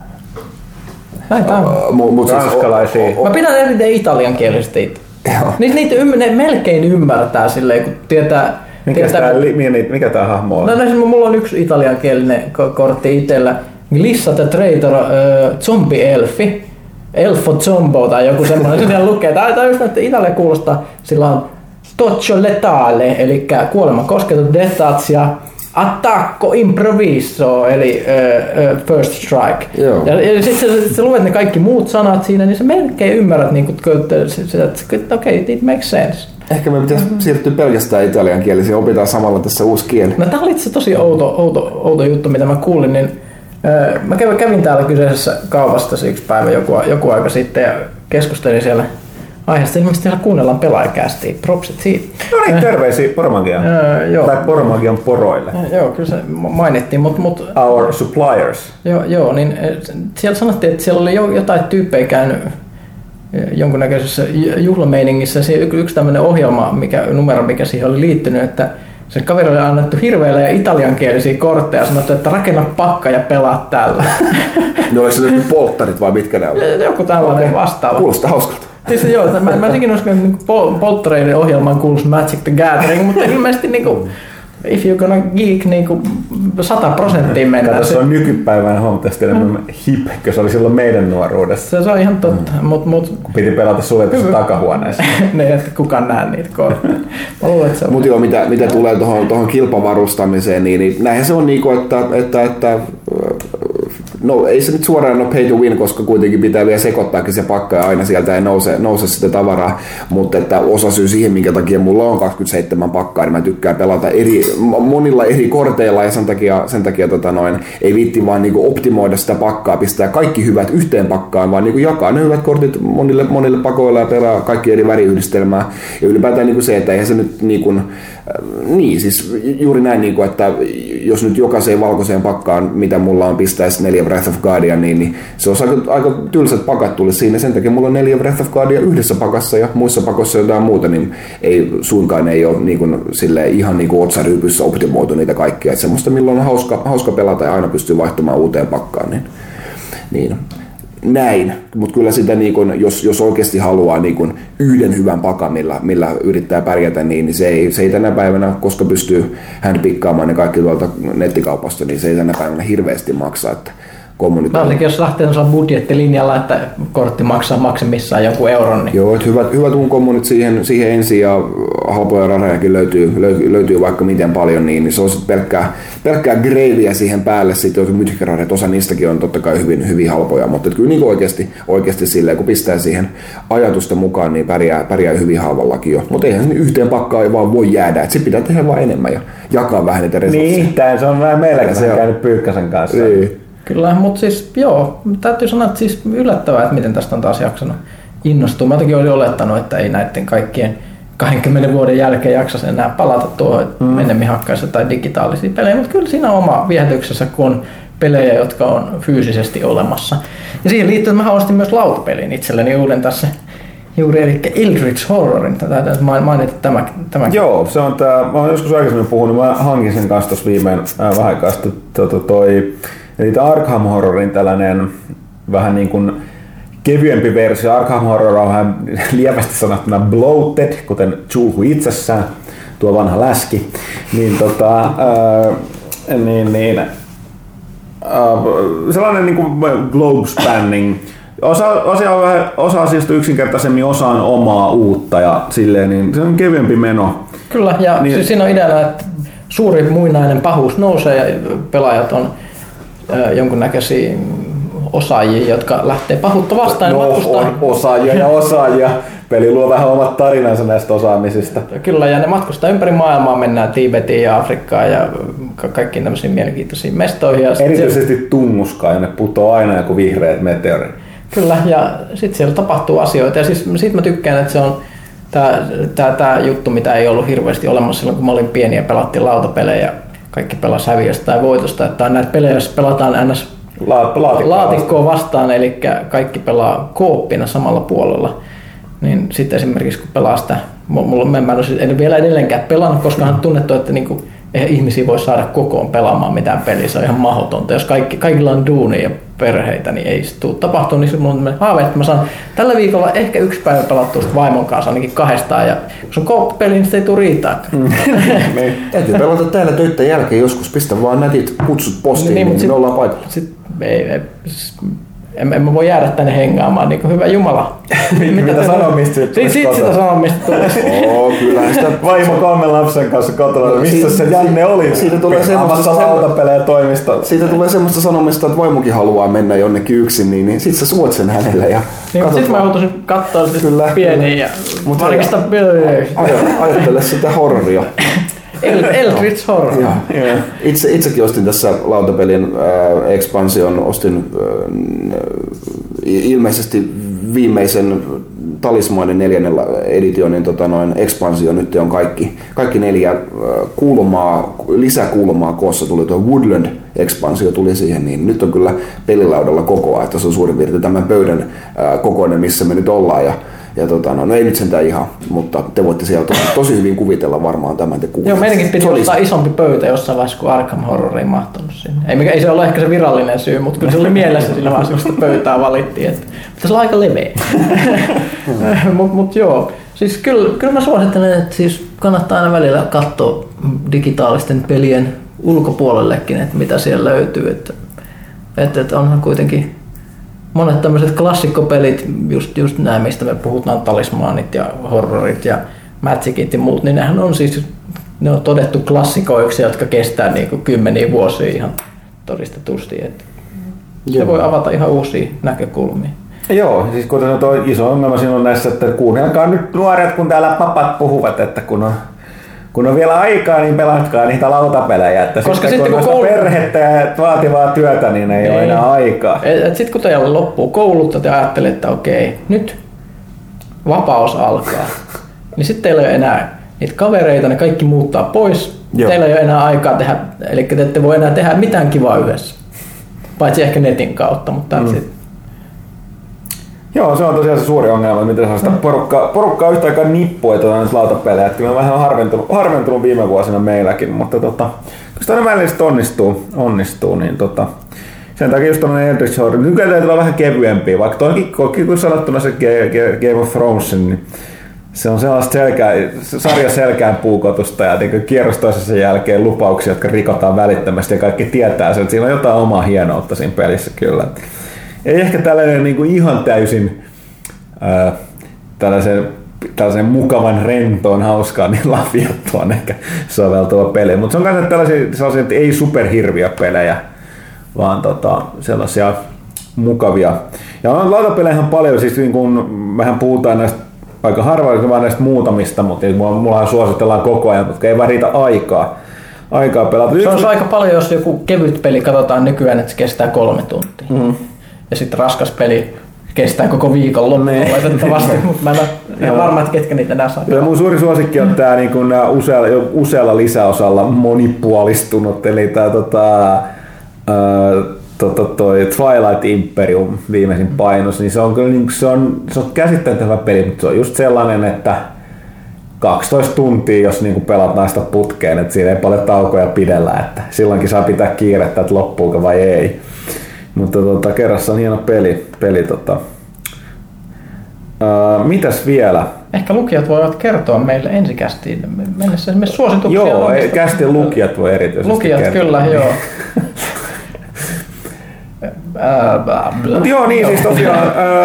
näitä on. Ranskalaisia. Mä pidän eniten italiankielisistä itse. Niitä, niitä ymmär, ne melkein ymmärtää silleen, kun tietää... Mikä, tietää tää, mikä tää hahmo on? No, no mulla on yksi italiankielinen kortti itsellä. Glissa the Traitor äh, Zombie-elfi. Elfo Zombo tai joku semmoinen. Se siellä lukee. Tää on just näitä Italia kuulostaa. Sillä on Toccio Letale, eli kuolema kosketus detats ja Attacco Improviso, eli uh, uh, First Strike. Joo. Ja, ja sitten sä, sä luet ne kaikki muut sanat siinä, niin sä melkein ymmärrät, niin että okei, okay, it makes sense. Ehkä me pitäisi mm-hmm. siirtyä pelkästään italiankielisiin ja opitaan samalla tässä uusi kieli. No tää oli itse tosi outo, outo, outo juttu, mitä mä kuulin. Niin, uh, mä kävin, kävin täällä kyseisessä kaupassa yksi päivä joku, joku aika sitten ja keskustelin siellä aiheesta. Ilmeisesti siellä kuunnellaan Pelaajakästiä. Propsit siitä. No niin, terveisiä Poromagiaan. Äh, tai Poromagian poroille. Äh, joo, kyllä se mainittiin. Mut, mut, Our suppliers. Joo, joo, niin siellä sanottiin, että siellä oli jotain tyyppejä käynyt jonkunnäköisessä juhlameiningissä. Yksi tämmöinen ohjelma, mikä, numero, mikä siihen oli liittynyt, että sen kaverille oli annettu hirveillä ja italiankielisiä kortteja ja sanottu, että rakenna pakka ja pelaa tällä. No oliko se nyt polttarit vai mitkä ne oli? Joku tällainen vastaava. Kuulostaa hauskalta. Siis joo, mä, mä en usko, että polttareiden ohjelmaan kuuluisi Magic the Gathering, mutta ilmeisesti niinku, if you're gonna geek niinku sata prosenttia mennään. Kato, se on nykypäivänä huomattavasti enemmän mm. hip, kun se oli silloin meidän nuoruudessa. Se, se on ihan totta, mm. mut, mut kun piti pelata suljetussa takahuoneessa. Ne, että kukaan näe niitä kortteja. Mutta joo, mitä, mitä tulee tuohon kilpavarustamiseen, niin, niin näinhän se on niinku, että, että, että no ei se nyt suoraan ole pay to win, koska kuitenkin pitää vielä sekoittaakin se pakka ja aina sieltä ei nouse, nouse sitä tavaraa, mutta että osa syy siihen, minkä takia mulla on kaksikymmentäseitsemän pakkaa, niin mä tykkään pelata eri, monilla eri korteilla ja sen takia, sen takia tota noin, ei viitti vaan niinku optimoida sitä pakkaa, pistää kaikki hyvät yhteen pakkaan, vaan niinku jakaa ne hyvät kortit monille, monille pakoilla ja pelaa kaikki eri väriyhdistelmää ja ylipäätään niinku se, että eihän se nyt niinku, niin siis juuri näin, niinku, että jos nyt jokaiseen valkoiseen pakkaan, mitä mulla on, pistäisi neljä Breath of Guardia, niin, niin se on aika, aika tylsät pakat tulisi siinä. Sen takia mulla on neljä Breath of Guardia yhdessä pakassa ja muissa pakoissa jotain muuta, niin ei suinkaan ei ole niin kuin, silleen, ihan niin kuin otsaryypyssä optimoitu niitä kaikkia. Että semmoista, milloin on hauska, hauska pelata ja aina pystyy vaihtamaan uuteen pakkaan. Niin, niin. Näin, mutta kyllä sitä, niin kun, jos, jos oikeasti haluaa niin kun yhden hyvän pakan, millä, millä yrittää pärjätä, niin, niin se, ei, se ei tänä päivänä, koska pystyy handpikkaamaan ne kaikki tuolta nettikaupasta, niin se ei tänä päivänä hirveästi maksaa. Että varsinkin jos lähtee budjettilinjalla, että kortti maksaa maksimissaan joku euron. Niin... Joo, että hyvät, hyvät unkommunit siihen, siihen ensin ja halpoja rahojakin löytyy, löytyy, löytyy vaikka miten paljon, niin, niin se on sitten pelkkää, pelkkää greiviä siihen päälle, sitten joku mythikkarahat, osa niistäkin on totta kai hyvin, hyvin halpoja, mutta kyllä niin oikeasti, oikeasti silleen, kun pistää siihen ajatusta mukaan, niin pärjää, pärjää hyvin halvallakin jo. Mutta eihän se yhteen pakkaan ei vaan voi jäädä, että se pitää tehdä vaan enemmän ja jakaa vähän niitä resursseja. Niin, tämä se on vähän meilläkin se on käynyt Pyykkäsen kanssa. Niin. Kyllä, mutta siis joo, täytyy sanoa, että siis yllättävää, että miten tästä on taas jaksanut innostua. Mä jotenkin olin olettanut, että ei näiden kaikkien kaksikymmentä vuoden jälkeen jaksaisi enää palata tuohon mm. enemmän hakkaissa tai digitaalisia pelejä, mutta kyllä siinä on oma viehätyksessä, kun on pelejä, jotka on fyysisesti olemassa. Ja siihen liittyy, että mä ostin myös lautapelin itselleni uuden tässä juuri, eli Eldritch Horrorin. Tätä mainita tämä, tämä. Joo, se on tää, mä oon joskus aikaisemmin puhunut, mä hankin sen kanssa tuossa viimein äh, vähän aikaa sitten toi, toi eli tämä Arkham Horrorin tällainen vähän niin kuin kevyempi versio. Arkham Horror on vähän lievästi sanottuna bloated, kuten Chulhu itsessään, tuo vanha läski. Niin tota, ää, niin, niin uh, sellainen niin kuin globe spanning. Osa, osa, on vähän, osa asioista yksinkertaisemmin, osa on omaa uutta ja silleen, niin se on kevyempi meno. Kyllä, ja niin, siis siinä on ideana, että suuri muinainen pahuus nousee ja pelaajat on äh, jonkunnäköisiä osaajia, jotka lähtee pahuutta vastaan. No, matkustaa. On osaajia ja osaajia. Peli luo vähän omat tarinansa näistä osaamisista. Kyllä, ja ne matkustaa ympäri maailmaa, mennään Tiibetiin ja Afrikkaan ja ka- kaikkiin tämmöisiin mielenkiintoisiin mestoihin. Ja erityisesti se Tunnuskaan, jonne putoo aina joku vihreät meteorit. Kyllä, ja sitten siellä tapahtuu asioita. Ja siis siitä mä tykkään, että se on tämä juttu, mitä ei ollut hirveästi olemassa silloin, kun mä olin pieni ja pelattiin lautapelejä. Kaikki pelasi häviöstä tai voitosta. Että on näitä pelejä, joissa pelataan ns. La- laatikkoa vastaan, eli kaikki pelaa kooppina samalla puolella. Niin sitten esimerkiksi kun pelaa sitä, mulla, mä en, en vielä edelleenkään pelannut, koska on tunnettu, että niinku, eihän ihmisiä voi saada kokoon pelaamaan mitään peliä, se on ihan mahdotonta. Jos kaikki, kaikilla on duunia ja perheitä, niin ei se tule tapahtua, niin mulla on haave, että mä saan tällä viikolla ehkä yksi päivä pelattua vaimon kanssa ainakin kahdestaan, ja kun se on kooppipeli, niin se ei tule riittää. Täytyy pelata täällä töiden jälkeen joskus, pistä vaan nätit kutsut postiin, niin, niin sit, me ollaan paikalla. Sit, ei, ei, En, en mä voi jäädä tänne hengaamaan, niin kuin hyvä Jumala. Mitä, mitä sanomista siitä Siitä sit sitä sanomista tulee. Oo, kyllähän sitä... Vaimo kolmen lapsen kanssa kotona, missä se Janne oli? Siitä tulee semmoista lautapelejä toimistolla. Siitä tulee semmoista sanomista, että vaimokin haluaa mennä jonnekin yksin, niin, niin sit sä suot sen hänelle. Ja niin, sit mä joutuisin katsoa sitä pieniä ja varkista... Ajattele sitä horroria. Eldritch Horror. Yeah. Itse, itsekin ostin tässä lautapelin äh, expansion, ostin äh, ilmeisesti viimeisen Talismanin neljännen editionin tota noin, expansio. Nyt on kaikki, kaikki neljä äh, kulmaa, lisäkulmaa koossa tuli tuo Woodland expansio tuli siihen, niin nyt on kyllä pelilaudalla kokoa, että se on suurin piirtein tämän pöydän äh, kokoinen, missä me nyt ollaan. Ja Ja tota, no, no ei nyt sentään ihan, mutta te voitte siellä tosi, tosi hyvin kuvitella varmaan tämän te kuulette. Joo, meidänkin piti ottaa isompi pöytä jossain vaiheessa, kun Arkham Horroriin mahtunut sinne. Ei, mikä, ei se ole ehkä se virallinen syy, mutta kyllä se oli mielessä sillä vaiheessa, kun sitä pöytää valittiin. Että pitäisi olla aika leveä. Mutta mut joo, siis kyllä, kyllä mä suosittelen, että siis kannattaa aina välillä katsoa digitaalisten pelien ulkopuolellekin, että mitä siellä löytyy. Että, että, että onhan kuitenkin monet tämmöiset klassikkopelit, just, just nämä, mistä me puhutaan, talismaanit ja horrorit ja magicit ja muut, niin nehän on siis ne on todettu klassikoiksi, jotka kestää niin kuin kymmeniä vuosia ihan todistetusti. Että se voi avata ihan uusia näkökulmia. Joo, siis kuten on tuo iso ongelma siinä on näissä, että kuunnelkaa nyt nuoret, kun täällä papat puhuvat, että kun on Kun on vielä aikaa, niin pelatkaa niitä lautapelejä. Että koska sitten, sitten kun on koulu... perhettä ja vaativaa työtä, niin ei, ei ole enää aikaa. Sitten kun teillä loppuu koulut ja ajattelee, että okei, nyt vapaus alkaa, niin sitten teillä ei ole enää niitä kavereita, ne kaikki muuttaa pois. Joo. Teillä ei ole enää aikaa tehdä, eli te ette voi enää tehdä mitään kivaa yhdessä. Paitsi ehkä netin kautta, mutta mm. sitten. Joo, se on tosiaan se suuri ongelma, miten saa sitä porukkaa, porukkaa yhtä aikaa nippua tuota lautapelejä. Että kyllä on vähän harventunut, harventunut viime vuosina meilläkin, mutta tota, kun sitä välillä onnistuu, onnistuu, niin tota, sen takia just tuollainen Eldritch Horror, nykyään täytyy olla vähän kevyempiä, vaikka toikin, kun sanottuna se Game of Thrones, niin se on sellaista selkää, sarja selkään puukotusta ja niin kierros toisessa jälkeen lupauksia, jotka rikotaan välittömästi ja kaikki tietää sen, että siinä on jotain omaa hienoutta siinä pelissä kyllä. Ei ehkä tällainen niin kuin ihan täysin ää, tällaisen, tällaisen mukavan, rentoon, hauskaan, niin lafiattuaan ehkä soveltuva peli. Mutta se on myös tällaisia sellaisia, että ei superhirviä pelejä, vaan tota, sellaisia mukavia. Ja on lautapelejä ihan paljon, siis niin kuin, mehän puhutaan näistä aika harvoin, vaan näistä muutamista, mutta mulla suositellaan koko ajan, mutta ei vaan riitä aikaa. aikaa pelata. Se on aika paljon, jos joku kevyt peli katsotaan nykyään, että se kestää kolme tuntia. Mm-hmm. Ja sitten raskas peli kestää koko viikon loppuun valitettavasti, mutta mä en ole ihan varma, että ketkä niitä enää saa. Ja mun suuri suosikki on tää niin kun usealla, usealla lisäosalla monipuolistunut, eli tää tota, ää, tota, toi Twilight Imperium viimeisin painos, niin se on kyllä niin, se on, se on käsittämätön hyvä peli, mutta se on just sellainen, että kaksitoista tuntia, jos niin pelaat naista putkeen, että siinä ei paljon taukoja pidellä, että silloinkin saa pitää kiirettä, että loppuuko vai ei. Mutta tota, kerrassa on hieno peli. peli tota. uh, mitäs vielä? Ehkä lukijat voivat kertoa meille ensikästiin mennessä esimerkiksi suosituksia. Joo, kästin lukijat voi erityisesti Lukijat kertoa. kyllä, joo. Mutta joo, niin joo. Siis tosiaan,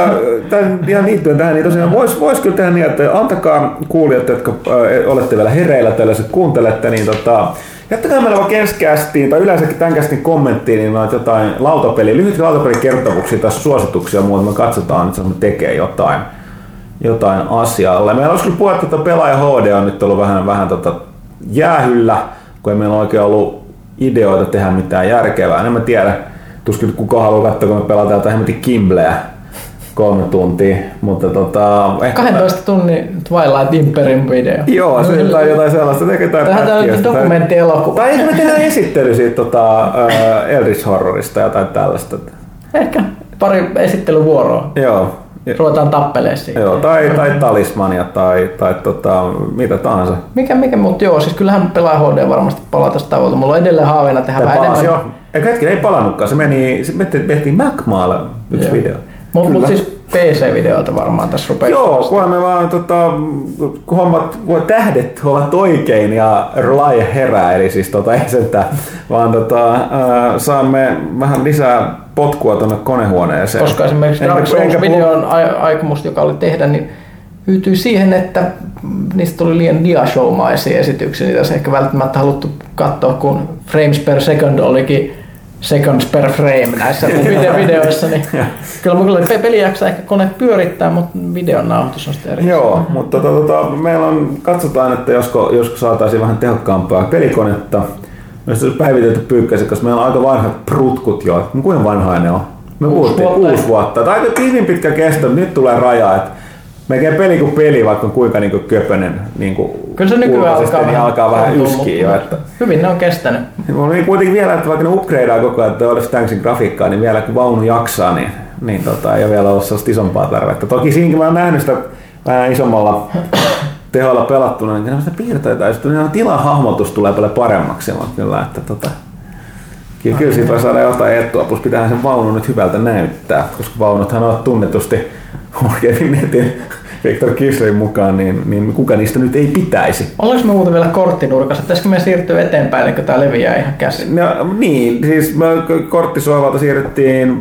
äh, ihan liittyen tähän, niin tosiaan voisi vois kyllä tehdä niin, että antakaa kuulijat, jotka äh, olette vielä hereillä tällaiset kuuntelette, niin tota, jättäkää meille vaikka ensikästiin tai yleensäkin tämän kästin kommenttiin, niin noita jotain lautapeliä, lyhyt lautapelikertomuksia tai suosituksia ja muuta, me katsotaan, että se tekee jotain, jotain asialle. Meillä olisi kyllä puhetta, että Pelaaja H D on nyt ollut vähän, vähän tota jäähyllä, kun ei meillä oikein ollut ideoita tehdä mitään järkevää, en mä tiedä. Tuskin kukaan haluaa katsoa, kun me pelataan jotain hemmetin Kimbleä kolme tuntia, mutta tota... kahdentoista tunnin Twilight Imperin video. Joo, se tai jotain sellaista, tekee jotain pätkiä. Tähän on dokumenttielokuva. Tai ehkä me tehdään esittely siitä tota, uh, Eldritch Horrorista ja jotain tällaista. Ehkä pari esittelyvuoroa. Joo. Ruvetaan tappelemaan siitä. Joo, tai, tai talismania tai, tai tota, mitä tahansa. Mikä, mikä, mutta joo, siis kyllähän Pelaaja H D varmasti palaa tästä tavoilta. Mulla on edelleen haaveena tehdä vähän enemmän. Joo. Eikä hetken, ei palannutkaan. Se meni, se tehtiin Macmaalle yksi joo. video. Mutta mut siis P C-videoilta varmaan tässä rupeaa. Joo, kunhan me vaan tota, kun hommat, kun tähdet ovat oikein ja Rely herää, eli siis tota, ei sentään, vaan tota, äh, saamme vähän lisää potkua tuonne konehuoneeseen. Koska esimerkiksi Dark Souls-videon aikomus, joka oli tehdä, niin hyytyi siihen, että niistä tuli liian diashow-maisia esityksiä. Niitä olisi ehkä välttämättä haluttu katsoa, kun frames per second olikin seconds per frame näissä videoissa, niin kyllä mun kyllä peli jaksaa ehkä kone pyörittää, mutta videon nauhoitus on sitten eri. Joo, mutta tota, tota, meillä on, katsotaan, että josko, josko saataisiin vähän tehokkaampaa pelikonetta. Myös päivitetty pyykkäiset, koska meillä on aika vanhat prutkut jo. Kuinka vanhaa ne on? Me puhuttiin kuusi vuotta. Tai aika hyvin pitkä kesto, mutta nyt tulee raja, että melkein peli kuin peli, vaikka on kuinka niin kuin köpönen niin kuin kyllä se nykyään alkaa, niin alkaa vähän yskiä jo. Että hyvin ne on kestänyt. On kuitenkin vielä, että vaikka ne upgradeaa koko ajan, että olisi Tanksin grafiikkaa, niin vielä kun vaunu jaksaa, niin, niin tota, ei ole vielä ollut sellaista isompaa tarvetta. Toki siinäkin mä oon nähnyt sitä vähän isommalla teholla pelattuna, niin sitä piirteitä, ja sitten tilahahmotus tulee paljon paremmaksi. Kyllä, että tota, kyllä, kyllä siitä voi saada jotain etua, plus pitää sen vaunun nyt hyvältä näyttää, koska vaunuthan on tunnetusti oikein netin Victor Kislerin mukaan, niin, niin kuka niistä nyt ei pitäisi. Ollaanko me muuten vielä korttinurkassa? Pitäisikö me siirtyä eteenpäin, ennen kuin tämä leviää ihan käsin? No, niin, siis me korttisohvalta siirryttiin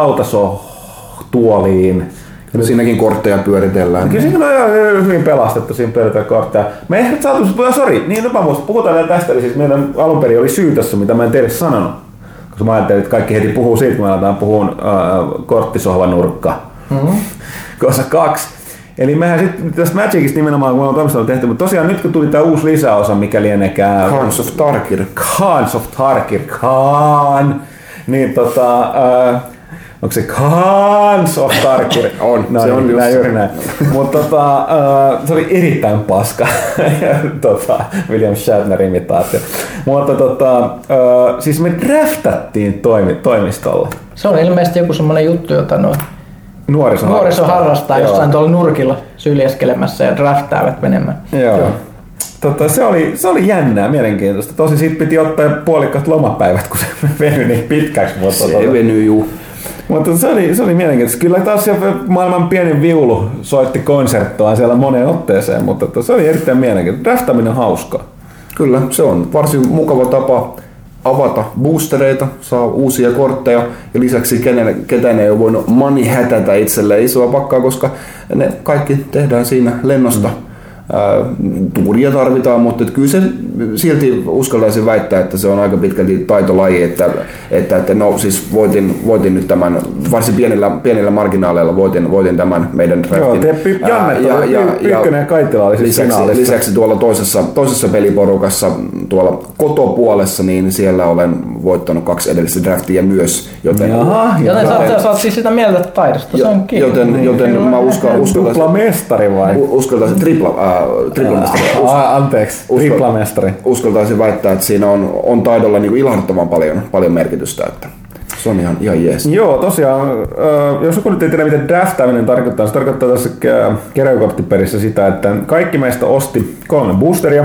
lautasohtuoliin. No, siinäkin kortteja pyöritellään. Kyllä siinä on hyvin pelastettu, siinä pyöritellään kortteja. Me ehkä saatu, sori, niin nyt mä muistan, puhutaan vielä tästä, eli siis meidän alun perin oli syy tässä, mitä mä en teille sanonut. Koska mä ajattelin, että kaikki heti puhuu siitä, kun me aletaan puhua äh, korttisohvanurkka. Mm-hmm. Kosa kaksi. Eli mehän sitten tästä Magicista nimenomaan, kun me on toimistolla tehty, mutta tosiaan nyt kun tuli tää uusi lisäosa, mikä lienekään Khans of Tarkir. Khans of Tarkir, Khan. Niin tota, äh, onko se Khans of Tarkir? On, no, se on niin, just näin, näin. Mutta tota, äh, se oli erittäin paska, tota, William Shatner imitaatio. Mutta tota, äh, siis me draftattiin toimi, toimistolla. Se on ilmeisesti joku semmoinen juttu, jota noin Nuoriso, Nuoriso harrastaa jossain tuolla nurkilla syljeskelemässä ja draftaavat menemään. Joo. Joo. Tota, se, oli, se oli jännää, mielenkiintoista. Tosin siitä piti ottaa puolikkaat lomapäivät, kun se venyi niin pitkäksi. Mutta se tota, venyi juu. Mutta se oli, se oli mielenkiintoista. Kyllä taas maailman pienin viulu soitti konserttoa siellä moneen otteeseen, mutta tota, se oli erittäin mielenkiintoista. Draftaminen on hauskaa. Kyllä, se on varsin mukava tapa avata boostereita, saa uusia kortteja ja lisäksi kenelle, ketään ei ole voinut money hätätä itselleen isoa pakkaa, koska ne kaikki tehdään siinä lennosta. Mm. Tuuria tarvitaan, mutta kyllä se silti uskaltaisin väittää, että se on aika pitkälti taitolaji, että, että, että no siis voitin, voitin nyt tämän, varsin pienillä, pienillä marginaaleilla voitin, voitin tämän meidän draftin. Joo, te py- Janne ja, ja, Pyykkönen ja Kaitila oli siis lisäksi, lisäksi tuolla toisessa, toisessa peliporukassa, tuolla kotopuolessa, niin siellä olen voittanut kaksi edellistä draftia myös, joten... Jaha, joten sä, sä oot siis sitä mieltä taidosta, se on kiinni. Joten, joten mä uskaltaisin... Tuplamestari vai? Uskaltaisin tripla... Triplamestari. Aa, anteeksi, triplamestari. Uskaltaisin väittää, että siinä on, on taidolla niin ilahduttavan paljon, paljon merkitystä. Että se on ihan, ihan jees. Joo, tosiaan, jos joku nyt ei tiedä, mitä draftaaminen tarkoittaa, se tarkoittaa tässä keräykorttiperissä sitä, että kaikki meistä osti kolme boosteria.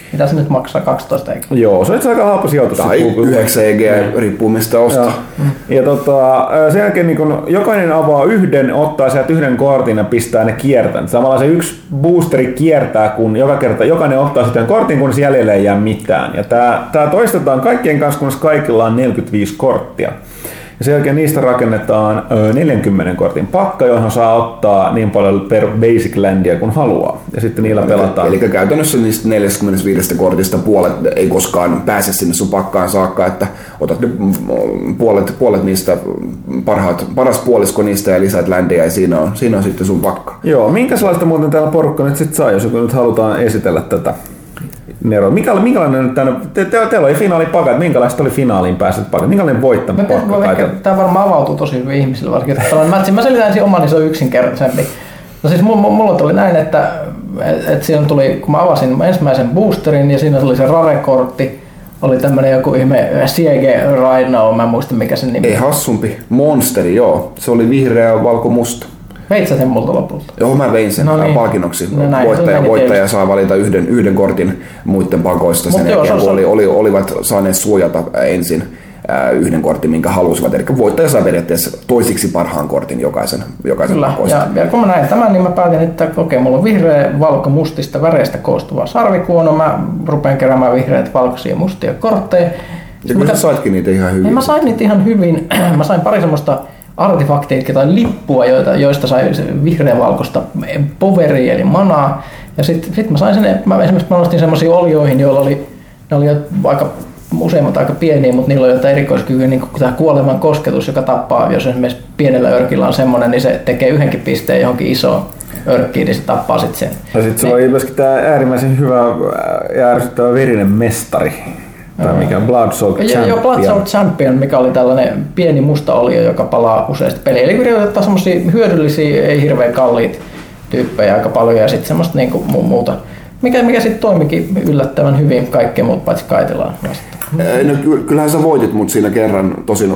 Mitä se nyt maksaa? kaksitoista eikö? Joo, se on aika halpa sijoitus. Tai yhdeksän E G, riippuu mistä ostaa. Ja, ja tota, sen jälkeen niin kun jokainen avaa yhden, ottaa sieltä yhden kortin ja pistää ne kiertään. Samalla se yksi boosteri kiertää, kun joka kerta jokainen ottaa sitten kortin, kun se jäljelle ei jää mitään. Ja tää, tää toistetaan kaikkien kanssa, kun kaikilla on neljäkymmentäviisi korttia. Ja sen jälkeen niistä rakennetaan neljänkymmenen kortin pakka, johon saa ottaa niin paljon per basic landia kuin haluaa. Ja sitten niillä pelataan. Eli käytännössä niistä neljästäkymmenestäviidestä kortista puolet ei koskaan pääse sinne sun pakkaan saakka, että otat nyt puolet, puolet niistä parhaat, paras puolisko niistä ja lisäät landia ja siinä on, siinä on sitten sun pakka. Joo, minkälaista muuten täällä porukka nyt sitten saa, jos nyt halutaan esitellä tätä? Nero. Minkälainen nyt tänne, te, te, teillä oli finaalipakat, minkälaista oli finaaliin pääset pakat, minkälainen voittama pakka? Tämä varmaan avautuu tosi hyvin ihmisille, varsinkin tällainen. Mä selitän ensin oman, niin se on yksinkertaisempi. No siis mulla tuli näin, että, että siinä tuli, kun mä avasin ensimmäisen boosterin ja siinä tuli se rare-kortti, oli tämmönen joku ihme Siege Rhino, mä en muista mikä sen nimi. Ei hassumpi, Monsteri, joo. Se oli vihreä, valko, musta. Veit sä sen multa lopulta? Joo, mä vein sen no niin. palkinnoksi. No näin, voittaja voittaja saa valita yhden, yhden kortin muiden pakoista sen jälkeen, kun oli, oli, olivat saaneet suojata ensin äh, yhden kortin, minkä halusivat. Eli voittaja saa periaatteessa toisiksi parhaan kortin jokaisen, jokaisen Kyllä. pakoista. Ja, ja kun mä näin tämän, niin mä päätin, että okei, okay, mulla on vihreä, valko, mustista väreistä koostuva sarvikuono. Mä rupean keräämään vihreät, valkoisia ja mustia kortteja. Ja kyllä sä saitkin niitä ihan hyvin. Niin mä sain niitä ihan hyvin. Mä sain pari semmoista artefakteja tai lippua, joita, joista sai vihreä-valkoista poveria eli manaa. Ja sitten sit mä sain sen, mä esimerkiksi mä nostin semmoisiin olioihin, joilla oli, ne oli aika, useimmat aika pieniä, mutta niillä oli jotain erikoiskykyä, niin kuin tämä kuoleman kosketus, joka tappaa, jos esimerkiksi pienellä örkillä on semmoinen, niin se tekee yhdenkin pisteen johonkin isoon örkkiin, niin se tappaa sitten sen. Ja sitten sulla oli myöskin tämä äärimmäisen hyvä ja ärsyttävä verinen mestari. Tai mikä on Blood Soaked Champion. Joo, Blood Soaked Champion, mikä oli tällainen pieni musta olio, joka palaa useasti peliin. Eli yritetään semmosia hyödyllisiä, ei hirveän kalliita tyyppejä aika paljon ja sitten semmoista niinku muuta. Mikä, mikä sitten toimikin yllättävän hyvin kaikkea muut paitsi Kaitilaan vastaan. No, kyllähän sä voitit, mutta siinä kerran tosin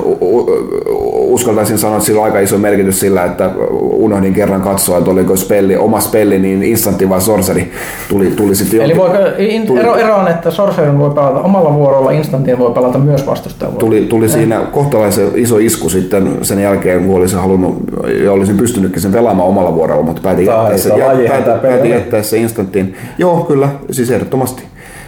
uskaltaisin sanoa, että sillä on aika iso merkitys sillä, että unohdin kerran katsoa, että oliko spelli, oma spelli, niin instantti vai sorcery tuli, tuli sitten Eli voiko, in, tuli, ero, ero on, että sorcerin voi pelata omalla vuorolla, instantin voi pelata myös vastustajan vuorolla. Tuli, tuli siinä kohtalaisen iso isku sitten sen jälkeen, kun olisin halunnut ja olisin pystynytkin sen pelaamaan omalla vuorolla, mutta päätin jättää se, päätin, päätin jättää se instanttiin. Joo, kyllä, siis ehdottomasti.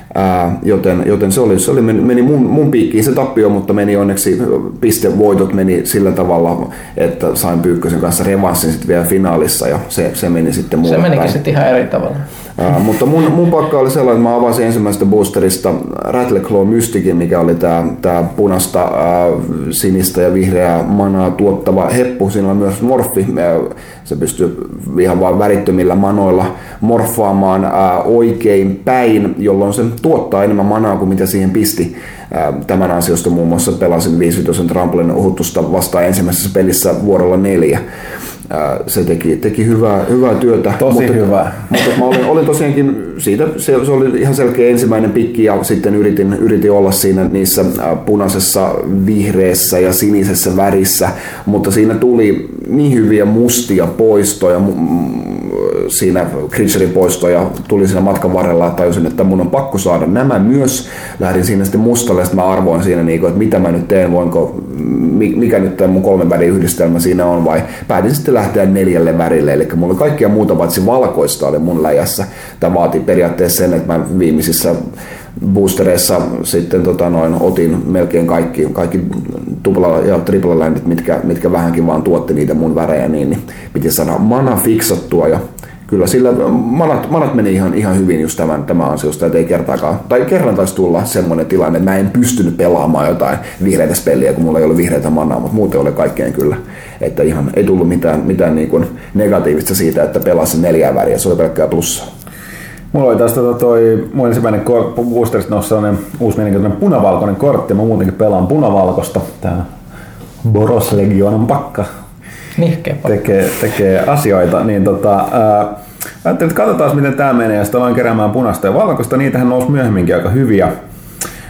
Ää, joten, joten se oli, se oli meni mun, mun piikkiin se tappio, mutta meni onneksi pistevoitot meni sillä tavalla, että sain Pyykkösen kanssa revanssin sitten vielä finaalissa ja se, se meni sitten mulle. Se menikin sitten ihan eri tavalla. Ää, mutta mun, mun pakka oli sellainen, että mä avasin ensimmäisestä boosterista Rattleclaw Mysticin, mikä oli tää, tää punasta, ää, sinistä ja vihreää manaa tuottava heppu. Siinä on myös morfi. Se pystyy ihan vaan värittömillä manoilla morfaamaan ää, oikein päin, jolloin se tuottaa enemmän manaa kuin mitä siihen pisti. Ää, tämän ansiosta muun muassa pelasin viisi Trampolin uhuttusta vastaan ensimmäisessä pelissä vuorolla neljä. Se teki, teki hyvää, hyvää työtä. Tosi mutta, hyvää. Mutta mä olin, olin tosiaankin siitä, se, se oli ihan selkeä ensimmäinen pikki ja sitten yritin, yritin olla siinä niissä punaisessa, vihreässä ja sinisessä värissä, mutta siinä tuli niin hyviä mustia poistoja, siinä creaturein poistoja tuli siinä matkan varrella ja tajusin, että mun on pakko saada nämä myös. Lähdin siinä sitten mustalle ja sitten mä arvoin siinä, että mitä mä nyt teen, voinko, mikä nyt tämä mun kolmen värin yhdistelmä siinä on vai päätin sitten lähteä neljälle värille, eli mulla oli kaikkia muuta paitsi valkoista oli mun läjässä. Tämä vaati periaatteessa sen, että mä viimeisissä boostereissa sitten tota noin, otin melkein kaikki, kaikki tupla- ja tripla-ländit, mitkä, mitkä vähänkin vaan tuotti niitä mun värejä, niin, niin piti saada mana fiksattua ja kyllä sillä manat, manat meni ihan, ihan hyvin just tämän, tämän ansiosta, että ei kertaakaan, tai kerran taisi tulla semmoinen tilanne, että mä en pystynyt pelaamaan jotain vihreitä spelliä, kun mulla ei ollut vihreitä manaa, mutta muuten oli kaikkeen kyllä, että ihan ei tullut mitään, mitään niin kuin negatiivista siitä, että pelasin neljää väriä, se oli pelkkää plussaa. Mulla oli tästä toi mun ensimmäinen boosterista nousi sellainen uusi mielenkiintoinen punavalkoinen kortti, mä muutenkin pelaan punavalkoista, tää Boros Legionan pakka. Tekee, tekee asioita, niin tota, ää, ajattelin, että katsotaan miten tää menee ja sitten aloin keräämään punaista ja valkoista, niitähän nousi myöhemminkin aika hyviä.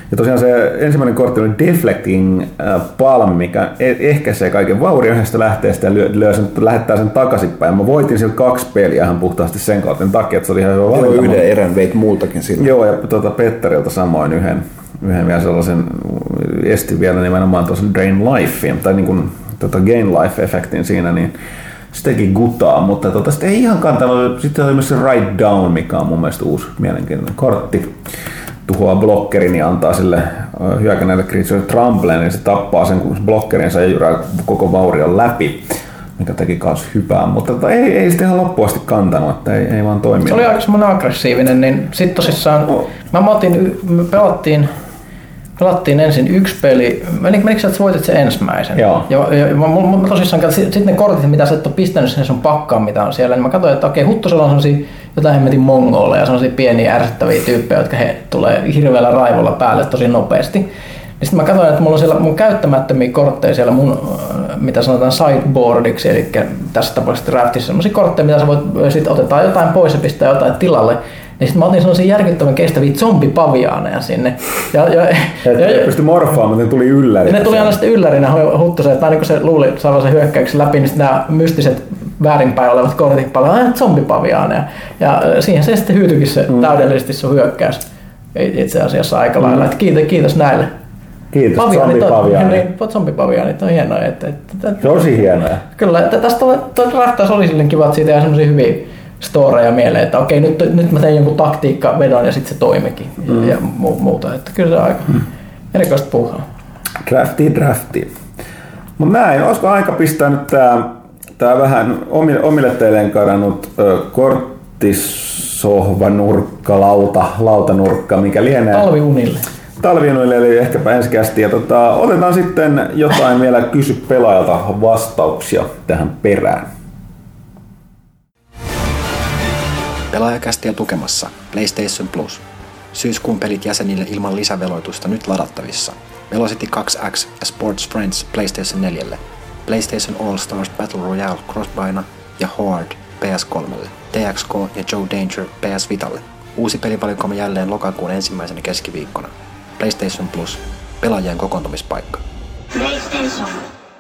Ja tosiaan se ensimmäinen kortti oli Deflecting Palm, mikä ehkäisee kaiken vaurin yhdestä lähteestä ja lyö, lyö sen, lähettää sen takaisinpäin. Mä voitin sillä kaksi peliä ihan puhtaasti sen kortin takia, että se oli ihan hyvä valinta. Joo, yhden erän veit muultakin sillä. Joo, ja tuota Petteriltä samoin yhden, yhden vielä sellaisen, estin vielä nimenomaan tuossa Drain Lifein, tai niin kuin tota Gain Life-efektin siinä, niin se teki gutaa, mutta tota, sitten ei ihan kantanut. Sitten oli myös se Write Down, mikä on mun mielestä uusi mielenkiintoinen kortti. Tuhoaa blokkerin ja antaa sille hyökänneelle creature trumpleen, niin se tappaa sen blokkerinsa ja jyrää koko vaurion läpi, mikä teki kans hyvää, mutta tota, ei, ei sitten ihan loppuasti kantanut, että ei, ei vaan toiminut. Se oli aika semmoinen aggressiivinen, niin sit tosissaan no. mä otin, me pelattiin Pelattiin ensin yksi peli. Menikö sä, että voitit sen ensimmäisen? Joo. Ja, ja mä, mä, mä tosissaan, sitten ne kortit, mitä sä et ole pistänyt sinne sun pakkaan, mitä on siellä, niin mä katsoin, että okei, Huttosella on sellaisia jotain hemmetin mongoleja, sellaisia pieniä ärsyttäviä tyyppejä, jotka he tulee hirveällä raivolla päälle tosi nopeasti. Niin sitten mä katsoin, että mulla on siellä mun käyttämättömiä kortteja siellä mun, mitä sanotaan sideboardiksi, eli tässä tapauksessa draftissa sellaisia kortteja, mitä sä voit, sit otetaan jotain pois ja pistää jotain tilalle. Niin sit mä otin sellaisia järkyttävän kestäviä zombipaviaaneja sinne. Ja, ja, et ja, pysty morfaamaan, mutta ne tuli yllärinä. Ne tuli aina sitten yllärinä Huttusen, että niin kun se luuli saavansa hyökkäyksen läpi, niin nämä mystiset väärinpäin olevat kortit paljon, aina zombipaviaaneja. Ja siihen se sitten hyytyikin se mm. täydellisesti sun hyökkäys. Itse asiassa aika lailla. Mm. Kiitos, kiitos näille. Kiitos, zombipaviaanit. Zombipaviaanit on hienoja. Että, että, tosi hienoja. Kyllä, että tästä rahtaus oli silleen kiva, että siitä jäi semmosia hyviä storeja mieleen, että okei, nyt, nyt mä tein jonkun taktiikkavedon ja sitten se toimikin mm. ja mu- muuta. Että kyllä se on aika mm. erikoista puuhaa. Drafti, drafti. Mutta näin, olisiko aika pistää nyt tää, tää vähän omille, omille teilleen karannut ö, korttisohvanurkka, lauta, lautanurkka, mikä lienee. Talviunille. Talviunille eli ehkäpä ensikästi. Ja tota, otetaan sitten jotain vielä kysy pelaajalta vastauksia tähän perään. Pelaajakästiä tukemassa PlayStation Plus. Syyskuun pelit jäsenille ilman lisäveloitusta nyt ladattavissa. Velocity kaksi X ja Sports Friends PlayStation neljälle. PlayStation All Stars Battle Royale Crossbuyna ja Horde P S kolmelle. T X K ja Joe Danger P S Vitalle. Uusi pelivalikoima jälleen lokakuun ensimmäisenä keskiviikkona. PlayStation Plus. Pelaajien kokoontumispaikka. PlayStation.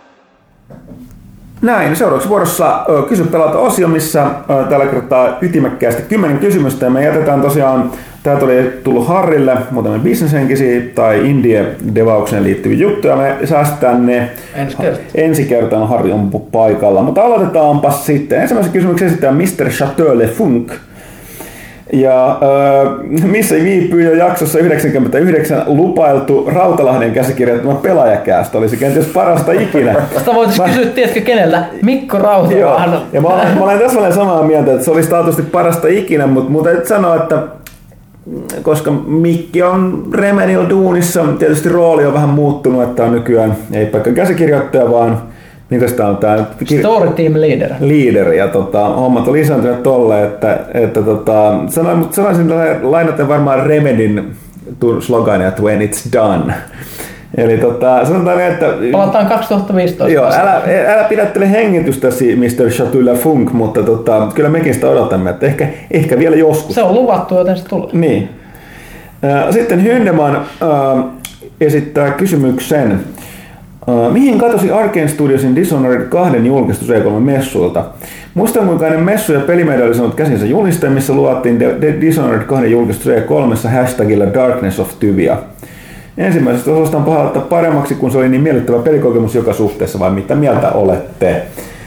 Näin, seuraavaksi vuorossa Kysy pelata -osio, missä tällä kertaa ytimekkäästi kymmenen kysymystä ja me jätetään tosiaan, täältä oli tullut Harrille muutamia bisneshenkisiä tai indie-devaukseen liittyviä juttuja, me säästetään ne ensi kertaan. Ensi kertaan Harri on paikalla, mutta aloitetaanpa sitten. Ensimmäisen kysymyksen esittää mister Chateau Le Funk. Ja äh, missä viipyy jo jaksossa yhdeksänkymmentäyhdeksän lupailtu Rautalahden käsikirjoittama Pelaajakäästä, olisi kenties parasta ikinä. Sitä voitaisiin kysyä, tiedätkö kenellä? Mikko Rautalahden. Ja mä olen, mä olen tässä samaa mieltä, että se olisi taatusti parasta ikinä, mutta, mutta et sanoa, että koska Mikki on Remedial duunissa, tietysti rooli on vähän muuttunut, että on nykyään ei pelkkä käsikirjoittaja, vaan mitäs tää on tää? Story Team Leader. Leader, ja tota, hommat on lisääntyneet tolle, että, että tota, sanoin, mutta sanoisin lainaten varmaan Remedin slogania, että when it's done. Eli tota, sanotaan, että palataan kaksituhattaviisitoista. Joo, älä, älä pidättele hengitystäsi mister Chateau Le Funk, mutta tota, kyllä mekin sitä odotamme, että ehkä, ehkä vielä joskus. Se on luvattu, joten se tulee. Niin. Sitten Hyndeman äh, esittää kysymyksen. Uh, mihin katosi Arkane Studiosin Dishonored kaksi julkistus E kolme -messuilta? Muistan, kuinka ennen messu ja pelimedia oli sanonut käsinsä julisteen, missä luvattiin Dishonored kaksi julkistus E kolme hashtagilla Darkness of Tyvia. Ensimmäisestä osasta on paha ottaa paremmaksi, kun se oli niin miellyttävä pelikokemus joka suhteessa, vai mitä mieltä olette?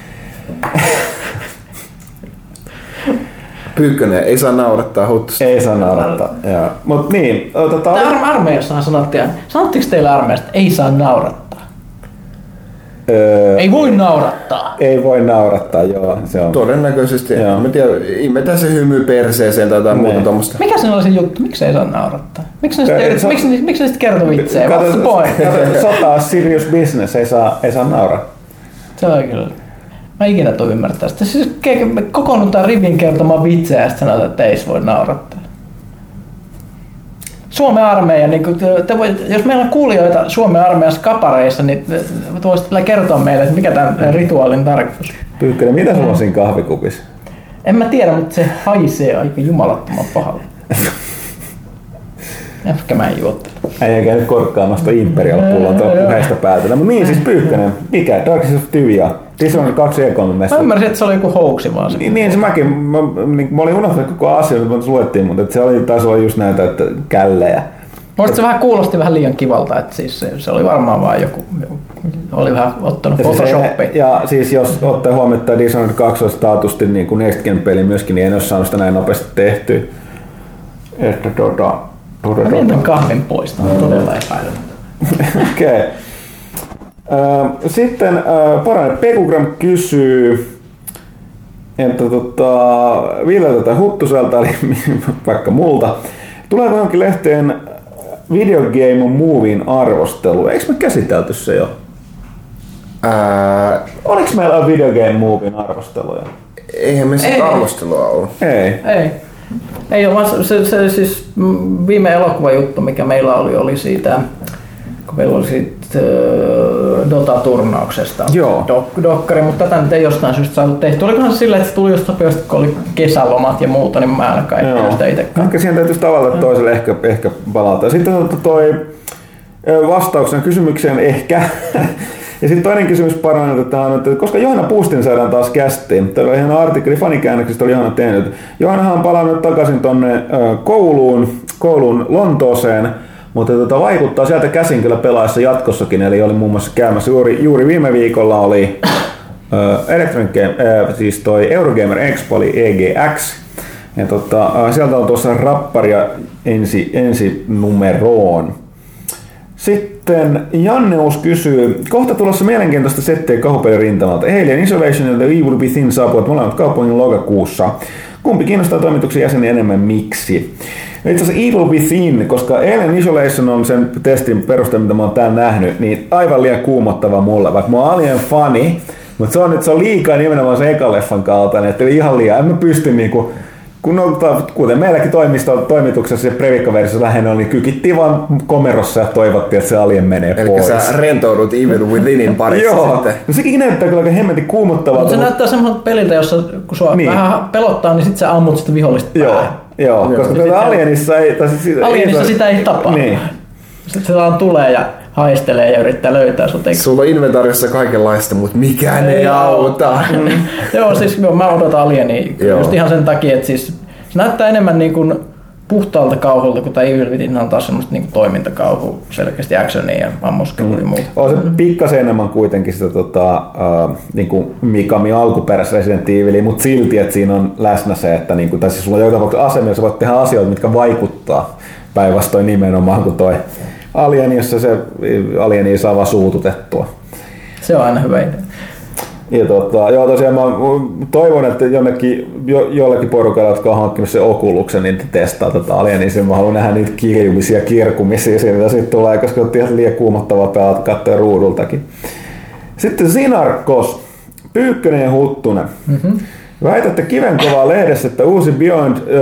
Pyykkönen, ei saa naurattaa Huttusta. Ei saa naurattaa, joo. Mut niin, tota... Ar- armeijassahan sanottiin, sanottiinko teille armeijasta, ei saa naurattaa? Öö, ei voi naurattaa. Ei voi naurattaa, joo. Se on. Todennäköisesti. Joo. Mä tiedän, imetään se hymy perseeseen tai jotain muuta tommoista. Mikä se oli se juttu? Miksi ei saa naurattaa? Miksi ne sitten so, miksi, miksi sitten kertoo vitsejä? What's the point? Sota on serious business, ei saa, ei saa nauraa. Se on kyllä. Mä ikinä tuon ymmärtää sitä. Siis kokoonnutaan rivin kertomaan vitsejä ja sitten sanotaan, että ei voi naurattaa. Suomen armeija, niin kun te voit, jos meillä on kuulijoita Suomen armeijassa kapareissa, niin te voisitte kertoa meille, että mikä tämän rituaalin tarkoitus. Pyykkönen, mitä sulla on siinä kahvikupissa? En mä tiedä, mutta se haisee aika jumalattoman pahalle. Ehkä mä en juottele. Ei käynyt korkkaamasta Imperial-pullon tuon puheesta päätellä. Mutta niin siis Pyykkönen, mikä? Darkseid of Tyvia. Dishonored kaksi E kolme mesta. Mä ymmärsin, että se oli joku hoaxi vaan. Niin, niin se mäkin. Mä, niin, mä olin unohtanut koko asia, mutta se luettiin, mutta se oli, taisi olla just näitä että källejä. Musta se vähän kuulosti vähän liian kivalta, että siis se, se oli varmaan vaan joku, oli vähän ottanut ja Photoshopia. Siis ja siis jos ottaa huomioon, että Dishonored kaksi olisi taatusti niin kuin Next Gen-peli myöskin, niin en olisi saanut sitä näin nopeasti tehtyä. Että tota... Mä vien tämän kahvin pois, tämä on todella epäilymätöntä. Okei. Okay. Sitten äh, Parainen Pekugram kysyy, että tota, Villeltä tai Huttuselta, eli vaikka multa, tuleeko johonkin lehteen Video Game Movien arvostelu? Eikö me käsitelty se jo? Ää... Oliko meillä Video Game Movien arvosteluja? Eihän me sitä arvostelua ollut. Ei. Ei. Ei ole, vaan se, se siis viime elokuvajuttu, mikä meillä oli, oli siitä, kun meillä oli siitä äh, Dota-turnauksesta dok, dokkari, mutta tätä nyt ei jostain syystä saatu tehty. Olikohan se sillä, että se tuli jostain sopivasti, kun oli kesälomat ja muuta, niin mä ainakaan en sitä itsekään. Ehkä siihen täytyisi tavalla toiselle ehkä, ehkä palata. Sitten toi vastauksen kysymykseen ehkä. Ja sitten toinen kysymys parannetaan, että koska Johanna Puustin saadaan taas kästiin. Tämä oli ihan artikkeli fanikäännöksestä, oli Johanna tehnyt. Johannahan on palannut takaisin tonne kouluun, kouluun Lontooseen, mutta tota, vaikuttaa sieltä käsin kyllä pelaessa jatkossakin. Eli oli muun muassa käymässä juuri, juuri viime viikolla oli äh, Electronic Game, äh, siis toi Eurogamer Expo, eli E G X. Ja tota, äh, sieltä on tuossa rapparia ensi, ensi numeroon. Sitten Janneus kysyy, kohta tulossa mielenkiintoista settiä kahupelin rintamalta. Alien Isolation ja The Evil Within saapuvat molemmat kaupungin lokakuussa. Kumpi kiinnostaa toimituksen jäseni enemmän, miksi? Itse asiassa Evil Within, koska Alien Isolation on sen testin perusteella, mitä mä oon täällä nähnyt, niin aivan liian kuumottava mulle. Vaikka mä oon Alien fani, mutta se on, että se on liikaa nimenomaan se ekan leffan kaltainen, että ihan liian. En mä pysty niinku... Kun on, kuten meilläkin toimisto, toimituksessa ja previkkaversiossa lähinnä oli, niin kykittiin vaan komerossa ja toivottiin, että se alien menee eli pois. Eli sä rentoudut Evil Withinin parissa Joo. sitten. No sekin näyttää kyllä aika hemmetin kuumottavalta. Mutta se näyttää semmoiselta peliltä, jossa kun sua niin. vähän pelottaa, niin sit sä ammut sitä vihollista päähän. Joo, Joo. koska tätä Alienissa ei... Tai siis, Alienissa ei, sitä ei tapaa. Niin. Sitten se vaan tulee ja haistelee ja yrittää löytää sut. Eikö? Sulla on inventaariossa kaikenlaista, mutta mikään ei, ei auta. Mm. Joo, siis joo, mä odotan Alienia just ihan sen takia, että siis se näyttää enemmän niin kuin puhtaalta kauhulta, kun tämä Evil Within on taas semmoista niin kuin toimintakauhua, selkeästi actionia ja ammuskelua ja muuta. On se pikkasen enemmän kuitenkin sitä tota, uh, niin kuin Mikami alkuperäisessä Resident Evilia, mutta silti, että siinä on läsnä se, että niin kuin, tai siis sulla on joka tapauksessa asemia, sä voit tehdä asioita, mitkä vaikuttaa päinvastoin nimenomaan kuin toi Alien, jossa se Alieni saa vaan suututettua. Se on aina hyvä idea. Ja tota, joo, tosiaan mä toivon, että jonnekin, jo, jollakin porukalla, jotka on hankkinut sen Oculus'en, niin testaa tätä Alienia. Mä haluan nähdä niitä kirjumisia ja kirkumisia siitä, mitä siitä tulee, koska on ihan liian kuumottavaa pelata katsoa ruudultakin. Sitten Sinarkos, Pyykkönen ja Huttunen. Mm-hmm. Väitätte kivenkovaa lehdessä, että uusi Beyond, äh,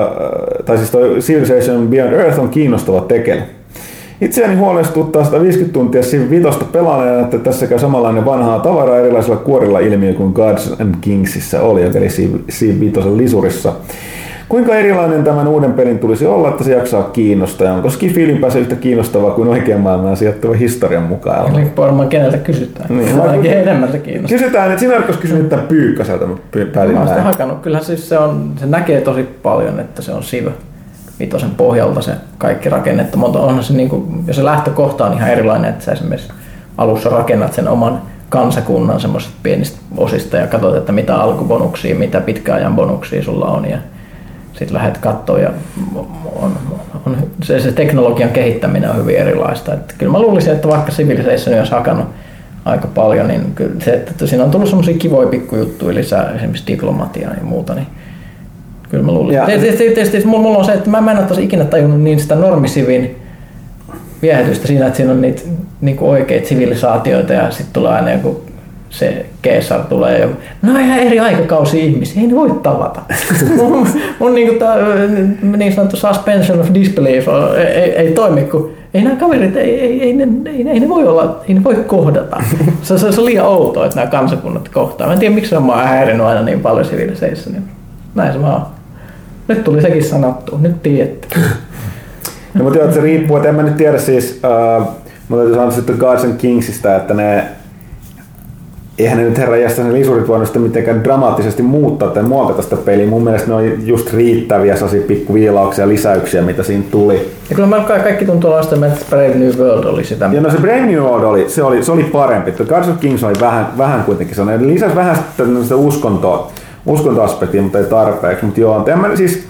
tai siis toi Civilization Beyond Earth on kiinnostava tekele. Itseäni huolestuttaa sata viisikymmentä tuntia Civ viisi pelaajana, että tässä käy samanlainen vanhaa tavaraa erilaisilla kuorilla ilmiö kuin Gods and Kingsissä oli, eli Civ viisi lisurissa. Kuinka erilainen tämän uuden pelin tulisi olla, että se jaksaa kiinnostaa? Ja onko Skifi ylipäänsä yhtä kiinnostavaa kuin oikean maailmaan sijoittuva historian mukaan? Eli varmaan keneltä kysytään. Niin, ainakin enemmän se kiinnostaa. Kysytään, että sinä oletko kysynyt tämän Pyykkäseltä, mutta päätin näin. Mä oon sitä hakannut. Kyllähän siis se, on, se näkee tosi paljon, että se on Civ viitosen pohjalta se kaikki rakennettu, mutta onhan se, niin kuin, jos se lähtökohta on ihan erilainen, että sä esimerkiksi alussa rakennat sen oman kansakunnan semmoisista pienistä osista ja katsot, että mitä alkubonuksia, mitä pitkäajan bonuksia sulla on ja sitten lähdet katsoa ja on, on, se, se teknologian kehittäminen on hyvin erilaista. Että kyllä mä luulisin, että vaikka Civilization olisi hakannut aika paljon, niin kyllä se, että siinä on tullut semmoisia kivoja pikkujuttuja lisää, esimerkiksi diplomatiaa ja muuta, niin kyllä mä luulen. Tietysti mulla on se, että mä en ole tosi ikinä tajunnut niin sitä normisivin viehätystä siinä, että siinä on niitä niin oikeita sivilisaatioita ja sitten tulee aina joku se keisar tulee ja no ihan eri aikakausi ihmisiä, ei ne voi tavata. mun mun niin, tää, niin sanottu suspension of disbelief ei, ei, ei toimi, kun ei nämä kaverit, ei, ei, ei, ne, ei, ei ne voi olla, ei ne voi kohdata. Se, se, se on liian outoa, että nämä kansakunnat kohtaa. Mä en tiedä, miksi se on mä häirinyt aina niin paljon Civilizationia. Näin se vaan. Nyt tuli sekin sanottua, nyt tiedätte. No, mutta joo, se riippuu, että en mä nyt tiedä siis, uh, mä täytyy sanoa sitten Gods and Kingsista, että ne eihän ne nyt herran jästä ne lisurit voinut sitä mitenkään dramaattisesti muuttaa tai muokata sitä peliä. Mun mielestä ne on just riittäviä sellaisia pikkuviilauksia ja lisäyksiä, mitä siinä tuli. Ja kyllä mä kaikki tuntuu olla että Brave New World oli sitä. Ja no se Brave New World oli, se oli, se oli parempi. Gods of Kings oli vähän, vähän kuitenkin sellainen. Lisäsi vähän sitä uskontoa, uskontoaspektia, mutta ei tarpeeksi. Mutta joo, en mä siis...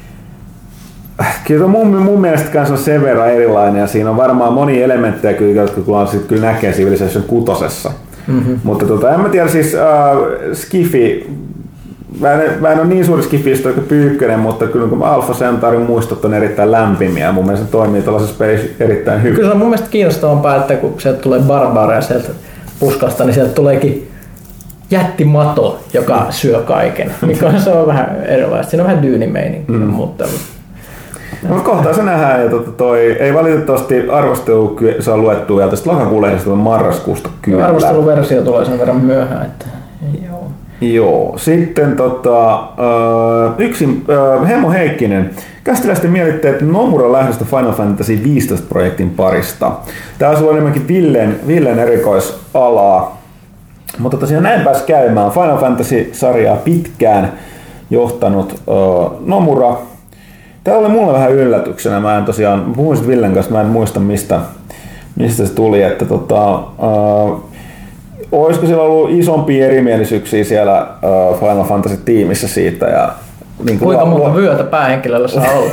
Kyllä mun, mun mielestä kanssa on sen verran erilainen ja siinä on varmaan moni elementtejä, jotka kyllä, kyllä näkee Civilization kutosessa. Mm-hmm. Mutta tota, en mä tiedä, siis äh, Skifi, mä en, mä en ole niin suuri Skifistä kuin Pyykkönen, mutta kyllä kun Alpha Centaurin muistot on erittäin lämpimiä ja mun mielestä se toimii tällaisessa pelissä erittäin hyvin. Kyllä se on mun mielestä kiinnostavampaa, että kun sieltä tulee barbaareja sieltä puskasta, niin sieltä tuleekin jättimato, joka mm. syö kaiken, mikä on, se on vähän erilaista. Siinä on vähän dyynimeininkiä, mm. mutta... No, kohtaa se nähdään ja tota toi, ei valitettavasti arvostelu saa luettua ja tästä lokakuun lehdestä marraskuusta kyllä. Arvosteluversio tulee sen verran myöhään, että joo. Joo, sitten tota, yksi Hemmo Heikkinen. Kästiläisten mielitteet Nomura lähdöstä Final Fantasy viisitoista projektin parista. Tää on ollut enemmänkin Villen, Villen erikoisalaa. Mutta tosiaan näin pääsi käymään. Final Fantasy-sarjaa pitkään johtanut uh, Nomura. Tää oli mulle vähän yllätyksenä. Mä en tosiaan, puhuin sit Villen kanssa, mä en muista mistä, mistä se tuli. Että tota, uh, olisiko siellä ollut isompia erimielisyyksiä siellä uh, Final Fantasy-tiimissä siitä? Ja, niin kuinka monta luo... vyötä päähenkilöllä saa olla?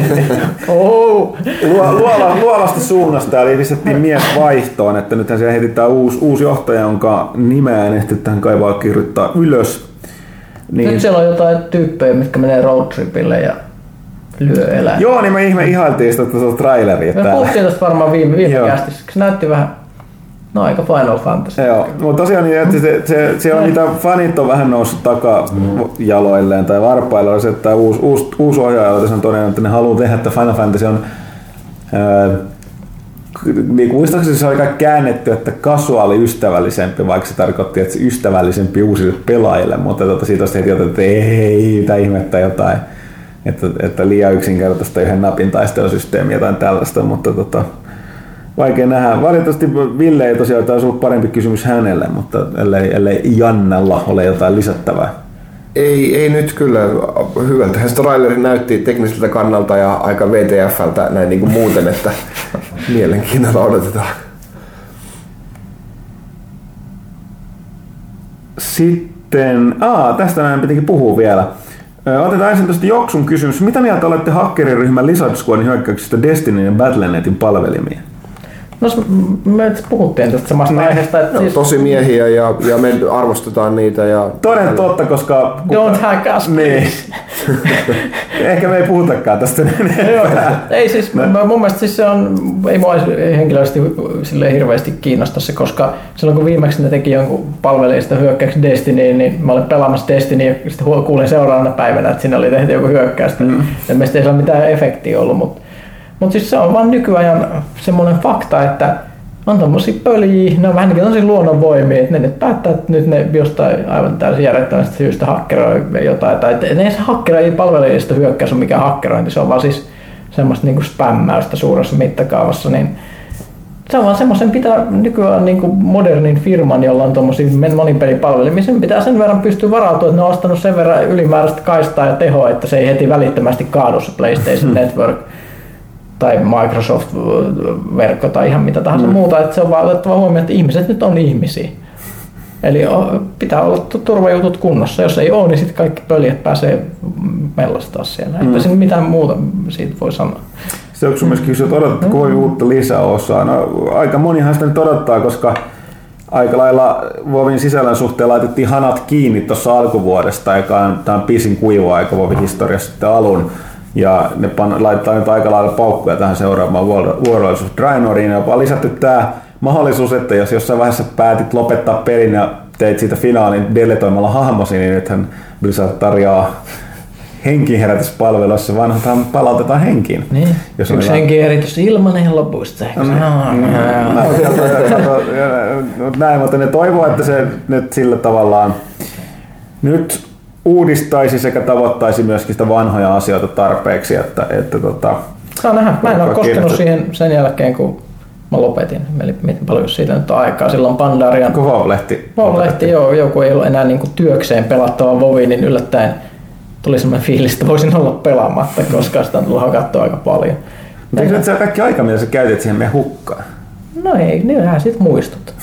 oh. Luola, luolasta suunnasta eli pistettiin mies vaihtoon, että nythän siellä heitetään uusi, uusi johtaja, jonka nimeä en ehti tähän kaivaa kirjoittaa ylös. Niin... Nyt siellä on jotain tyyppejä, mitkä menee roadtripille ja lyö eläin. Joo, niin me ihme ihailtiin sitä tuossa traileria täällä. Me puhuttiin tästä varmaan viime, viime kästissä, se näytti vähän no aika Final Fantasy. Joo, mutta tosiaan niin, että se, se, se on mitä fanit on vähän noussut takajaloilleen tai varpailleen, se, että uusi, uusi, uusi ohjaaja on todennut, että ne haluaa tehdä, että Final Fantasy on ää, niin muistaakseni se oli kaikki käännetty, että casuaali ystävällisempi, vaikka se tarkoitti, että se ystävällisempi uusille pelaajille, mutta tuota, siitä heti otettu, että ei, mitä ihmettä jotain, että, että liian yksinkertaista yhden napin taistelusysteemi jotain tällaista, mutta tota, vaikea nähdä. Valitettavasti Ville ei tosiaan taisi ollut parempi kysymys hänelle, mutta ellei, ellei Jannella ole jotain lisättävää. Ei, ei nyt kyllä. Hyvältähän se traileri näytti tekniseltä kannalta ja aika V T F:ltä näin niin kuin muuten, että mielenkiinnolla odotetaan. Sitten, aa, tästä näin pitikin puhua vielä. Otetaan ensin tuosta Joksun kysymys. Mitä mieltä olette hakkeriryhmän Lizard Squadin hyökkäyksistä Destiny ja Battle dot netin palvelimiin? No me puhuttiin tästä samasta ne, aiheesta. Että no, siis... Tosi miehiä ja, ja me arvostetaan niitä. Ja... Toden totta, koska... Don't hack us, niin. Ehkä me ei puhutakaan tästä. Ei siis, no. Mun mielestä siis se on, ei mua henkilöisesti silleen hirveästi kiinnosta se, koska silloin kun viimeksi ne teki jonkun palvelijasta hyökkäyksi Destinyin, niin mä olin pelaamassa Destiny ja sitten kuulin seuraavana päivänä, että siinä oli tehty joku hyökkäys. Mm. Ja meistä ei ole mitään efektiä ollut, mutta Mutta siis se on vaan nykyajan semmoinen fakta, että on tommosia pöljii, ne on vähän niin kuin luonnonvoimia, että ne nyt päättää, että nyt ne jostain aivan täysin järjettömästä syystä hakkeroi jotain, tai ne ei se hakkeroi palvelijasta hyökkäys on mikään hakkerointi, se on vaan siis semmoista niin kuin spämmäystä suuressa mittakaavassa, niin se on vaan semmoisen pitää nykyään niin kuin modernin firman, jolla on tommosia monipelipalvelimia, sen pitää sen verran pystyä varautumaan, että ne on ostanut sen verran ylimääräistä kaistaa ja tehoa, että se ei heti välittömästi kaadu se PlayStation Network tai Microsoft-verkko tai ihan mitä tahansa mm. muuta, että se on vaan otettava huomioon, että ihmiset nyt on ihmisiä. Eli pitää olla turvajutut kunnossa. Jos ei ole, niin sitten kaikki pöljät pääsee mellastaa siellä. Mm. Eipä siinä mitään muuta siitä voi sanoa. Se onko sun mielestä kysyä, että odotatko mm. uutta lisäosaa? No, aika monihan sitä nyt odottaa, koska aika lailla WoWin sisällön suhteen laitettiin hanat kiinni tuossa alkuvuodesta, joka on, tämä on pisin kuiva aika WoWin historiassa sitten alun. Ja ne pan, laittaa nyt aika lailla paukkuja tähän seuraavaan vuoroisuus Draenoriin. Ja on lisätty tämä mahdollisuus, että jos jossain vaiheessa päätit lopettaa pelin ja teit siitä finaalin deletoimalla hahmosi, niin nythän Blizzard tarjoaa henkiherätyspalveluissa, vanhathan palautetaan henkiin. Niin. Jos yksi henkiherätys ilmanen lopuista. Näin, mutta ne toivoo, että se nyt sillä tavallaan nyt uudistaisi sekä tavoittaisi myöskin sitä vanhoja asioita tarpeeksi, että, että tota, Saa nähdä. Mä en ole koskenut siihen sen jälkeen, kun mä lopetin. Eli miten paljon siitä nyt on aikaa. Silloin Pandarian... Kun WoW-lehti. WoW-lehti, joo. Joku ei ollut enää niinku työkseen pelattava WoW, niin yllättäen tuli semmoinen fiilis, että voisin olla pelaamatta, koska sitä on tullut hakattua aika paljon. Mutta eikö se kaikki aika, mitä sä käytit siihen meidän hukkaan? No ei, niinhän sit muistut.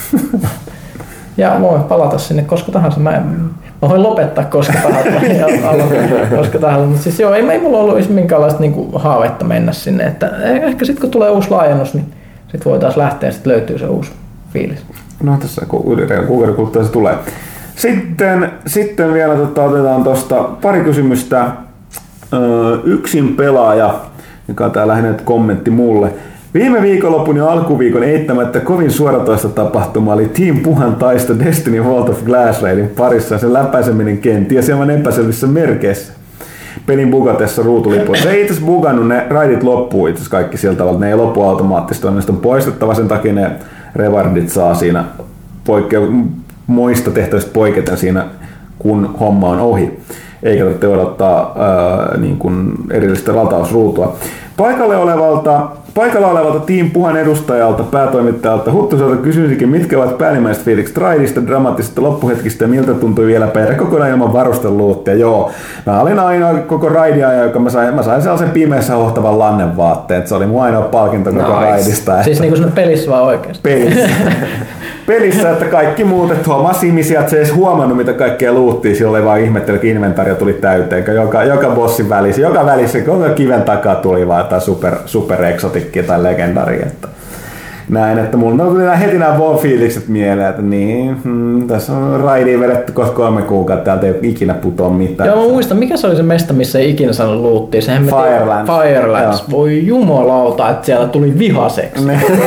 Ja voin palata sinne koska tahansa. Mä, en, mä voin lopettaa koska tahansa. koska tahansa. Mutta siis joo, ei, ei mulla ollut minkäänlaista niinku haavetta mennä sinne. Että ehkä sitten kun tulee uusi laajennus, niin sit voi taas lähteä ja sit löytyy se uusi fiilis. No tässä kuukauden kuluttua se tulee. Sitten, sitten vielä tota, otetaan tuosta pari kysymystä. Öö, yksin pelaaja, joka on tää lähinnä kommentti mulle. Viime viikonlopun ja alkuviikon eittämättä kovin suoratoista tapahtuma oli Team Puhan taisto Destiny Vault of Glass Raidin parissa ja sen läpäiseminen kenties hieman epäselvissä merkeissä. Pelin bugatessa ruutulipuissa. Se ei itse asiassa bugannut, ne raidit loppuu itse asiassa kaikki sillä tavalla, ne ei loppu automaattisesti, on on poistettava, sen takia ne rewardit saa siinä poikke- muista tehtävistä poiketen siinä, kun homma on ohi. Eikä tarvitse odottaa ää, niin kuin erillistä latausruutua. Paikalle olevalta, paikalla olevalta Team Puhan edustajalta, päätoimittajalta Huttuselta kysyisinkin, mitkä ovat päällimmäiset fiilikset raidista, dramaattisesta loppuhetkistä ja miltä tuntui vielä perä kokonaan ilman varusteluuttia. Joo, mä olin ainoa koko raidia, joka mä sain, mä sain sellaisen pimeässä hohtavan lannen vaatteen. Se oli mun ainoa palkinto koko nice. Raidista. Siis niinku sinne pelissä vaan oikeesti? Pelissä. Pelissä, että kaikki muut, että huomasi ihmisiä, että se ei edes huomannut mitä kaikkea luuttiin, sillä oli vaan ihmettely, että inventaario tuli täyteen, joka, joka bossin välissä, joka välissä, joka kiven takaa tuli vaan jotain super, super exotikkia tai legendaria. Että näin, että mulla tuli heti nämä WoW-fiilikset mieleen, että niin, hmm, tässä on raidiin vedetty kohta kolme kuukautta, täältä ei ikinä putoa mitään. Joo, mä muistan, mikä se oli se mesta, missä ei ikinä saanut luuttia? Sehän Firelands. Firelands. Voi jumalauta, että siellä tuli vihaseksi.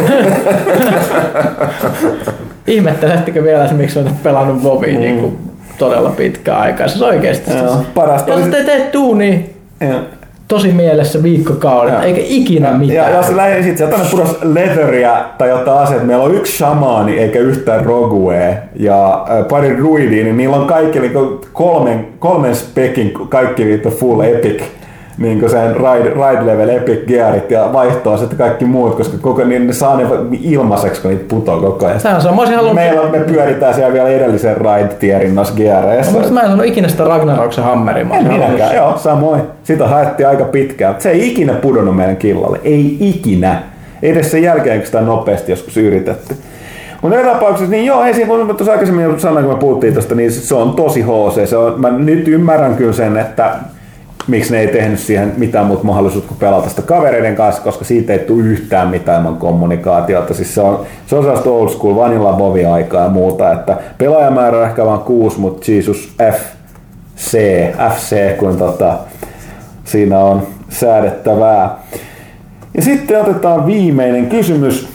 Ihmettelettekö vielä se, miksi olet pelannut WoWia mm. niin kuin todella pitkään aikaa? Se on oikeesti. Joo, parasta. Jos te teet duunia tosi mielessä viikkokaudet, eikä ikinä mitään. Ja jos lähdin sit sieltä tänne pudos leatheria tai jotain aseet, meillä on yksi shamaani eikä yhtään roguea ja äh, pari druidia, niin niillä on kaikki niin kolmen, kolmen spekin kaikki vittu full epic. Niin sen ride, ride level epic gearit ja vaihtoa sitten kaikki muut, koska koko niin ne saa ne ilmaiseksi, kun niitä putoo koko ajan. Sehän on, mä olisin halunnut... Meillä me pyöritään siellä vielä edellisen ride-tierin noissa geareissa. Mä, mä en sanonut ikinä sitä Ragnaroksen hammeria. En minäkään, joo, samoin. Sitä haettiin aika pitkään. Se ei ikinä pudonnut meidän killalle. Ei ikinä. Ei edes sen jälkeen, kun sitä nopeasti joskus yritetty. Mutta joka tapauksessa, niin joo, ei siinä, kun tuossa aikaisemmin sanoin, kun me puhuttiin tosta, niin se on tosi H C. Se on, mä nyt ymmärrän kyllä sen, että miksi ne ei tehnyt siihen mitään muuta mahdollisuutta kuin pelata sitä kavereiden kanssa, koska siitä ei tule yhtään mitään ilman kommunikaatiota. Siis se on, se on sellaista old school vanilla bovi-aikaa ja muuta, että pelaajamäärä on ehkä vain kuusi, mutta Jesus F C, F C, kun tota, siinä on säädettävää. Ja sitten otetaan viimeinen kysymys.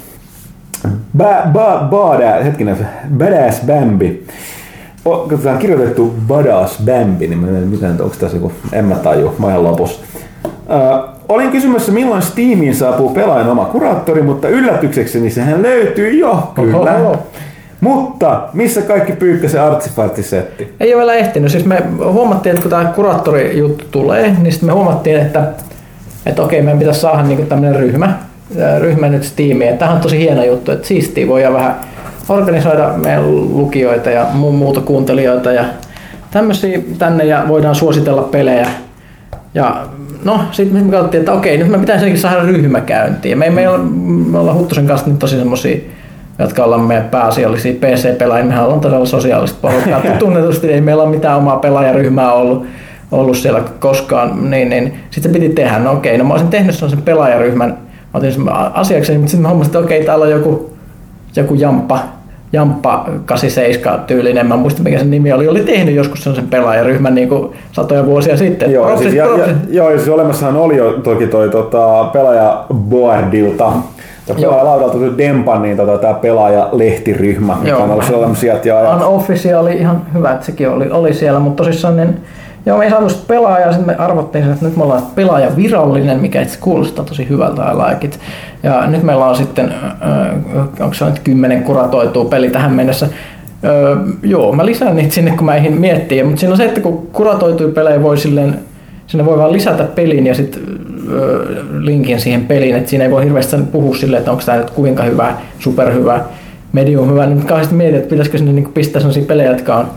Ba, ba, bada, hetkinen, Badass Bambi. Kun tämä on kirjoitettu Badass Bambi, niin miten, onko tässä joku, en mä taju, mä ihan lopussa. Ö, olin kysymässä, milloin Steamiin saapuu pelaajan oma kuraattori, mutta yllätyksekseni sehän löytyy jo, kyllä. Oho. Mutta missä kaikki Pyykkäsen artsifarttisetti? Ei ole vielä ehtinyt. Siis me huomattiin, että kun tämä kuraattorijuttu tulee, niin sitten me huomattiin, että, että okei, meidän pitäisi saada niinku tämmöinen ryhmä, ryhmä nyt Steamiin. Tämä on tosi hieno juttu, että siistiä voidaan vähän organisoida meidän lukijoita ja muuta kuuntelijoita ja tämmöisiä tänne ja voidaan suositella pelejä. Ja no, sitten me katsottiin, että okei, nyt me pitäisi ensinnäkin saada ryhmä käyntiin. Me, me, me ollaan Huttusen kanssa nyt tosi semmosia, jotka ollaan meidän pääasiallisia P C-pelaajia. Mehän ollaan todella sosiaalista porukkaa. Tunnetusti ei meillä ole mitään omaa pelaajaryhmää ollut, ollut siellä koskaan. Niin, niin. Sitten se piti tehdä. No okei, no mä olisin tehnyt sellaisen pelaajaryhmän. Mä otin sen asiakseni, mutta sitten mä huomasin, että okei, täällä on joku, joku jamppa. Jamppa kahdeksankymmentäseitsemän tyylinen, mä en muista mikä sen nimi oli, oli tehnyt joskus sellaisen pelaajaryhmän niin kuin satoja vuosia sitten. Joo, siis, ja, ja, joo siis olemassahan oli jo toki toi tota, pelaajaboardilta ja pelaajalaudalta Dempan, niin tota, tämä pelaajalehtiryhmä, mikä on ollut olemassa sieltä. Ja Unofficial oli ihan hyvä, että sekin oli, oli siellä, mutta tosissaan niin, joo, me ei saatu sitä pelaajaa, sitten me arvottiin, että nyt me ollaan pelaaja virallinen, mikä itse kuulostaa tosi hyvältä, I like it. Ja nyt meillä on sitten, äh, onko se nyt kymmenen kuratoitua peli tähän mennessä. Öö, joo, mä lisään niitä sinne, kun mä eihin miettiä, mutta siinä on se, että kun kuratoituja pelejä voi silleen, sinne voi vaan lisätä pelin ja sitten linkin siihen peliin, että siinä ei voi hirveästi puhua silleen, että onko tämä nyt kuinka hyvä, superhyvä, medium hyvä, niin kauheasti mietin, että pitäisikö sinne niin pistää sellaisia pelejä, jotka on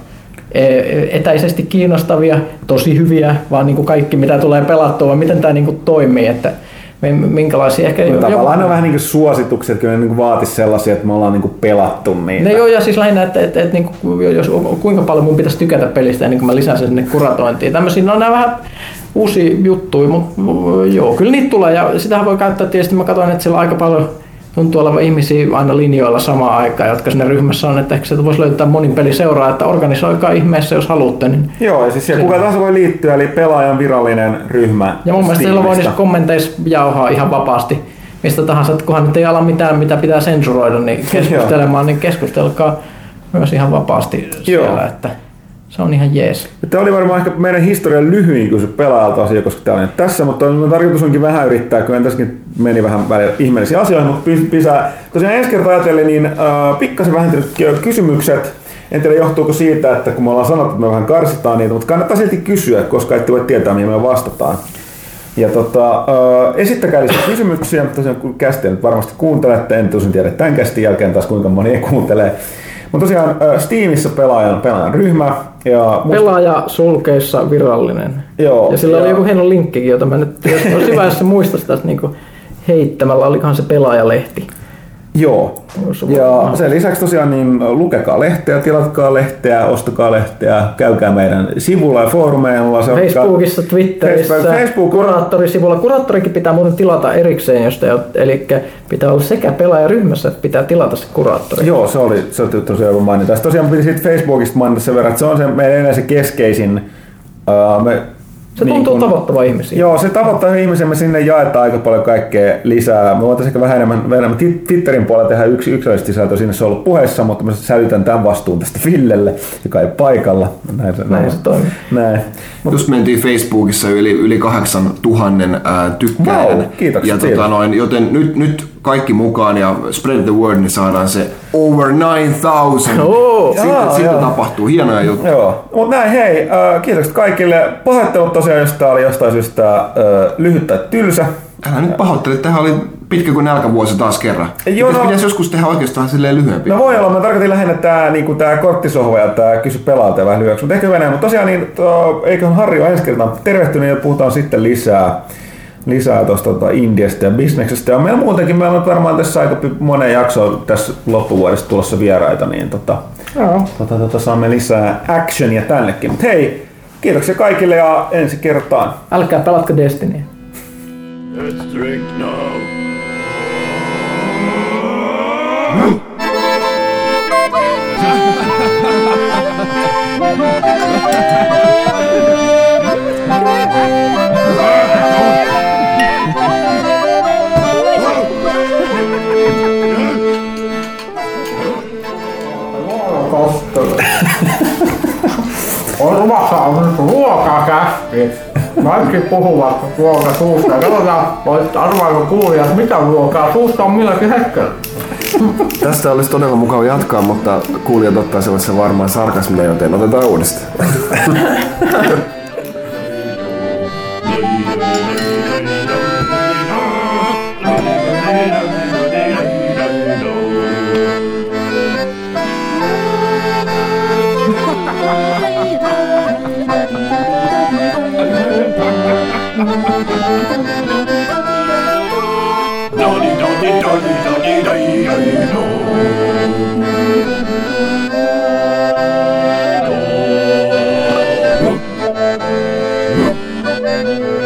etäisesti kiinnostavia, tosi hyviä, vaan niin kuin kaikki mitä tulee pelattua, vai miten tämä niin kuin toimii, että minkälaisia ehkä... No, tavallaan ne on vähän niin kuin suositukset, kyllä ne niin kuin vaatisi sellaisia, että me ollaan niin kuin pelattu niitä. Ne joo, ja siis lähinnä, että, että, että, että niin jos, kuinka paljon mun pitäisi tykätä pelistä ennen kuin mä lisään sen sinne kuratointiin. Tämmöisiä, no nämä vähän uusia juttuja, mutta joo, kyllä niitä tulee, ja sitähän voi käyttää tietysti, mä katsoin, että siellä aika paljon tuntuu olevan ihmisiä aina linjoilla samaan aikaan, jotka siinä ryhmässä on, että ehkä sieltä voisi löytää monin peli seuraa, että organisoikaa ihmeessä, jos haluatte. Niin joo, ja siis siellä kuka tahansa voi liittyä, eli pelaajan virallinen ryhmä. Ja mun mielestä siellä voi niissä kommenteissa jauhaa ihan vapaasti mistä tahansa, että kunhan nyt ei ala mitään, mitä pitää sensuroida, niin keskustelemaan, niin keskustelkaa myös ihan vapaasti siellä, joo. Että se on ihan jees. Tämä oli varmaan ehkä meidän historian lyhyin kuin se pelaajalta asia, koska tämä on tässä, mutta tarkoitus onkin vähän yrittää, kyllä tässäkin meni vähän välillä ihmeellisiä asioita, mutta pisää. Tosiaan ensi kertaa ajatellen, niin äh, pikkasen vähän kysymykset. En tiedä johtuuko siitä, että kun me ollaan sanottu, että me vähän karsitaan niitä, mutta kannattaa silti kysyä, koska ette voi tietää, mihin me vastataan. Ja tota, äh, esittäkää lisää kysymyksiä, tosiaan kun kästiä nyt varmasti kuuntelette, en tosin tiedä tämän kästin jälkeen taas kuinka moni ei kuuntele. Mutta tosiaan äh, Steamissa pelaajan, pelaajan ryhmä. Ja musta... Pelaaja sulkeissa virallinen. Joo, ja sillä ja... oli joku hieno linkkikin, jota mä nyt, jos olisi hyvä, jos se muistaisi tästä niin heittämällä, olikohan se pelaajalehti. Joo, ja sen lisäksi tosiaan niin lukekaa lehteä, tilatkaa lehteä, ostakaa lehteä, käykää meidän sivulla ja foorumeilla. Se Facebookissa, Twitterissä, Facebook, Facebook, kuraattorisivulla. Kuraattorikin pitää muuten tilata erikseen, josta, eli pitää olla sekä pelaajaryhmässä, että pitää tilata se kuraattori. Joo, se oli, se oli tosiaan mainita. Tosiaan piti siitä Facebookista mainita sen verran, että se on se meidän se keskeisin. Uh, me, Se tuntuu niin kun, tavoittava ihmisiä. Joo, se tavoittaa ihmisiä, me sinne jaetaan aika paljon kaikkea lisää. Me voitaisiin ehkä vähän enemmän, vähän enemmän Twitterin puolella tehdä yksi yksilöllistä sisältöä, sinne se on ollut puheessa, mutta mä sälytän tämän vastuun tästä Villelle, joka ei paikalla. Näin, näin se toimii. Näin. Just mentiin Facebookissa yli, yli kahdeksan tuhannen ää, tykkääjän. Wow, kiitoksia. Ja tota noin, joten nyt, nyt kaikki mukaan ja spread the word, niin saadaan se over nine thousand. Oh, sitten jaa, sitten jaa. tapahtuu hienoja juttuja. Joo, mutta näin hei, äh, kiitokset kaikille. Pahoittelut tosiaan, jos tää oli jostain syystä äh, lyhyt tai tylsä. Älä nyt pahoittele, tämähän oli pitkä kuin nälkävuosi taas kerran. Joo, no, pitäisi joskus tehdä oikeastaan silleen lyhyempi. No voi olla, mä tarkoitin lähinnä tää, niinku, tää korttisohva ja tää kysy pelaalta vähän lyhyeksi, mutta ehkä hyvä näin. Mutta tosiaan, niin, to, eiköhän Harri ole ensi kertaan tervehtynyt ja puhutaan sitten lisää. lisää tuosta tota, Indiasta ja bisneksestä. Ja meillä muutenkin, meillä on varmaan tässä aika monen jaksoa tässä loppuvuodesta tulossa vieraita, niin tota, tota, tota, saamme lisää actionia tännekin. Mut hei, kiitoksia kaikille ja ensi kertaan. Älkää pelatko Destinyä. Let's drink now. On luvassa on ruokakästi. Kaikki puhuvat ruokasuusta. Katsotaan, voit arvailla kuulijat, mitä ruokaa suusta on milläkin hetkellä. Tästä olisi todella mukava jatkaa, mutta kuulijat ottaisivat sen varmaan sarkasmina, joten otetaan uudestaan. Dolly, dolly, dolly, dolly, dolly, dolly, do.